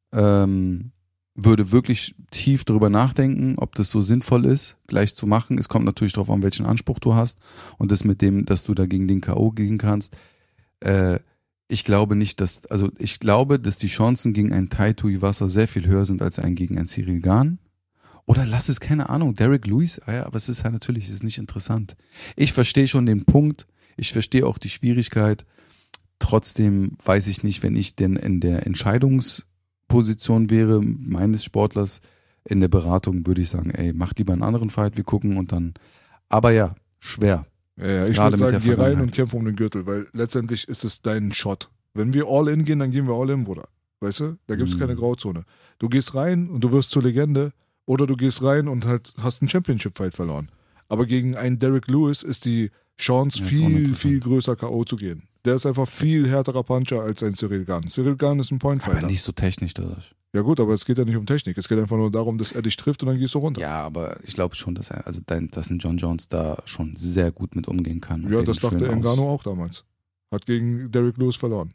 würde wirklich tief drüber nachdenken, ob das so sinnvoll ist, gleich zu machen. Es kommt natürlich darauf an, welchen Anspruch du hast. Und das mit dem, dass du da gegen den K.O. gehen kannst. Ich glaube nicht, dass die Chancen gegen einen Tai Tuivasa sehr viel höher sind als gegen einen Cyril Gane. Oder lass es, keine Ahnung, Derek Lewis, ja, aber es ist halt natürlich, es ist nicht interessant. Ich verstehe schon den Punkt, ich verstehe auch die Schwierigkeit, trotzdem weiß ich nicht, wenn ich denn in der Entscheidungsposition wäre, meines Sportlers, in der Beratung würde ich sagen, ey, mach lieber einen anderen Fight, wir gucken und dann, aber ja, schwer. Ja, ich würde sagen, geh rein und kämpf um den Gürtel, weil letztendlich ist es dein Shot. Wenn wir all in gehen, dann gehen wir all in, Bruder. Weißt du? Da gibt es keine Grauzone. Du gehst rein und du wirst zur Legende oder du gehst rein und hast einen Championship-Fight verloren. Aber gegen einen Derek Lewis ist die Chance viel größer, K.O. zu gehen. Der ist einfach viel härterer Puncher als ein Cyril Gane. Cyril Gane ist ein Point-Fighter. Aber nicht so technisch, dadurch. Ja gut, aber es geht ja nicht um Technik. Es geht einfach nur darum, dass er dich trifft und dann gehst du runter. Ja, aber ich glaube schon, dass dass ein John Jones da schon sehr gut mit umgehen kann. Ja, das dachte Ngannou auch damals. Hat gegen Derek Lewis verloren.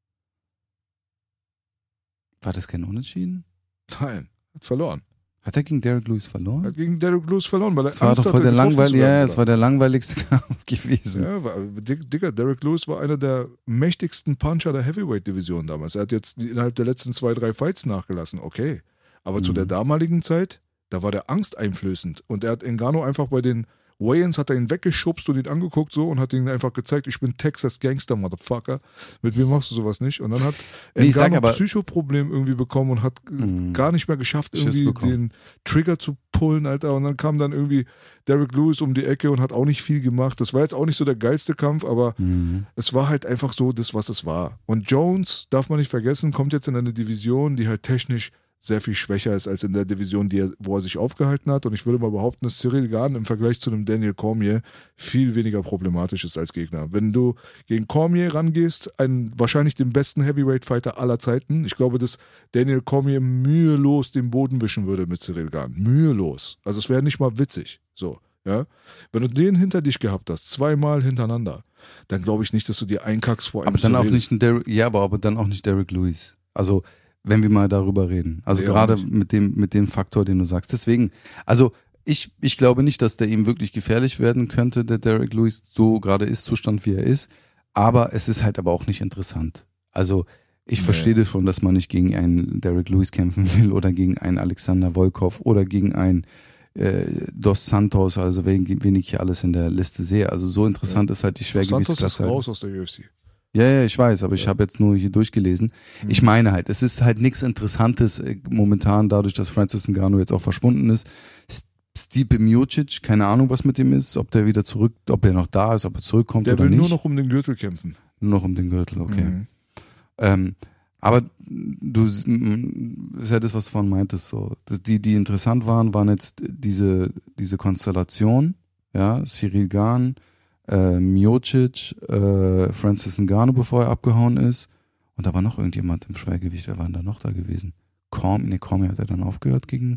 War das kein Unentschieden? Nein, hat verloren. Hat er gegen Derek Lewis verloren? Er hat gegen Derek Lewis verloren, weil er Angst hatte, es war der langweiligste Kampf gewesen. Ja, Digga, Derek Lewis war einer der mächtigsten Puncher der Heavyweight-Division damals. Er hat jetzt innerhalb der letzten 2-3 Fights nachgelassen, okay. Aber zu der damaligen Zeit, da war der angsteinflößend. Und er hat Ngannou einfach bei den Wayans hat er ihn weggeschubst und ihn angeguckt so und hat ihn einfach gezeigt, ich bin Texas Gangster, Motherfucker. Mit mir machst du sowas nicht. Und dann hat er ein Psychoproblem irgendwie bekommen und hat gar nicht mehr geschafft, irgendwie den Trigger zu pullen, Alter. Und dann kam dann irgendwie Derrick Lewis um die Ecke und hat auch nicht viel gemacht. Das war jetzt auch nicht so der geilste Kampf, aber es war halt einfach so das, was es war. Und Jones, darf man nicht vergessen, kommt jetzt in eine Division, die halt technisch sehr viel schwächer ist als in der Division, wo er sich aufgehalten hat. Und ich würde mal behaupten, dass Cyril Gane im Vergleich zu einem Daniel Cormier viel weniger problematisch ist als Gegner. Wenn du gegen Cormier rangehst, wahrscheinlich den besten Heavyweight-Fighter aller Zeiten, ich glaube, dass Daniel Cormier mühelos den Boden wischen würde mit Cyril Gane. Mühelos. Also es wäre nicht mal witzig. So, ja. Wenn du den hinter dich gehabt hast, 2-mal hintereinander, dann glaube ich nicht, dass du dir einkackst vor einem aber dann auch nicht aber dann auch nicht Derrick Lewis. Also wenn wir mal darüber reden. Also ja, gerade mit dem Faktor, den du sagst. Deswegen, also ich glaube nicht, dass der ihm wirklich gefährlich werden könnte, der Derrick Lewis, so gerade Ist-Zustand, wie er ist. Aber es ist halt aber auch nicht interessant. Also ich verstehe das schon, dass man nicht gegen einen Derrick Lewis kämpfen will oder gegen einen Alexander Volkov oder gegen einen Dos Santos, also wen ich hier alles in der Liste sehe. Also so interessant ist halt die Schwergewichtsklasse. Dos Santos ist raus aus der UFC. Ja, ich weiß, aber ich habe jetzt nur hier durchgelesen. Ich meine halt, es ist halt nichts Interessantes momentan, dadurch, dass Francis Ngannou jetzt auch verschwunden ist. Stipe Miocic, keine Ahnung, was mit ihm ist, ob der wieder zurück, ob er noch da ist, ob er zurückkommt oder nicht. Der will nur noch um den Gürtel kämpfen. Nur noch um den Gürtel, okay. Aber das ist ja das, was du vorhin meintest. So. Die interessant waren jetzt diese Konstellation, ja, Cyril Gane, Miocic, Francis Ngannou, bevor er abgehauen ist. Und da war noch irgendjemand im Schwergewicht. Wer war denn da noch da gewesen? Cormier hat er dann aufgehört gegen.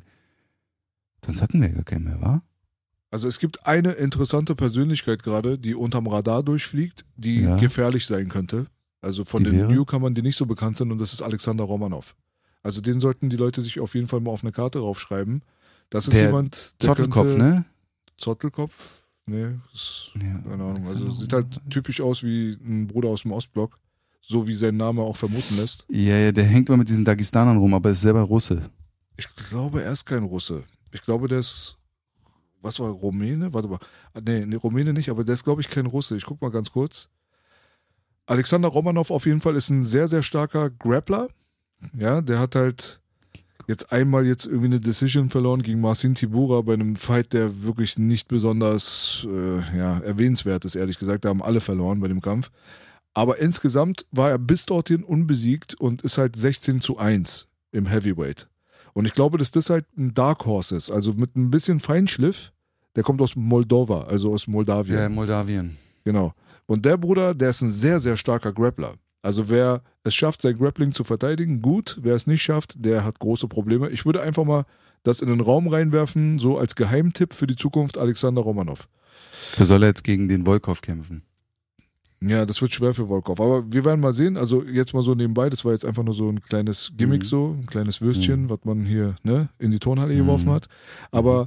Sonst hatten wir gar keinen mehr, wa? Also es gibt eine interessante Persönlichkeit gerade, die unterm Radar durchfliegt, die gefährlich sein könnte. Also von den Newcomern, die nicht so bekannt sind, und das ist Alexander Romanov. Also den sollten die Leute sich auf jeden Fall mal auf eine Karte raufschreiben. Das ist jemand, der Zottelkopf, ne? Zottelkopf? Nee, keine Ahnung. Also sieht halt typisch aus wie ein Bruder aus dem Ostblock. So wie sein Name auch vermuten lässt. Ja, der hängt mal mit diesen Dagestanern rum, aber ist selber Russe. Ich glaube, er ist kein Russe. Ich glaube, der ist, was war Rumäne? Warte mal. Nee, Rumäne nicht, aber der ist, glaube ich, kein Russe. Ich guck mal ganz kurz. Alexander Romanov auf jeden Fall ist ein sehr, sehr starker Grappler. Ja, der hat halt einmal irgendwie eine Decision verloren gegen Marcin Tybura bei einem Fight, der wirklich nicht besonders erwähnenswert ist, ehrlich gesagt. Da haben alle verloren bei dem Kampf. Aber insgesamt war er bis dorthin unbesiegt und ist halt 16:1 im Heavyweight. Und ich glaube, dass das halt ein Dark Horse ist. Also mit ein bisschen Feinschliff. Der kommt aus Moldova, also aus Moldawien. Ja, Moldawien. Genau. Und der Bruder, der ist ein sehr, sehr starker Grappler. Also wer es schafft, sein Grappling zu verteidigen, gut. Wer es nicht schafft, der hat große Probleme. Ich würde einfach mal das in den Raum reinwerfen, so als Geheimtipp für die Zukunft, Alexander Romanov. Der soll jetzt gegen den Volkov kämpfen. Ja, das wird schwer für Volkov. Aber wir werden mal sehen. Also jetzt mal so nebenbei, das war jetzt einfach nur so ein kleines Gimmick, so ein kleines Würstchen, was man hier in die Turnhalle geworfen hat. Aber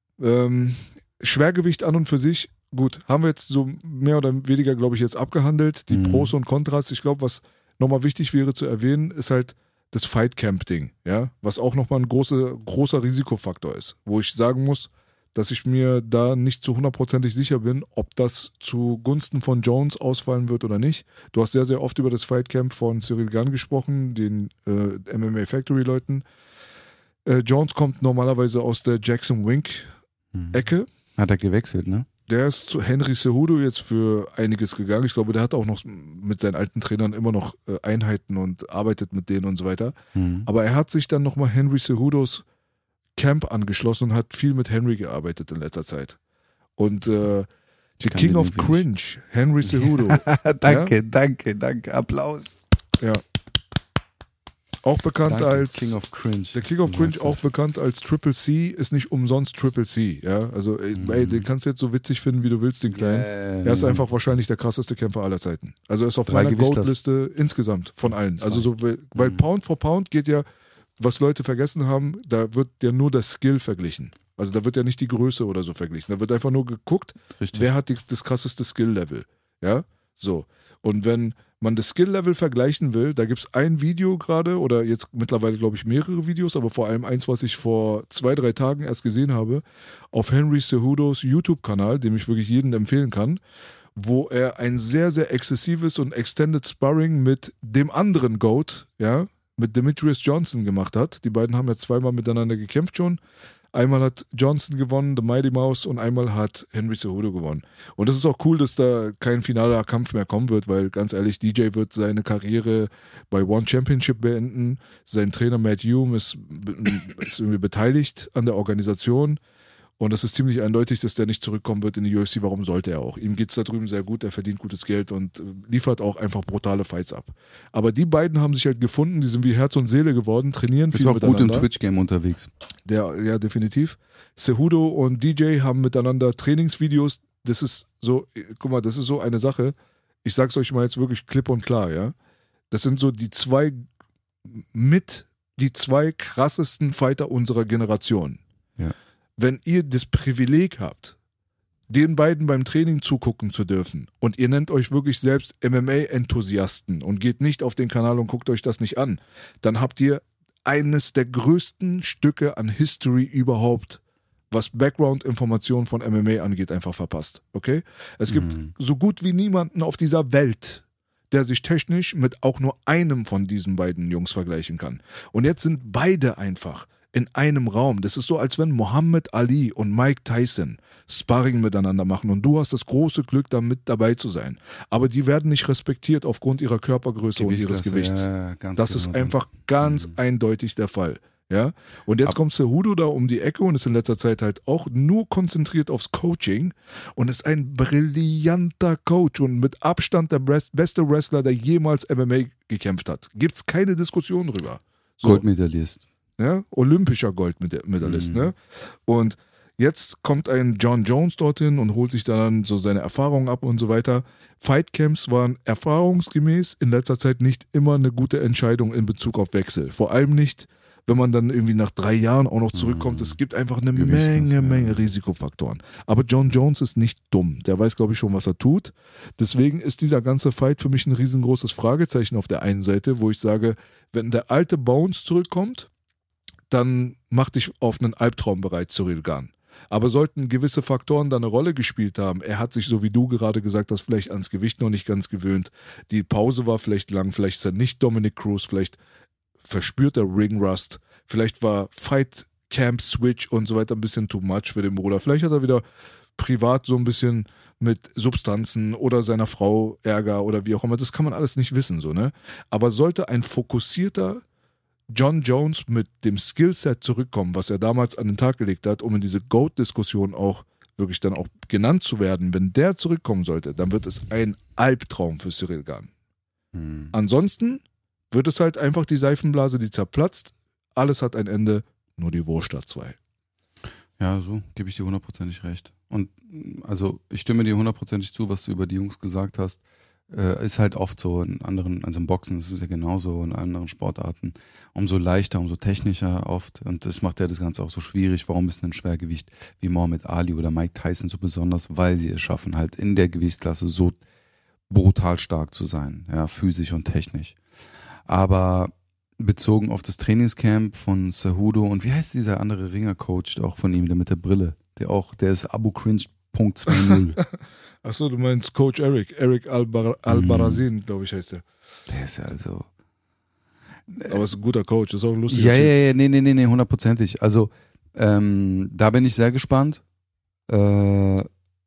Schwergewicht an und für sich, gut, haben wir jetzt so mehr oder weniger, glaube ich, jetzt abgehandelt. Die Pros und Kontras. Ich glaube, was nochmal wichtig wäre zu erwähnen, ist halt das Fight-Camp-Ding, ja, was auch nochmal ein großer Risikofaktor ist, wo ich sagen muss, dass ich mir da nicht zu 100%ig sicher bin, ob das zugunsten von Jones ausfallen wird oder nicht. Du hast sehr, sehr oft über das Fightcamp von Cyril Gane gesprochen, den MMA Factory Leuten. Jones kommt normalerweise aus der Jackson Wink-Ecke. Hat er gewechselt, ne? Der ist zu Henry Cejudo jetzt für einiges gegangen. Ich glaube, der hat auch noch mit seinen alten Trainern immer noch Einheiten und arbeitet mit denen und so weiter. Aber er hat sich dann nochmal Henry Cejudos Camp angeschlossen und hat viel mit Henry gearbeitet in letzter Zeit. Und The King of Cringe, Henry Cejudo. Danke, Applaus. Ja. Auch bekannt als King of Cringe. Der King of Cringe, auch bekannt als Triple C, ist nicht umsonst Triple C. Ja? Also, den kannst du jetzt so witzig finden, wie du willst, den Kleinen. Er ist einfach wahrscheinlich der krasseste Kämpfer aller Zeiten. Also, er ist auf meiner Goat-Liste insgesamt von allen. Also, so, weil Pound for Pound geht ja, was Leute vergessen haben, da wird ja nur das Skill verglichen. Also, da wird ja nicht die Größe oder so verglichen. Da wird einfach nur geguckt, wer hat das krasseste Skill-Level. Ja, so. Und wenn man das Skill-Level vergleichen will, da gibt es ein Video gerade oder jetzt mittlerweile glaube ich mehrere Videos, aber vor allem eins, was ich vor 2-3 Tagen erst gesehen habe, auf Henry Cejudos YouTube-Kanal, dem ich wirklich jedem empfehlen kann, wo er ein sehr, sehr exzessives und Extended Sparring mit dem anderen GOAT, ja, mit Demetrius Johnson gemacht hat. Die beiden haben ja 2-mal miteinander gekämpft schon. Einmal hat Johnson gewonnen, The Mighty Mouse, und einmal hat Henry Cejudo gewonnen. Und das ist auch cool, dass da kein finaler Kampf mehr kommen wird, weil ganz ehrlich, DJ wird seine Karriere bei One Championship beenden. Sein Trainer Matt Hume ist irgendwie beteiligt an der Organisation. Und es ist ziemlich eindeutig, dass der nicht zurückkommen wird in die UFC. Warum sollte er auch? Ihm geht es da drüben sehr gut, er verdient gutes Geld und liefert auch einfach brutale Fights ab. Aber die beiden haben sich halt gefunden, die sind wie Herz und Seele geworden, trainieren viel miteinander. Ist auch gut im Twitch-Game unterwegs. Ja, definitiv. Cejudo und DJ haben miteinander Trainingsvideos. Das ist so, guck mal, das ist so eine Sache. Ich sag's euch mal jetzt wirklich klipp und klar, ja. Das sind so die zwei krassesten Fighter unserer Generation. Ja. Wenn ihr das Privileg habt, den beiden beim Training zugucken zu dürfen und ihr nennt euch wirklich selbst MMA-Enthusiasten und geht nicht auf den Kanal und guckt euch das nicht an, dann habt ihr eines der größten Stücke an History überhaupt, was Background-Informationen von MMA angeht, einfach verpasst. Okay? Es gibt so gut wie niemanden auf dieser Welt, der sich technisch mit auch nur einem von diesen beiden Jungs vergleichen kann. Und jetzt sind beide einfach in einem Raum. Das ist so, als wenn Muhammad Ali und Mike Tyson Sparring miteinander machen und du hast das große Glück, da mit dabei zu sein. Aber die werden nicht respektiert aufgrund ihrer Körpergröße und ihres Gewichts. Ja, das ist einfach ganz eindeutig der Fall. Ja? Und jetzt kommt Cejudo da um die Ecke und ist in letzter Zeit halt auch nur konzentriert aufs Coaching und ist ein brillanter Coach und mit Abstand der beste Wrestler, der jemals MMA gekämpft hat. Gibt's keine Diskussion drüber. So. Goldmedaillist. Ja, olympischer Goldmedaillist, ne? Und jetzt kommt ein John Jones dorthin und holt sich dann so seine Erfahrungen ab und so weiter. Fightcamps waren erfahrungsgemäß in letzter Zeit nicht immer eine gute Entscheidung in Bezug auf Wechsel. Vor allem nicht, wenn man dann irgendwie nach 3 Jahren auch noch zurückkommt. Es gibt einfach eine Menge Risikofaktoren. Aber John Jones ist nicht dumm. Der weiß, glaube ich, schon, was er tut. Deswegen ist dieser ganze Fight für mich ein riesengroßes Fragezeichen auf der einen Seite, wo ich sage, wenn der alte Bones zurückkommt, dann mach dich auf einen Albtraum bereit, Ciryl Gane. Aber sollten gewisse Faktoren da eine Rolle gespielt haben, er hat sich, so wie du gerade gesagt hast, vielleicht ans Gewicht noch nicht ganz gewöhnt, die Pause war vielleicht lang, vielleicht ist er nicht Dominic Cruz, vielleicht verspürt er Ringrust, vielleicht war Fight Camp Switch und so weiter ein bisschen too much für den Bruder, vielleicht hat er wieder privat so ein bisschen mit Substanzen oder seiner Frau Ärger oder wie auch immer, das kann man alles nicht wissen, so, ne? Aber sollte ein fokussierter John Jones mit dem Skillset zurückkommen, was er damals an den Tag gelegt hat, um in diese GOAT-Diskussion auch wirklich dann auch genannt zu werden, wenn der zurückkommen sollte, dann wird es ein Albtraum für Ciryl Gane. Ansonsten wird es halt einfach die Seifenblase, die zerplatzt. Alles hat ein Ende, nur die Wurst hat 2. Ja, so gebe ich dir 100% recht. Und also ich stimme dir 100% zu, was du über die Jungs gesagt hast. Ist halt oft so in anderen, also im Boxen ist es ja genauso, in anderen Sportarten, umso leichter, umso technischer oft, und das macht ja das Ganze auch so schwierig. Warum ist ein Schwergewicht wie Muhammad Ali oder Mike Tyson so besonders? Weil sie es schaffen, halt in der Gewichtsklasse so brutal stark zu sein, ja, physisch und technisch. Aber bezogen auf das Trainingscamp von Cejudo, und wie heißt dieser andere Ringercoach auch von ihm, der mit der Brille, der ist Abu Cringe .20. Achso, du meinst Coach Eric Albarazin, glaube ich, heißt der. Der ist ja also... Aber ist ein guter Coach, ist auch lustig. Ja, nee, 100%. Also, da bin ich sehr gespannt. Es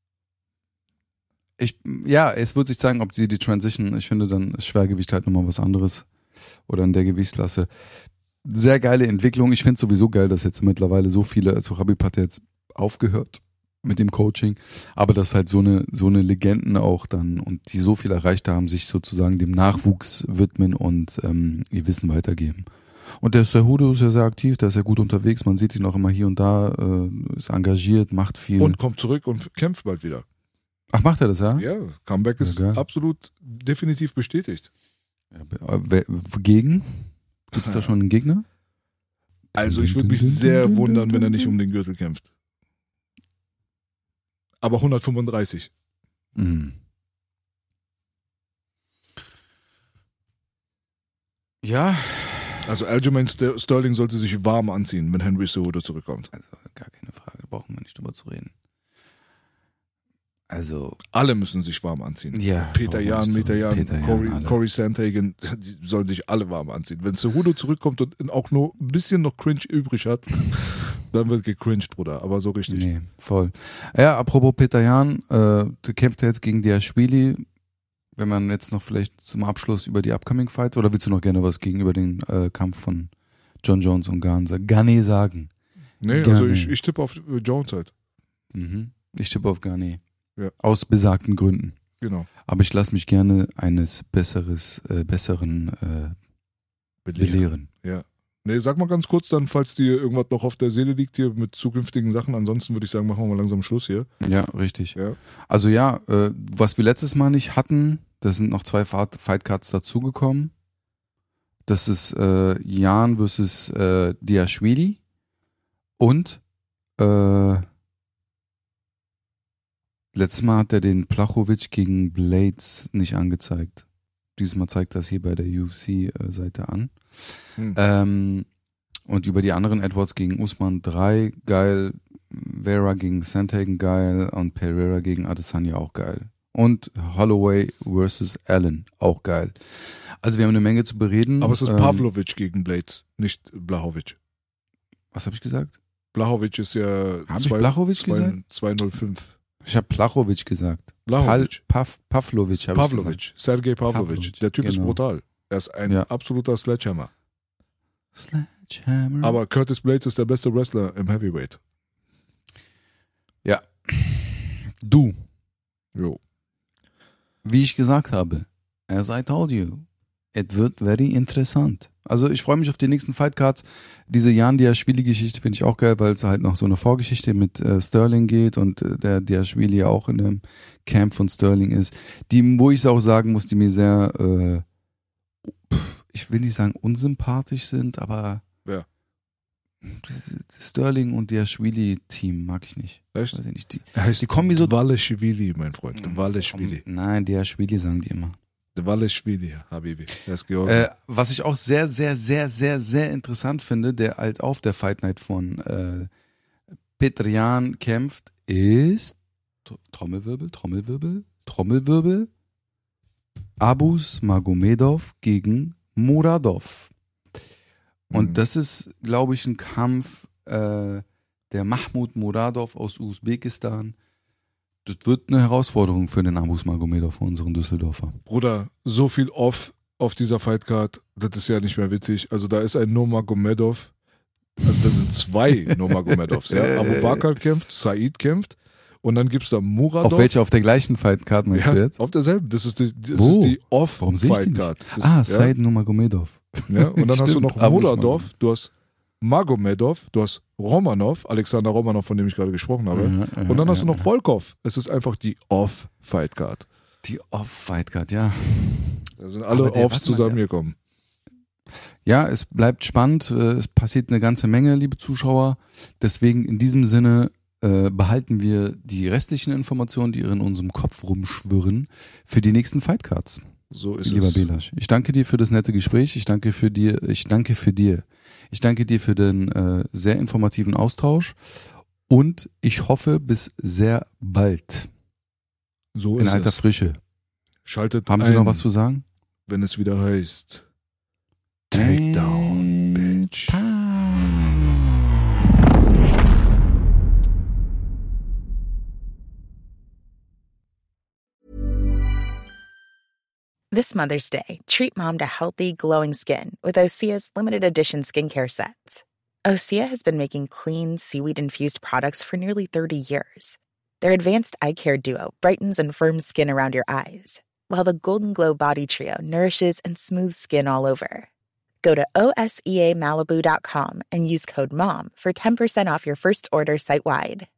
wird sich zeigen, ob sie die Transition, ich finde, dann ist Schwergewicht halt nochmal was anderes. Oder in der Gewichtsklasse. Sehr geile Entwicklung. Ich finde es sowieso geil, dass jetzt mittlerweile so viele, also Khabib hat jetzt aufgehört mit dem Coaching, aber dass halt so eine Legenden auch dann und die so viel erreicht haben, sich sozusagen dem Nachwuchs widmen und ihr Wissen weitergeben. Und der Cejudo ist ja sehr aktiv, der ist ja gut unterwegs, man sieht ihn auch immer hier und da, ist engagiert, macht viel. Und kommt zurück und kämpft bald wieder. Ach, macht er das, ja? Ja, Comeback ist absolut definitiv bestätigt. Ja, gegen? Gibt es da schon einen Gegner? Also ich würde mich sehr wundern, wenn er nicht um den Gürtel kämpft. Aber 135. Ja. Also Aljamain Sterling sollte sich warm anziehen, wenn Henry Cejudo zurückkommt. Also gar keine Frage, da brauchen wir nicht drüber zu reden. Also alle müssen sich warm anziehen. Ja, Peter Yan, Corey Sandhagen, die sollen sich alle warm anziehen. Wenn Cejudo zurückkommt und auch nur ein bisschen noch Cringe übrig hat, dann wird gecringed, Bruder, aber so richtig. Nee, voll. Ja, apropos Peter Yan, der kämpft ja jetzt gegen Diashvili. Wenn man jetzt noch vielleicht zum Abschluss über die Upcoming Fights, oder willst du noch gerne was gegenüber den Kampf von John Jones und Gane sagen? Nee, Gane. Also ich tippe auf Jones halt. Ich tippe auf Gane. Ja. Aus besagten Gründen. Genau. Aber ich lasse mich gerne eines besseren belehren. Ja. Nee, sag mal ganz kurz dann, falls dir irgendwas noch auf der Seele liegt hier mit zukünftigen Sachen. Ansonsten würde ich sagen, machen wir mal langsam Schluss hier. Ja, richtig. Ja. Also ja, was wir letztes Mal nicht hatten, da sind noch 2 Fightcards dazugekommen. Das ist Yan versus Diashvili und letztes Mal hat er den Blachowicz gegen Blades nicht angezeigt. Dieses Mal zeigt das hier bei der UFC-Seite an. Und über die anderen Edwards gegen Usman 3, geil. Vera gegen Sandhagen, geil. Und Pereira gegen Adesanya, auch geil. Und Holloway versus Allen, auch geil. Also wir haben eine Menge zu bereden. Aber es ist Pavlovic gegen Blades, nicht Blachowicz. Was habe ich gesagt? Blachowicz ist ja... Habe ich Blachowicz gesagt? 205. Ich habe Blachowicz gesagt. Blachowicz. Pavlovic habe ich gesagt. Sergej Pavlovic. Der Typ ist brutal. Er ist ein absoluter Sledgehammer. Aber Curtis Blades ist der beste Wrestler im Heavyweight. Ja. Du. Jo. Wie ich gesagt habe, as I told you, it wird very interessant. Also ich freue mich auf die nächsten Fightcards. Diese Yan Diashvili-Geschichte finde ich auch geil, weil es halt noch so eine Vorgeschichte mit Sterling geht und der Diashvili ja auch in dem Camp von Sterling ist. Wo ich es auch sagen muss, die mir sehr, ich will nicht sagen unsympathisch sind, aber Sterling und Diashvili-Team mag ich nicht. Echt? Weiß ich nicht. Die Kombi so Waleschwili, mein Freund. Waleschwili. Nein, Diashvili sagen die immer. Waleschwili, Habibi. Der ist Georgien. Was ich auch sehr, sehr, sehr, sehr, sehr interessant finde, der halt auf der Fight Night von Petr Yan kämpft, ist Trommelwirbel, Abus Magomedov gegen Muradov. Und das ist, glaube ich, ein Kampf der Mahmoud Muradov aus Usbekistan. Das wird eine Herausforderung für den Abus Magomedov, unseren Düsseldorfer. Bruder, so viel auf dieser Fightcard, das ist ja nicht mehr witzig. Also da ist ein Nurmagomedov, also da sind 2 Nurmagomedovs. Ja? Abu Bakr kämpft, Said kämpft und dann gibt es da Muradov. Auf welcher? Auf der gleichen Fightcard meinst du jetzt? Auf derselben. Das ist die Off-Fightcard. Said Nurmagomedov. Ja, und dann hast du noch Muradov, du hast Magomedov, du hast Romanov, Alexander Romanov, von dem ich gerade gesprochen habe. Und dann hast du noch Volkov. Es ist einfach die Off-Fightcard. Die Off-Fightcard, ja. Da sind alle Offs zusammengekommen. Ja, es bleibt spannend. Es passiert eine ganze Menge, liebe Zuschauer. Deswegen in diesem Sinne behalten wir die restlichen Informationen, die in unserem Kopf rumschwirren, für die nächsten Fightcards. So ist Lieber es. Belasch, ich danke dir für das nette Gespräch. Ich danke dir für den sehr informativen Austausch und ich hoffe bis sehr bald. So in ist alter es. Frische. Schaltet Haben Sie noch was zu sagen? Wenn es wieder heißt Takedown, Bitch. This Mother's Day, treat mom to healthy, glowing skin with Osea's limited edition skincare sets. Osea has been making clean, seaweed-infused products for nearly 30 years. Their advanced eye care duo brightens and firms skin around your eyes, while the Golden Glow Body Trio nourishes and smooths skin all over. Go to OSEAMalibu.com and use code MOM for 10% off your first order site-wide.